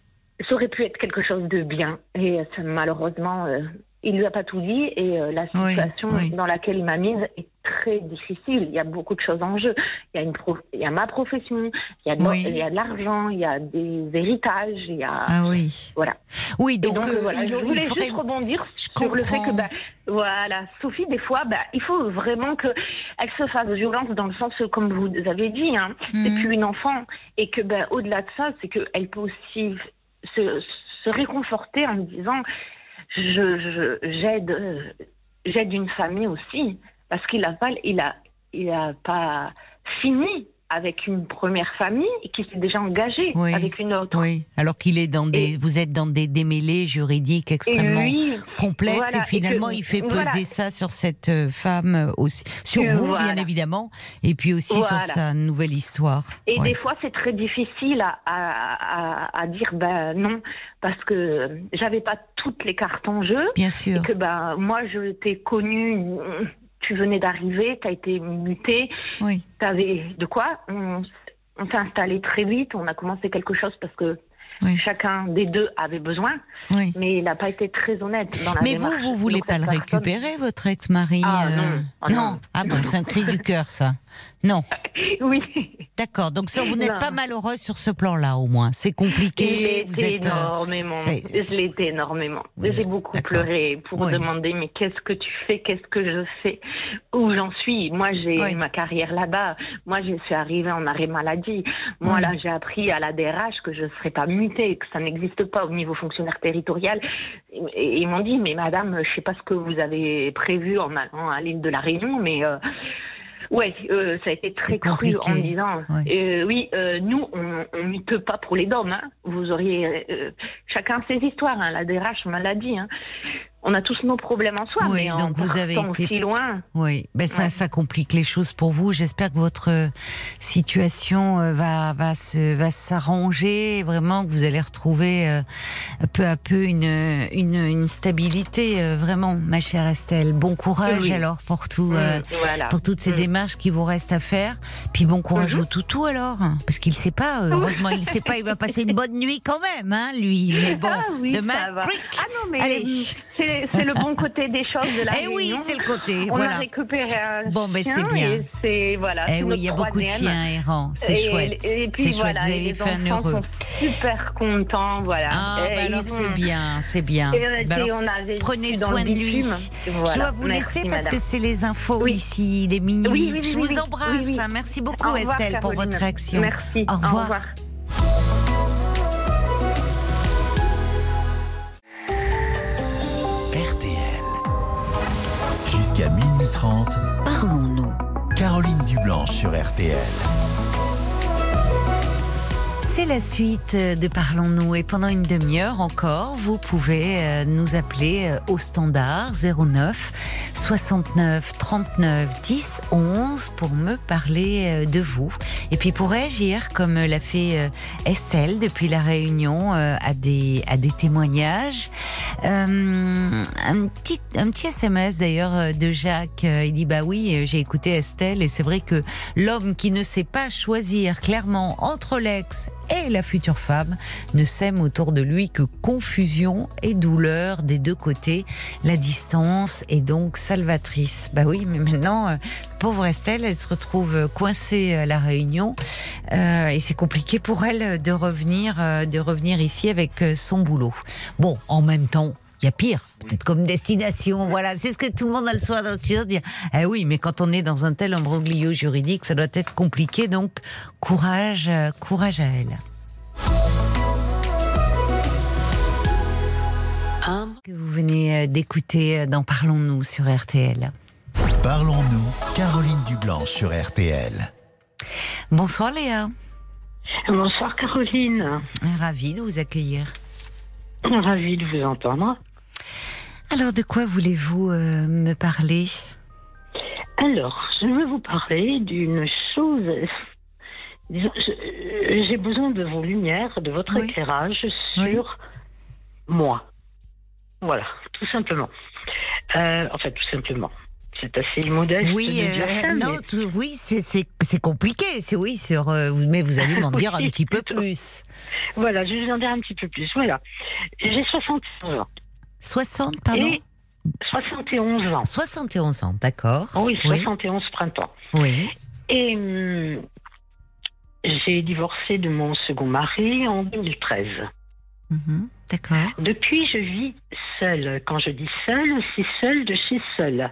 Ça aurait pu être quelque chose de bien. Et ça, malheureusement, euh, il ne lui a pas tout dit. Et euh, la situation oui. Oui. dans laquelle il m'a mise est très difficile. Il y a beaucoup de choses en jeu. Il y a, une pro- il y a ma profession, il y a de, oui. il y a de l'argent, il y a des héritages, il y a... Ah oui. Voilà. Oui, donc... donc euh, voilà, je voulais juste rebondir je sur comprends. le fait que, bah, voilà, Sophie, des fois, bah, il faut vraiment qu'elle se fasse violence dans le sens, comme vous avez dit, hein, mmh. c'est plus une enfant. Et que, bah, au-delà de ça, c'est qu'elle peut aussi se, se réconforter en me disant, je, je, j'aide, euh, j'aide une famille aussi. Parce qu'il n'a pas, il a, il a pas fini avec une première famille et qui s'est déjà engagé oui, avec une autre. Oui, alors qu'il est dans des, et, vous êtes dans des démêlés juridiques extrêmement et lui, complexes voilà, et finalement et que, il fait peser voilà. ça sur cette femme aussi, sur et vous voilà. bien évidemment, et puis aussi voilà. sur sa nouvelle histoire. Et ouais. des fois c'est très difficile à, à, à, à dire ben non parce que j'avais pas toutes les cartes en jeu. Bien sûr. Et que ben moi je t'ai connue. Tu venais d'arriver, tu as été muté, oui. tu avais de quoi on, on s'est installé très vite, on a commencé quelque chose parce que oui. chacun des deux avait besoin, oui. mais il n'a pas été très honnête dans la mais démarche. Mais vous, vous voulez Donc, pas le personne... récupérer, votre ex-mari Ah euh... non. Ah, non. non. Ah bon, c'est un cri du cœur, ça. Non. Oui. D'accord, donc ça, vous n'êtes non. pas malheureuse sur ce plan-là, au moins. C'est compliqué. Je l'ai été énormément. C'est... Je l'ai été énormément. Oui. J'ai beaucoup D'accord. pleuré pour oui. demander, mais qu'est-ce que tu fais? Qu'est-ce que je fais? Où j'en suis? Moi, j'ai oui. ma carrière là-bas. Moi, je suis arrivée en arrêt maladie. Moi, oui. là, j'ai appris à la D R H que je ne serais pas mutée, que ça n'existe pas au niveau fonctionnaire territorial. Et ils m'ont dit, mais madame, je ne sais pas ce que vous avez prévu en allant à l'île de la Réunion, mais... Euh, Ouais, euh, ça a été très cru en me disant ouais. euh, oui, euh, nous on, on mute pas pour les D O M. Hein. Vous auriez euh, chacun ses histoires. Hein. La D R H on l'a dit. Hein. On a tous nos problèmes en soi, oui, mais donc en vous avez été aussi loin. Oui, ben ça, ouais. ça complique les choses pour vous. J'espère que votre situation va va se va s'arranger, vraiment que vous allez retrouver euh, peu à peu une une, une stabilité. Euh, vraiment, ma chère Estelle. Bon courage oui. alors pour tout, mmh, euh, voilà. pour toutes ces mmh. démarches qui vous restent à faire. Puis bon courage mmh. au toutou alors, parce qu'il sait pas. Heureusement, il sait pas. Il va passer une bonne nuit quand même, hein, lui. Mais bon, ah, oui, demain, quick. Ah non, mais allez. C'est c'est le bon côté des choses de la eh Réunion. oui, c'est le côté. On voilà. a récupéré un bon, ben chien c'est bien. Et c'est voilà. Eh oui, il y a beaucoup de chiens errants. C'est et, chouette. Et puis c'est voilà, chouette. Vous avez les fait un enfants heureux. sont super contents, voilà. Ah, ben alors ont... c'est bien, c'est bien. Et ben alors, on avait prenez soin de lui. Voilà. Je dois vous Merci, laisser madame. parce que c'est les infos oui. ici, les minuit. Oui, oui, oui, Je oui, vous oui. embrasse. Oui, oui. Merci beaucoup, Au revoir, Estelle, Caroline. pour votre réaction. Merci. Au revoir. Au revoir. R T L. Jusqu'à minuit trente, parlons-nous. Caroline Dublanche sur R T L. C'est la suite de Parlons-nous et pendant une demi-heure encore, vous pouvez nous appeler au standard zéro neuf soixante-neuf trente-neuf dix onze pour me parler de vous. Et puis pour réagir, comme l'a fait Estelle depuis la Réunion, à des, à des témoignages. Euh, un, petit, un petit S M S d'ailleurs de Jacques, il dit bah oui, j'ai écouté Estelle et c'est vrai que l'homme qui ne sait pas choisir clairement entre l'ex et la future femme ne sèment autour de lui que confusion et douleur des deux côtés. La distance est donc salvatrice. Bah oui, mais maintenant, euh, pauvre Estelle, elle se retrouve coincée à La Réunion euh, et c'est compliqué pour elle de revenir, euh, de revenir ici avec euh, son boulot. Bon, en même temps, il y a pire, peut-être comme destination, voilà, c'est ce que tout le monde a le soir dans le studio de dire. Eh oui, mais quand on est dans un tel imbroglio juridique, ça doit être compliqué, donc courage, euh, courage à elle. Que vous venez d'écouter dans Parlons-nous sur R T L. Parlons-nous, Caroline Dublanche sur R T L. Bonsoir Léa. Bonsoir Caroline. Ravie de vous accueillir. Ravie de vous entendre. Alors, de quoi voulez-vous euh, me parler ? Alors, je veux vous parler d'une chose. Disons, je, j'ai besoin de vos lumières, de votre oui. éclairage sur oui. moi. Voilà, tout simplement. Euh, enfin, tout simplement. C'est assez modeste oui, de dire euh, ça. Non, mais... tout, oui, c'est, c'est, c'est compliqué. C'est, oui, sur, euh, mais vous allez m'en dire oui, un petit peu plus. Voilà, je vais vous en dire un petit peu plus. Voilà. J'ai soixante et onze ans. soixante, pardon et soixante et onze ans. soixante et onze ans, d'accord. Oui, soixante et onze oui. printemps. Oui. Et hum, j'ai divorcé de mon second mari en deux mille treize. Mmh, d'accord. Depuis, je vis seule. Quand je dis seule, c'est seule de chez seule.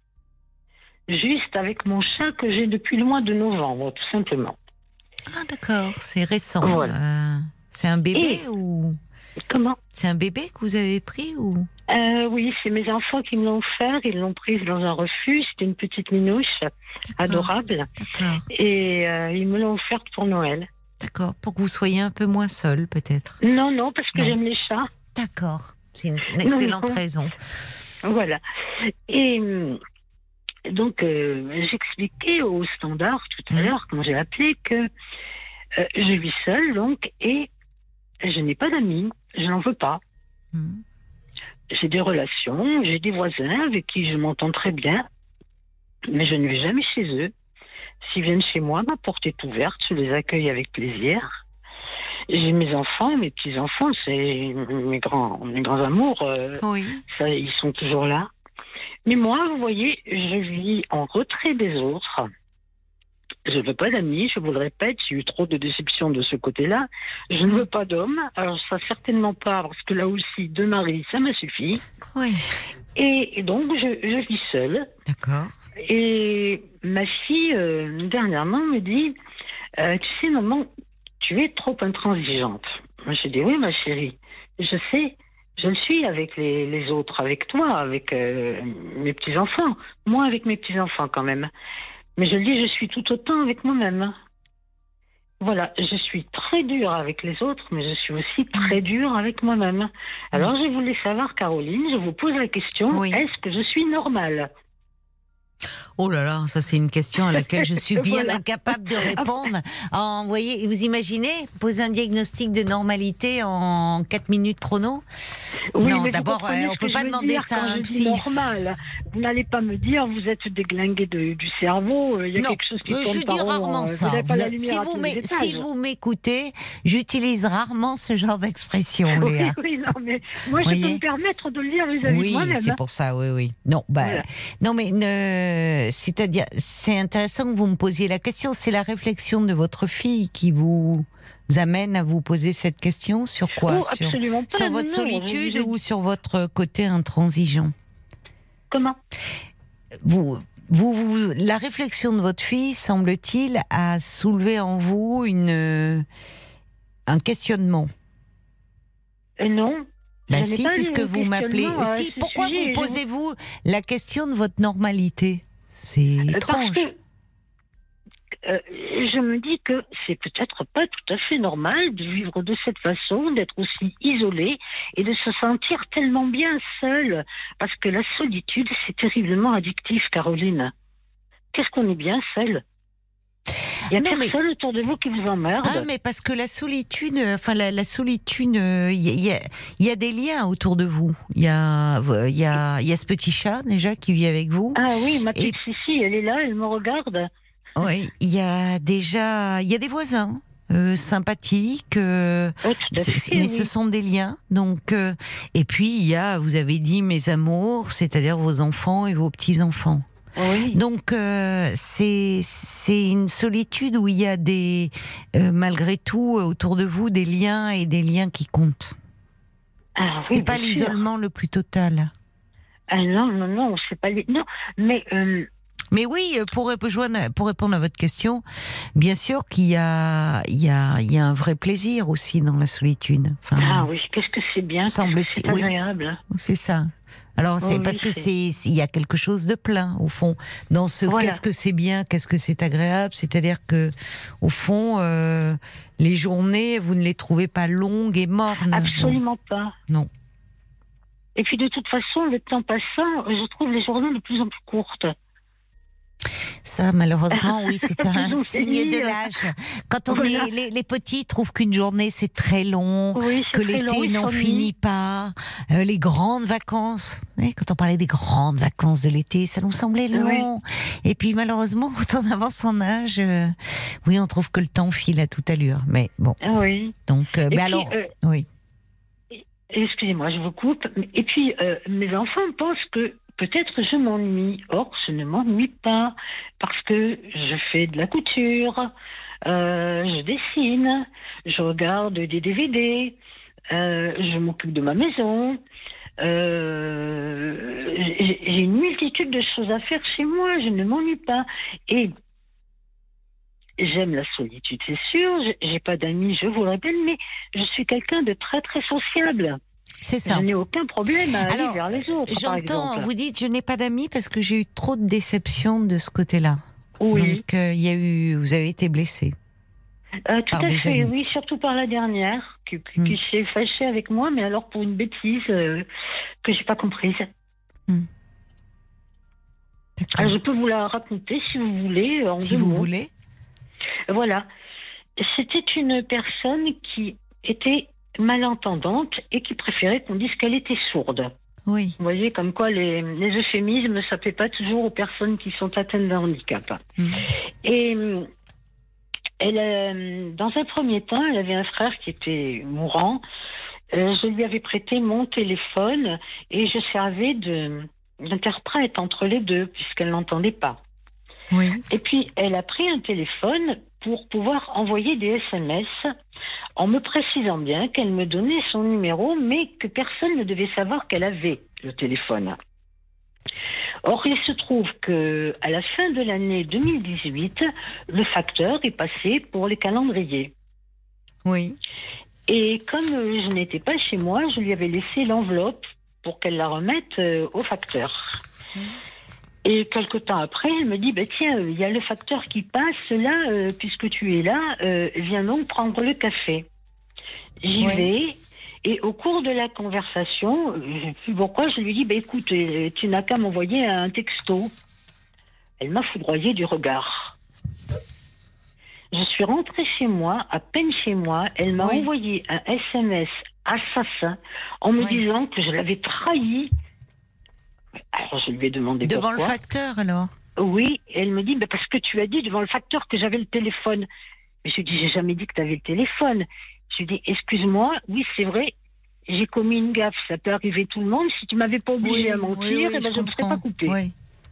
Juste avec mon chat que j'ai depuis le mois de novembre, tout simplement. Ah d'accord, c'est récent. Voilà. Euh, c'est un bébé Et ou... Comment ? C'est un bébé que vous avez pris ou euh, Oui, c'est mes enfants qui me l'ont offert. Ils l'ont prise dans un refuge. C'était une petite minouche, d'accord. Adorable. D'accord. Et euh, ils me l'ont offerte pour Noël. D'accord, pour que vous soyez un peu moins seule peut-être. Non, non, parce que non. j'aime les chats. D'accord, c'est une, une excellente non, non. raison. Voilà. Et... Donc, euh, j'expliquais au standard tout à mmh. l'heure, quand j'ai appelé, que euh, je vis seule, donc, et je n'ai pas d'amis, je n'en veux pas. Mmh. J'ai des relations, j'ai des voisins avec qui je m'entends très bien, mais je ne vais jamais chez eux. S'ils viennent chez moi, ma porte est ouverte, je les accueille avec plaisir. J'ai mes enfants, mes petits-enfants, c'est mes grands, mes grands amours, euh, oui. ça, ils sont toujours là. Mais moi, vous voyez, je vis en retrait des autres. Je ne veux pas d'amis, je vous le répète, j'ai eu trop de déceptions de ce côté-là. Je ne veux pas d'hommes, alors ça certainement pas, parce que là aussi, deux maris, ça m'a suffi. Oui. Et, et donc, je, je vis seule. D'accord. Et ma fille, euh, dernièrement, me dit, euh, tu sais, maman, tu es trop intransigeante. Moi, j'ai dit, oui, ma chérie, je sais. Je le suis avec les, les autres, avec toi, avec euh, mes petits-enfants. Moi, avec mes petits-enfants, quand même. Mais je le dis, je suis tout autant avec moi-même. Voilà, je suis très dure avec les autres, mais je suis aussi très dure avec moi-même. Alors, je voulais savoir, Caroline, je vous pose la question, oui. Est-ce que je suis normale ? Oh là là, ça c'est une question à laquelle je suis bien voilà. incapable de répondre. En, vous voyez, vous imaginez poser un diagnostic de normalité en quatre minutes chrono ? Oui, non, d'abord, euh, on ne peut pas demander ça à un psy. Normal. Vous n'allez pas me dire vous êtes déglingué de, du cerveau. Il y a non, quelque chose qui euh, tourne je par dis rond, rarement euh, ça. Vous vous, si, vous m'é- si vous m'écoutez, j'utilise rarement ce genre d'expression, Léa. Oui, oui, non, mais moi je peux me permettre de le dire vis-à-vis oui, de moi-même. Oui, c'est pour ça, oui, oui. Non, bah, voilà. non mais ne, c'est-à-dire, c'est intéressant que vous me posiez la question. C'est la réflexion de votre fille qui vous amène à vous poser cette question sur quoi ? Oh, sur, absolument pas, sur votre non, solitude vous... ou sur votre côté intransigeant ? Comment ? Vous, vous, vous, la réflexion de votre fille, semble-t-il, a soulevé en vous une, un questionnement. Euh, non. Ben si, puisque vous m'appelez. Si, pourquoi vous posez-vous je... la question de votre normalité ? C'est étrange. Parce que, euh, je me dis que c'est peut-être pas tout à fait normal de vivre de cette façon, d'être aussi isolé et de se sentir tellement bien seul. Parce que la solitude, c'est terriblement addictif, Caroline. Qu'est-ce qu'on est bien seul ? Il n'y a non, personne mais... autour de vous qui vous emmerde. Ah, mais parce que la solitude, enfin la, la solitude, il y, y, y a des liens autour de vous. Il y a, il y a, il y a ce petit chat déjà qui vit avec vous. Ah oui, ma petite Et... Sissi, elle est là, elle me regarde. Oui, il y a déjà, il y a des voisins. euh, sympathiques. Euh, oh, tout à fait, mais oui. ce sont des liens. Donc, euh, et puis il y a, vous avez dit mes amours, c'est-à-dire vos enfants et vos petits enfants. Oui. Donc euh, c'est c'est une solitude où il y a des euh, malgré tout autour de vous des liens et des liens qui comptent. Ah, c'est oui, pas bien l'isolement sûr. le plus total. Ah non non non, c'est pas les... non, mais euh... mais oui, pour rejoindre, pour répondre à votre question, bien sûr qu'il y a il y a il y a un vrai plaisir aussi dans la solitude. Enfin, ah oui, qu'est-ce que c'est bien, semble-t-il, c'est agréable. Oui, c'est ça. Alors c'est oui, parce que c'est... c'est il y a quelque chose de plein au fond dans ce voilà. Qu'est-ce que c'est bien, qu'est-ce que c'est agréable, c'est-à-dire que au fond euh, les journées vous ne les trouvez pas longues et mornes. Absolument non. pas. Non. Et puis de toute façon, le temps passant, je trouve les journées de plus en plus courtes. Ça, malheureusement, oui, c'est un signe de dire. l'âge. Quand on Voilà. est, les, les petits trouvent qu'une journée c'est très long, Oui, c'est que très long, l'été ils n'en s'ennuient. finit pas, euh, les grandes vacances. Vous savez, quand on parlait des grandes vacances de l'été, ça nous semblait long. Oui. Et puis malheureusement, quand on avance en âge, euh, oui, on trouve que le temps file à toute allure. Mais bon. Oui. Donc, euh, mais puis, alors, euh, oui. Excusez-moi, je vous coupe. Et puis, euh, mes enfants pensent que peut-être je m'ennuie. Or, je ne m'ennuie pas parce que je fais de la couture, euh, je dessine, je regarde des D V D, euh, je m'occupe de ma maison. Euh, j'ai, j'ai une multitude de choses à faire chez moi. Je ne m'ennuie pas. Et j'aime la solitude, c'est sûr. J'ai pas d'amis, je vous le répète, mais je suis quelqu'un de très très sociable. C'est ça. Je n'ai aucun problème à aller Alors, vers les autres. J'entends, par vous dites, je n'ai pas d'amis parce que j'ai eu trop de déceptions de ce côté-là. Oui. Donc, euh, il y a eu, vous avez été blessé. Euh, tout par à des fait, amis. oui, surtout par la dernière, qui, qui, Mm. qui s'est fâchée avec moi, mais alors pour une bêtise euh, que j'ai pas comprise. Mm. D'accord. Alors, je peux vous la raconter si vous voulez. En Si deux vous mots. voulez. Voilà. C'était une personne qui était malentendante et qui préférait qu'on dise qu'elle était sourde. Oui. Vous voyez, comme quoi les, les euphémismes, ça ne plaît pas toujours aux personnes qui sont atteintes d'un handicap. Mm. Et elle, euh, dans un premier temps, elle avait un frère qui était mourant. Euh, je lui avais prêté mon téléphone et je servais de, d'interprète entre les deux, puisqu'elle n'entendait pas. Oui. Et puis, elle a pris un téléphone pour pouvoir envoyer des S M S en me précisant bien qu'elle me donnait son numéro, mais que personne ne devait savoir qu'elle avait le téléphone. Or, il se trouve que à la fin de l'année deux mille dix-huit, le facteur est passé pour les calendriers. Oui. Et comme euh, je n'étais pas chez moi, je lui avais laissé l'enveloppe pour qu'elle la remette euh, au facteur. Mmh. Et quelque temps après, elle me dit, bah, tiens, il y a le facteur qui passe là, euh, puisque tu es là, euh, viens donc prendre le café. J'y oui. vais, et au cours de la conversation, je ne sais plus pourquoi, je lui dis, bah, écoute, tu n'as qu'à m'envoyer un texto. Elle m'a foudroyé du regard. Je suis rentrée chez moi, à peine chez moi, elle m'a oui. envoyé un S M S assassin en me oui. disant que je l'avais trahi. Alors je lui ai demandé devant pourquoi. Le facteur alors. Oui, et elle me dit bah, parce que tu as dit devant le facteur que j'avais le téléphone. Mais je lui dis j'ai jamais dit que tu avais le téléphone. Je lui dis excuse-moi, oui c'est vrai, j'ai commis une gaffe, ça peut arriver tout le monde. Si tu m'avais pas obligé oui, à mentir, oui, oui, eh ben, je ne serais pas coupée. Oui.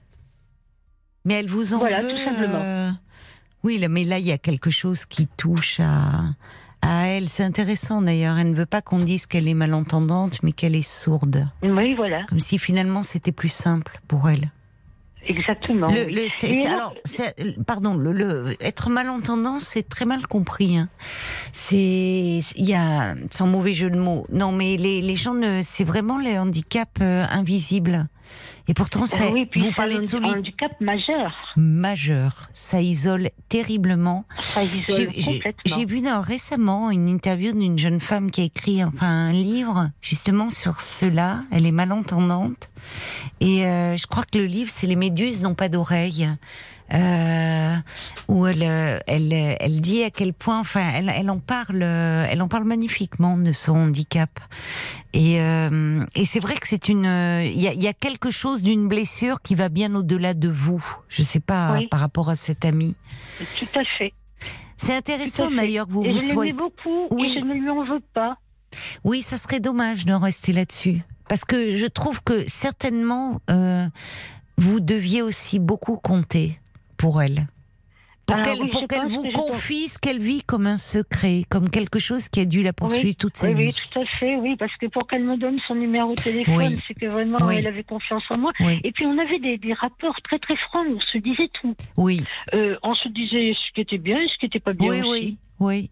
Mais elle vous en voilà, veut. Tout simplement. Euh... Oui, là, mais là il y a quelque chose qui touche à. À elle, c'est intéressant d'ailleurs. Elle ne veut pas qu'on dise qu'elle est malentendante, mais qu'elle est sourde. Oui, voilà. Comme si finalement c'était plus simple pour elle. Exactement. Le, le, c'est, c'est, alors, c'est, pardon, le, le, être malentendant, c'est très mal compris. Hein. C'est, il y a, sans mauvais jeu de mots. Non, mais les, les gens, ne, c'est vraiment les handicaps euh, invisibles. Et pourtant, c'est, ah oui, puis vous c'est parlez un, de solitude. Un handicap majeur. Majeur. Ça isole terriblement. Ça isole j'ai, complètement. J'ai, j'ai vu non, récemment une interview d'une jeune femme qui a écrit enfin, un livre justement sur cela. Elle est malentendante. Et euh, je crois que le livre, c'est Les méduses n'ont pas d'oreilles. Euh, où elle, elle, elle dit à quel point, enfin, elle, elle en parle, elle en parle magnifiquement de son handicap. Et, euh, et c'est vrai que c'est une, il y a, y a quelque chose d'une blessure qui va bien au-delà de vous. Je sais pas oui. par rapport à cette amie. Tout à fait. C'est intéressant d'ailleurs que vous et vous je soyez... l'aimais beaucoup oui. et je ne lui en veux pas. Oui, ça serait dommage d'en rester là-dessus. Parce que je trouve que certainement, euh, vous deviez aussi beaucoup compter pour elle. Pour Alors, qu'elle, oui, pour qu'elle vous confie pense... ce qu'elle vit comme un secret, comme quelque chose qui a dû la poursuivre oui, toute sa oui, vie. Oui, tout à fait, oui, parce que pour qu'elle me donne son numéro de téléphone, oui. c'est que vraiment oui. elle avait confiance en moi. Oui. Et puis on avait des, des rapports très très francs, on se disait tout. Oui. Euh, on se disait ce qui était bien et ce qui n'était pas bien oui, aussi. Oui, oui.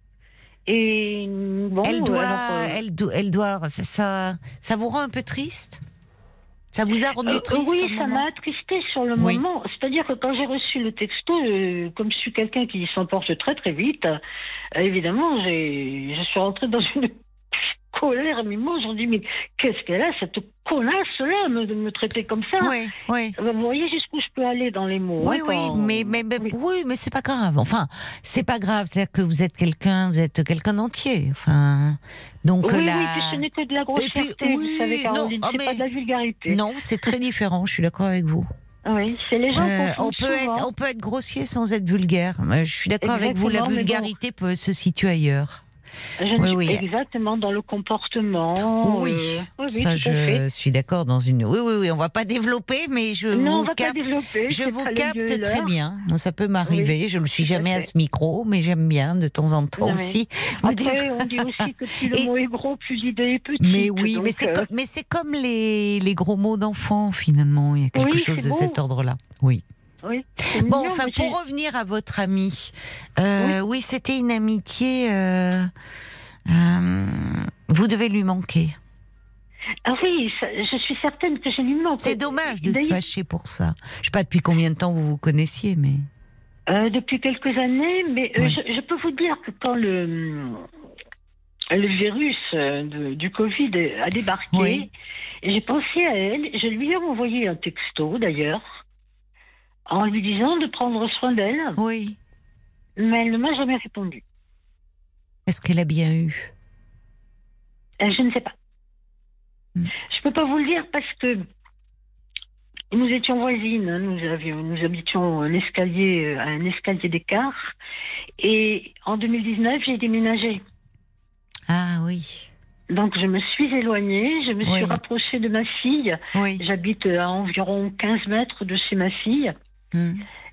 Et bon, elle doit, alors, euh... elle doit, elle doit, ça, ça, ça vous rend un peu triste? Ça vous a rendu euh, triste? Oui, ça m'a attristé sur le oui. moment. C'est-à-dire que quand j'ai reçu le texto, euh, comme je suis quelqu'un qui s'emporte très très vite, euh, évidemment, j'ai, je suis rentrée dans une colère. Mais moi, je me dis, mais qu'est-ce qu'elle a, cette connasse-là, me, de me traiter comme ça? Oui, oui. Vous voyez jusqu'où je peux aller dans les mots. Oui, hein, oui, quand... mais, mais, mais, oui. oui, mais c'est pas grave. Enfin, c'est pas grave. C'est-à-dire que vous êtes quelqu'un, vous êtes quelqu'un d'entier. Enfin, donc oui, la... oui, puis ce n'est que de la grossièreté, puis, oui, vous savez, Caroline, non, c'est mais... pas de la vulgarité. Non, c'est très différent, je suis d'accord avec vous. Oui, c'est les gens euh, qu'on on peut être, on peut être grossier sans être vulgaire. Je suis d'accord avec vous, la vulgarité bon. peut se situer ailleurs. Je oui, oui. Exactement, dans le comportement. Oui, euh, oui, oui ça je suis d'accord dans une... Oui, oui, oui, on va pas développer, mais je non, vous on va capte, pas développer, je vous capte gueuleur. très bien. Moi, ça peut m'arriver, oui, je ne le suis jamais à, à ce micro, mais j'aime bien de temps en temps non, aussi. Après, on dit aussi que plus le Et... mot est gros, plus l'idée est petite. Mais oui, donc, mais c'est euh... comme, mais c'est comme les, les gros mots d'enfants, finalement. Il y a quelque oui, chose de beau. cet ordre-là. Oui. Oui, bon, mignon, enfin, pour revenir à votre amie, euh, oui. oui, c'était une amitié... Euh... Euh, vous devez lui manquer. Ah oui, ça, je suis certaine que je lui manque. C'est dommage de se fâcher pour ça. Je ne sais pas depuis combien de temps vous vous connaissiez, mais... Euh, depuis quelques années, mais euh, oui. je, je peux vous dire que quand le, le virus de, du Covid a débarqué, oui. j'ai pensé à elle, je lui ai envoyé un texto d'ailleurs, en lui disant de prendre soin d'elle. Oui. Mais elle ne m'a jamais répondu. Est-ce qu'elle a bien eu? euh, Je ne sais pas. Mm. Je ne peux pas vous le dire parce que nous étions voisines. Hein, nous, avions, nous habitions un escalier, à un escalier d'écart. Et en deux mille dix-neuf, j'ai déménagé. Ah oui. Donc je me suis éloignée, je me oui. suis rapprochée de ma fille. Oui. J'habite à environ quinze mètres de chez ma fille. Mm.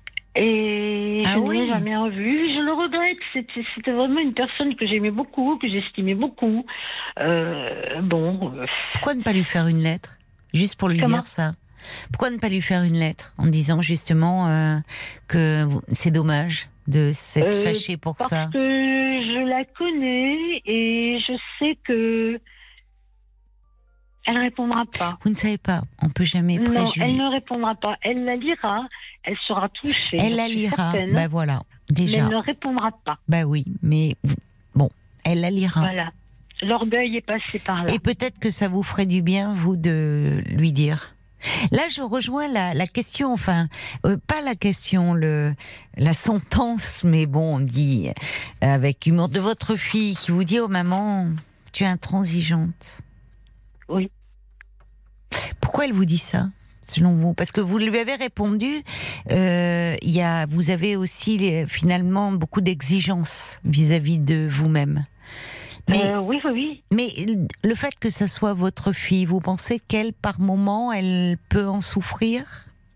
Et ah je oui. ne l'ai jamais revue. Je le regrette. C'était, c'était vraiment une personne que j'aimais beaucoup, que j'estimais beaucoup. Euh, bon. Pourquoi ne pas lui faire une lettre? Juste pour lui Comment? dire ça. Pourquoi ne pas lui faire une lettre en disant justement euh, que c'est dommage de s'être euh, fâchée pour parce ça? Parce que je la connais et je sais que elle ne répondra pas. Vous ne savez pas, on ne peut jamais préjuger. Non, elle ne répondra pas. Elle la lira, elle sera touchée. Elle la lira, ben voilà, déjà. Mais elle ne répondra pas. Ben oui, mais bon, elle la lira. Voilà, l'orgueil est passé par là. Et peut-être que ça vous ferait du bien, vous, de lui dire. Là, je rejoins la, la question, enfin, euh, pas la question, le, la sentence, mais bon, on dit, avec humour, de votre fille qui vous dit, oh maman, tu es intransigeante. Oui. Pourquoi elle vous dit ça, selon vous? Parce que vous lui avez répondu, euh, y a, vous avez aussi les, finalement beaucoup d'exigences vis-à-vis de vous-même. Mais, euh, oui, oui, oui. Mais le fait que ça soit votre fille, vous pensez qu'elle, par moment, elle peut en souffrir?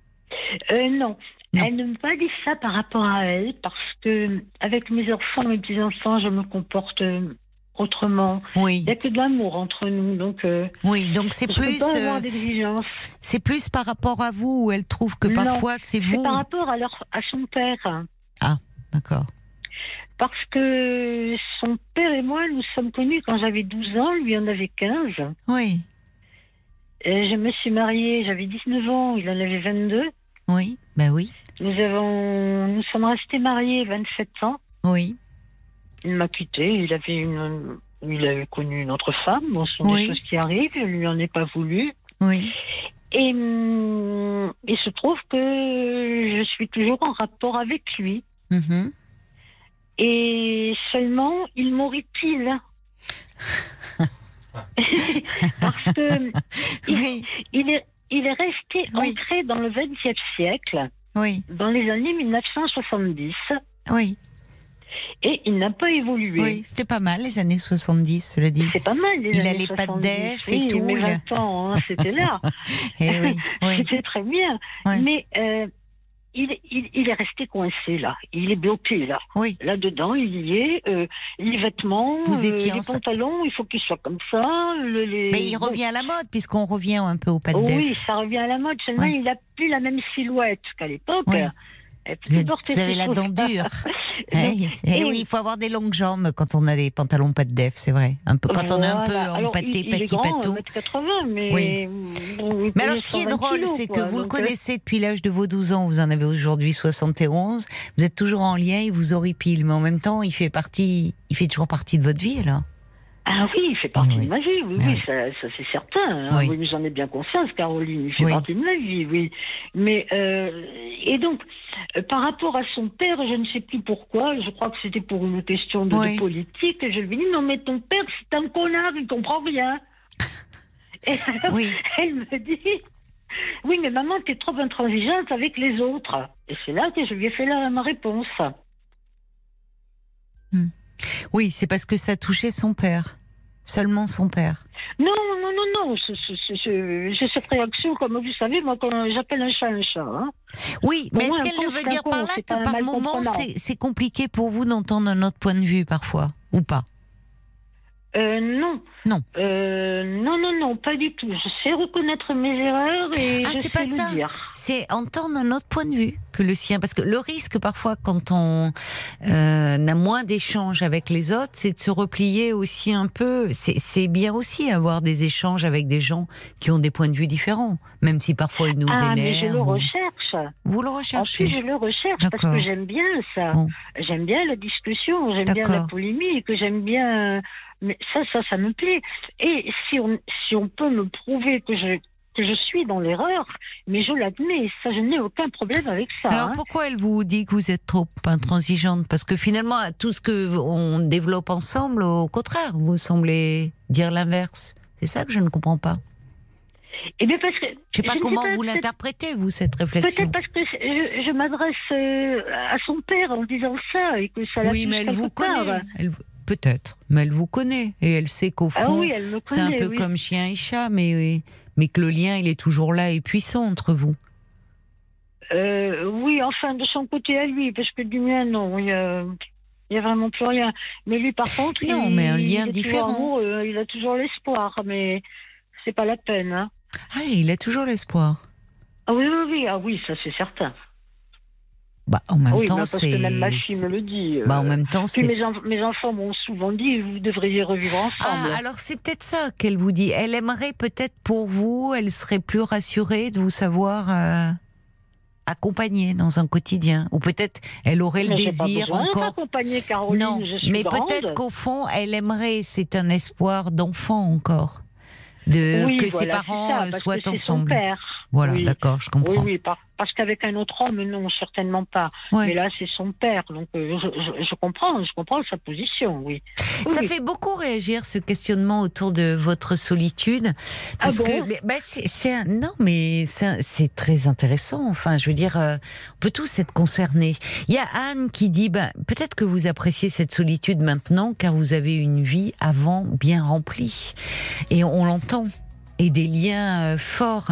euh, non. non. Elle ne m'a pas dit ça par rapport à elle, parce que avec mes enfants, mes petits-enfants, je me comporte autrement. Oui. Il n'y a que de l'amour entre nous, donc. Euh, oui, donc c'est je plus. Peux pas avoir d'exigence. C'est plus par rapport à vous où elle trouve que non, parfois c'est vous. C'est par rapport à leur, à son père. Ah, d'accord. Parce que son père et moi, nous sommes connus quand j'avais douze ans, lui en avait quinze. Oui. Et je me suis mariée, j'avais dix-neuf ans, il en avait vingt-deux. Oui, ben oui. Nous avons, nous sommes restés mariés vingt-sept ans. Oui. Il m'a quitté, il avait une, il avait connu une autre femme. Bon, ce sont oui. des choses qui arrivent, je lui en ai pas voulu. Oui. Et hum, il se trouve que je suis toujours en rapport avec lui. Mm-hmm. Et seulement, il m'horripile. Parce que oui. il, il, est, il est resté oui. ancré dans le vingtième siècle, oui. dans les années mille neuf cent soixante-dix. Oui. Et il n'a pas évolué. Oui, c'était pas mal les années soixante-dix, cela dit. C'est pas mal les il années allait soixante-dix. pas de def oui, et tout. Mais il... vingt ans, hein, c'était là. et oui, oui. C'était très bien. Oui. Mais euh, il, il, il est resté coincé là. Il est bloqué là. Oui. Là-dedans, il y est. Euh, les vêtements, Vous euh, étiez les en... pantalons, il faut qu'ils soient comme ça. Le, les... Mais il bon. revient à la mode, puisqu'on revient un peu au pas de oh, def. Oui, ça revient à la mode. Seulement, Oui. il n'a plus la même silhouette qu'à l'époque. Oui. Vous, êtes, vous avez la dent dure. ouais, et oui, il faut avoir des longues jambes quand on a des pantalons pas de def, c'est vrai. Un peu, quand voilà. on est un peu alors, empâté, il, il petit pato. un mètre quatre-vingts, mais. Oui. Bon, mais alors, ce qui est drôle, kilos, c'est quoi, que vous donc... le connaissez depuis l'âge de vos douze ans, vous en avez aujourd'hui soixante et onze, vous êtes toujours en lien, il vous horripile, mais en même temps, il fait partie, il fait toujours partie de votre vie, là. Ah oui, il fait partie oui. de ma vie, oui, ah oui, oui. ça, ça c'est certain. Hein. Oui. Oui, mais j'en ai bien conscience, Caroline, il fait oui. partie de ma vie, oui. Mais, euh, et donc, euh, par rapport à son père, je ne sais plus pourquoi, je crois que c'était pour une question de, oui. de politique, je lui ai dit, non mais ton père, c'est un connard, il comprend rien. Et alors, oui. elle me dit, oui, mais maman, t'es trop intransigeante avec les autres. Et c'est là que je lui ai fait la, ma réponse. Hmm. Oui, c'est parce que ça touchait son père. Seulement son père. Non, non, non, non. J'ai cette réaction, comme vous savez, moi, quand j'appelle un chat un chat. Hein. Oui, pour mais est-ce qu'elle veut dire par là que par moment, c'est compliqué pour vous d'entendre un autre point de vue, parfois, ou pas? Euh, non. Non. Euh, non, non, non, pas du tout. Je sais reconnaître mes erreurs et ah, je sais pas le ça. dire. C'est entendre un autre point de vue que le sien. Parce que le risque, parfois, quand on euh, n'a moins d'échanges avec les autres, c'est de se replier aussi un peu. C'est bien aussi avoir des échanges avec des gens qui ont des points de vue différents, même si parfois ils nous ah, énervent. Mais je le ou... recherche. Vous le recherchez? En plus, je le recherche parce que j'aime bien ça. Bon. J'aime bien la discussion, j'aime bien la polémique, j'aime bien... Mais ça, ça, ça me plaît. Et si on, si on peut me prouver que je, que je suis dans l'erreur, mais je l'admets, ça, je n'ai aucun problème avec ça. Alors hein. pourquoi elle vous dit que vous êtes trop intransigeante? Parce que finalement, tout ce que on développe ensemble, au contraire, vous semblez dire l'inverse. C'est ça que je ne comprends pas. Eh bien parce que je ne sais pas je comment sais pas, vous l'interprétez, vous, cette réflexion. Peut-être parce que je, je m'adresse euh, à son père en disant ça et que ça la oui, mais elle vous part. connaît. Elle... Peut-être, mais elle vous connaît et elle sait qu'au fond, ah oui, c'est un peu oui. comme chien et chat, mais, mais que le lien, il est toujours là et puissant entre vous. Euh, oui, enfin, de son côté à lui, parce que du mien, non, il n'y a, a vraiment plus rien. Mais lui, par contre, non, il, mais un lien il est différent. Amoureux, il a toujours l'espoir, mais c'est pas la peine. Hein. Ah, il a toujours l'espoir. Ah oui, oui, oui, ah oui, ça c'est certain. Bah, en même oui, temps, bah, c'est. Parce que même ma fille me le dit. Bah, en même temps, c'est. Mes, enf mes enfants m'ont souvent dit, vous devriez revivre ensemble. Ah, alors c'est peut-être ça qu'elle vous dit. Elle aimerait peut-être pour vous, elle serait plus rassurée de vous savoir euh, accompagner dans un quotidien. Ou peut-être elle aurait le mais désir pas encore. Accompagner, Caroline, non, je suis mais peut-être qu'au fond, elle aimerait. C'est un espoir d'enfant encore. De, oui, que voilà, ses parents ça, parce soient que ensemble. Son père. Voilà, oui. d'accord, je comprends. Oui, oui, par, parce qu'avec un autre homme, non, certainement pas. Ouais. Mais là, c'est son père, donc euh, je, je, je comprends, je comprends sa position, oui. Ça oui. fait beaucoup réagir ce questionnement autour de votre solitude, parce ah bon que bah, c'est un, non, mais c'est très intéressant. Enfin, je veux dire, euh, on peut tous être concernés. Il y a Anne qui dit, bah, peut-être que vous appréciez cette solitude maintenant, car vous avez une vie avant bien remplie, et on l'entend. Et des liens euh, forts.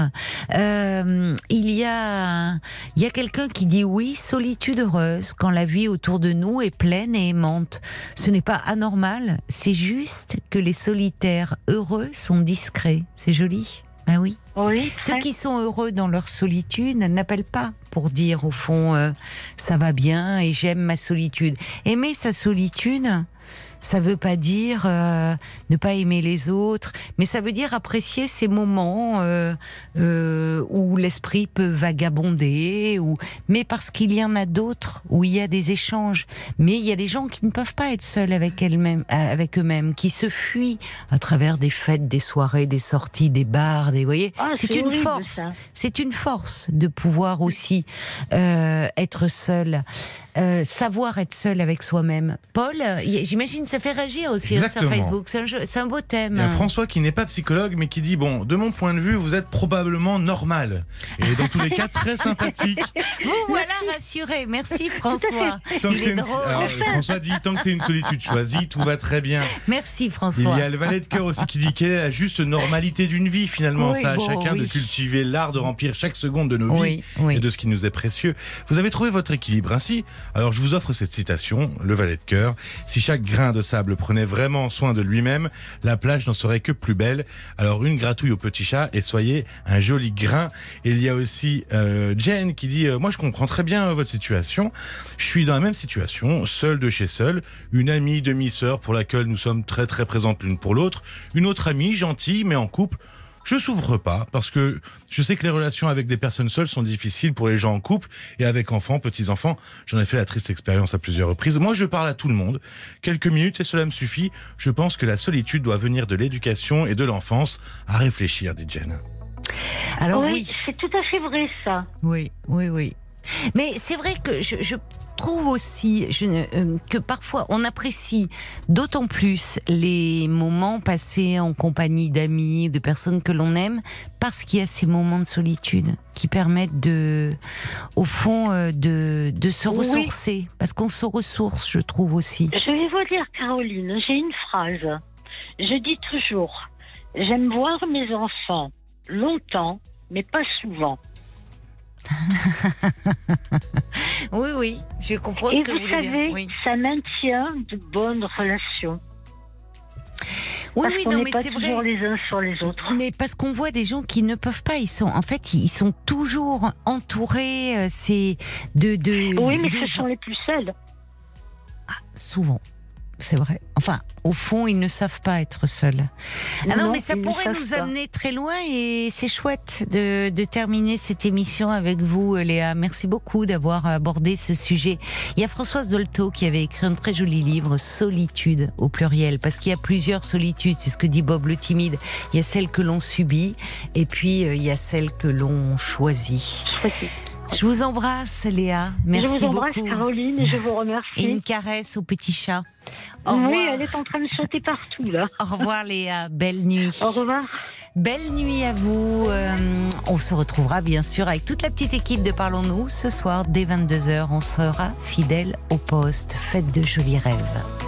Euh, il y a, il y a quelqu'un qui dit oui, solitude heureuse, quand la vie autour de nous est pleine et aimante. Ce n'est pas anormal, c'est juste que les solitaires heureux sont discrets. C'est joli. Ben oui. Oui. Ceux qui sont heureux dans leur solitude n'appellent pas pour dire au fond euh, ça va bien et j'aime ma solitude. Aimer sa solitude, ça veut pas dire euh, ne pas aimer les autres, mais ça veut dire apprécier ces moments euh, euh, où l'esprit peut vagabonder, ou... mais parce qu'il y en a d'autres où il y a des échanges. Mais il y a des gens qui ne peuvent pas être seuls avec elles-mêmes, avec eux-mêmes, qui se fuient à travers des fêtes, des soirées, des sorties, des bars, des, vous voyez, ah, c'est une horrible, force. Ça. C'est une force de pouvoir aussi euh, être seul. Euh, savoir être seul avec soi-même. Paul, j'imagine que ça fait réagir aussi hein, sur Facebook, c'est un, un beau thème. Il y a François qui n'est pas psychologue mais qui dit, bon, de mon point de vue, vous êtes probablement normal. Et dans tous les cas, très sympathique. Vous, voilà, rassuré. Merci François. Tant Il que est une... drôle. Alors, François dit tant que c'est une solitude choisie, tout va très bien. Merci François. Il y a le valet de cœur aussi qui dit quelle est la juste normalité d'une vie finalement. Oui, Ça à bon, chacun oui. de cultiver l'art de remplir chaque seconde de nos Oui, vies oui. et de ce qui nous est précieux. Vous avez trouvé votre équilibre ainsi. Alors je vous offre cette citation, le valet de cœur. Si chaque grain de sable prenait vraiment soin de lui-même, la plage n'en serait que plus belle. Alors une gratouille au petit chat et soyez un joli grain. Et il y a aussi euh, Jane qui dit euh, moi je comprends très bien euh, votre situation. Je suis dans la même situation, seul de chez seul, une amie demi-sœur pour laquelle nous sommes très très présentes l'une pour l'autre, une autre amie gentille mais en couple. Je souffre pas parce que je sais que les relations avec des personnes seules sont difficiles pour les gens en couple et avec enfants, petits-enfants. J'en ai fait la triste expérience à plusieurs reprises. Moi, je parle à tout le monde. Quelques minutes et cela me suffit. Je pense que la solitude doit venir de l'éducation et de l'enfance. À réfléchir, dit Jen. Alors oui, oui. c'est tout à fait vrai ça. Oui, oui, oui. Mais c'est vrai que je, je trouve aussi je, euh, que parfois on apprécie d'autant plus les moments passés en compagnie d'amis, de personnes que l'on aime, parce qu'il y a ces moments de solitude qui permettent de, au fond, euh, de, de se ressourcer. Oui. Parce qu'on se ressource, je trouve aussi. Je vais vous dire, Caroline, j'ai une phrase. Je dis toujours, j'aime voir mes enfants longtemps, mais pas souvent. Oui, oui, je comprends ce Et que vous vous voulez savez, dire. Oui. ça maintient de bonnes relations. Oui, parce oui, qu'on non, n'est mais pas c'est toujours vrai. les uns sur les autres. Mais parce qu'on voit des gens qui ne peuvent pas, ils sont, en fait, ils sont toujours entourés, euh, c'est de, de. Oui, mais de ce gens... sont les plus seuls. Ah, souvent. C'est vrai. Enfin, au fond, ils ne savent pas être seuls. Ah non, Non, mais ça ils ne pourrait savent nous pas. amener très loin et c'est chouette de, de terminer cette émission avec vous, Léa. Merci beaucoup d'avoir abordé ce sujet. Il y a Françoise Dolto qui avait écrit un très joli livre, Solitude, au pluriel, parce qu'il y a plusieurs solitudes, c'est ce que dit Bob le timide. Il y a celle que l'on subit et puis euh, il y a celle que l'on choisit. Choisis. Je vous embrasse, Léa. Merci beaucoup. Je vous embrasse, beaucoup. Caroline, et je vous remercie. Et une caresse au petit chat. Au oui, revoir. elle est en train de sauter partout, là. Au revoir, Léa. Belle nuit. Au revoir. Belle nuit à vous. Euh, on se retrouvera, bien sûr, avec toute la petite équipe de Parlons-nous. Ce soir, dès vingt-deux heures, on sera fidèle au poste. Faites de jolis rêves.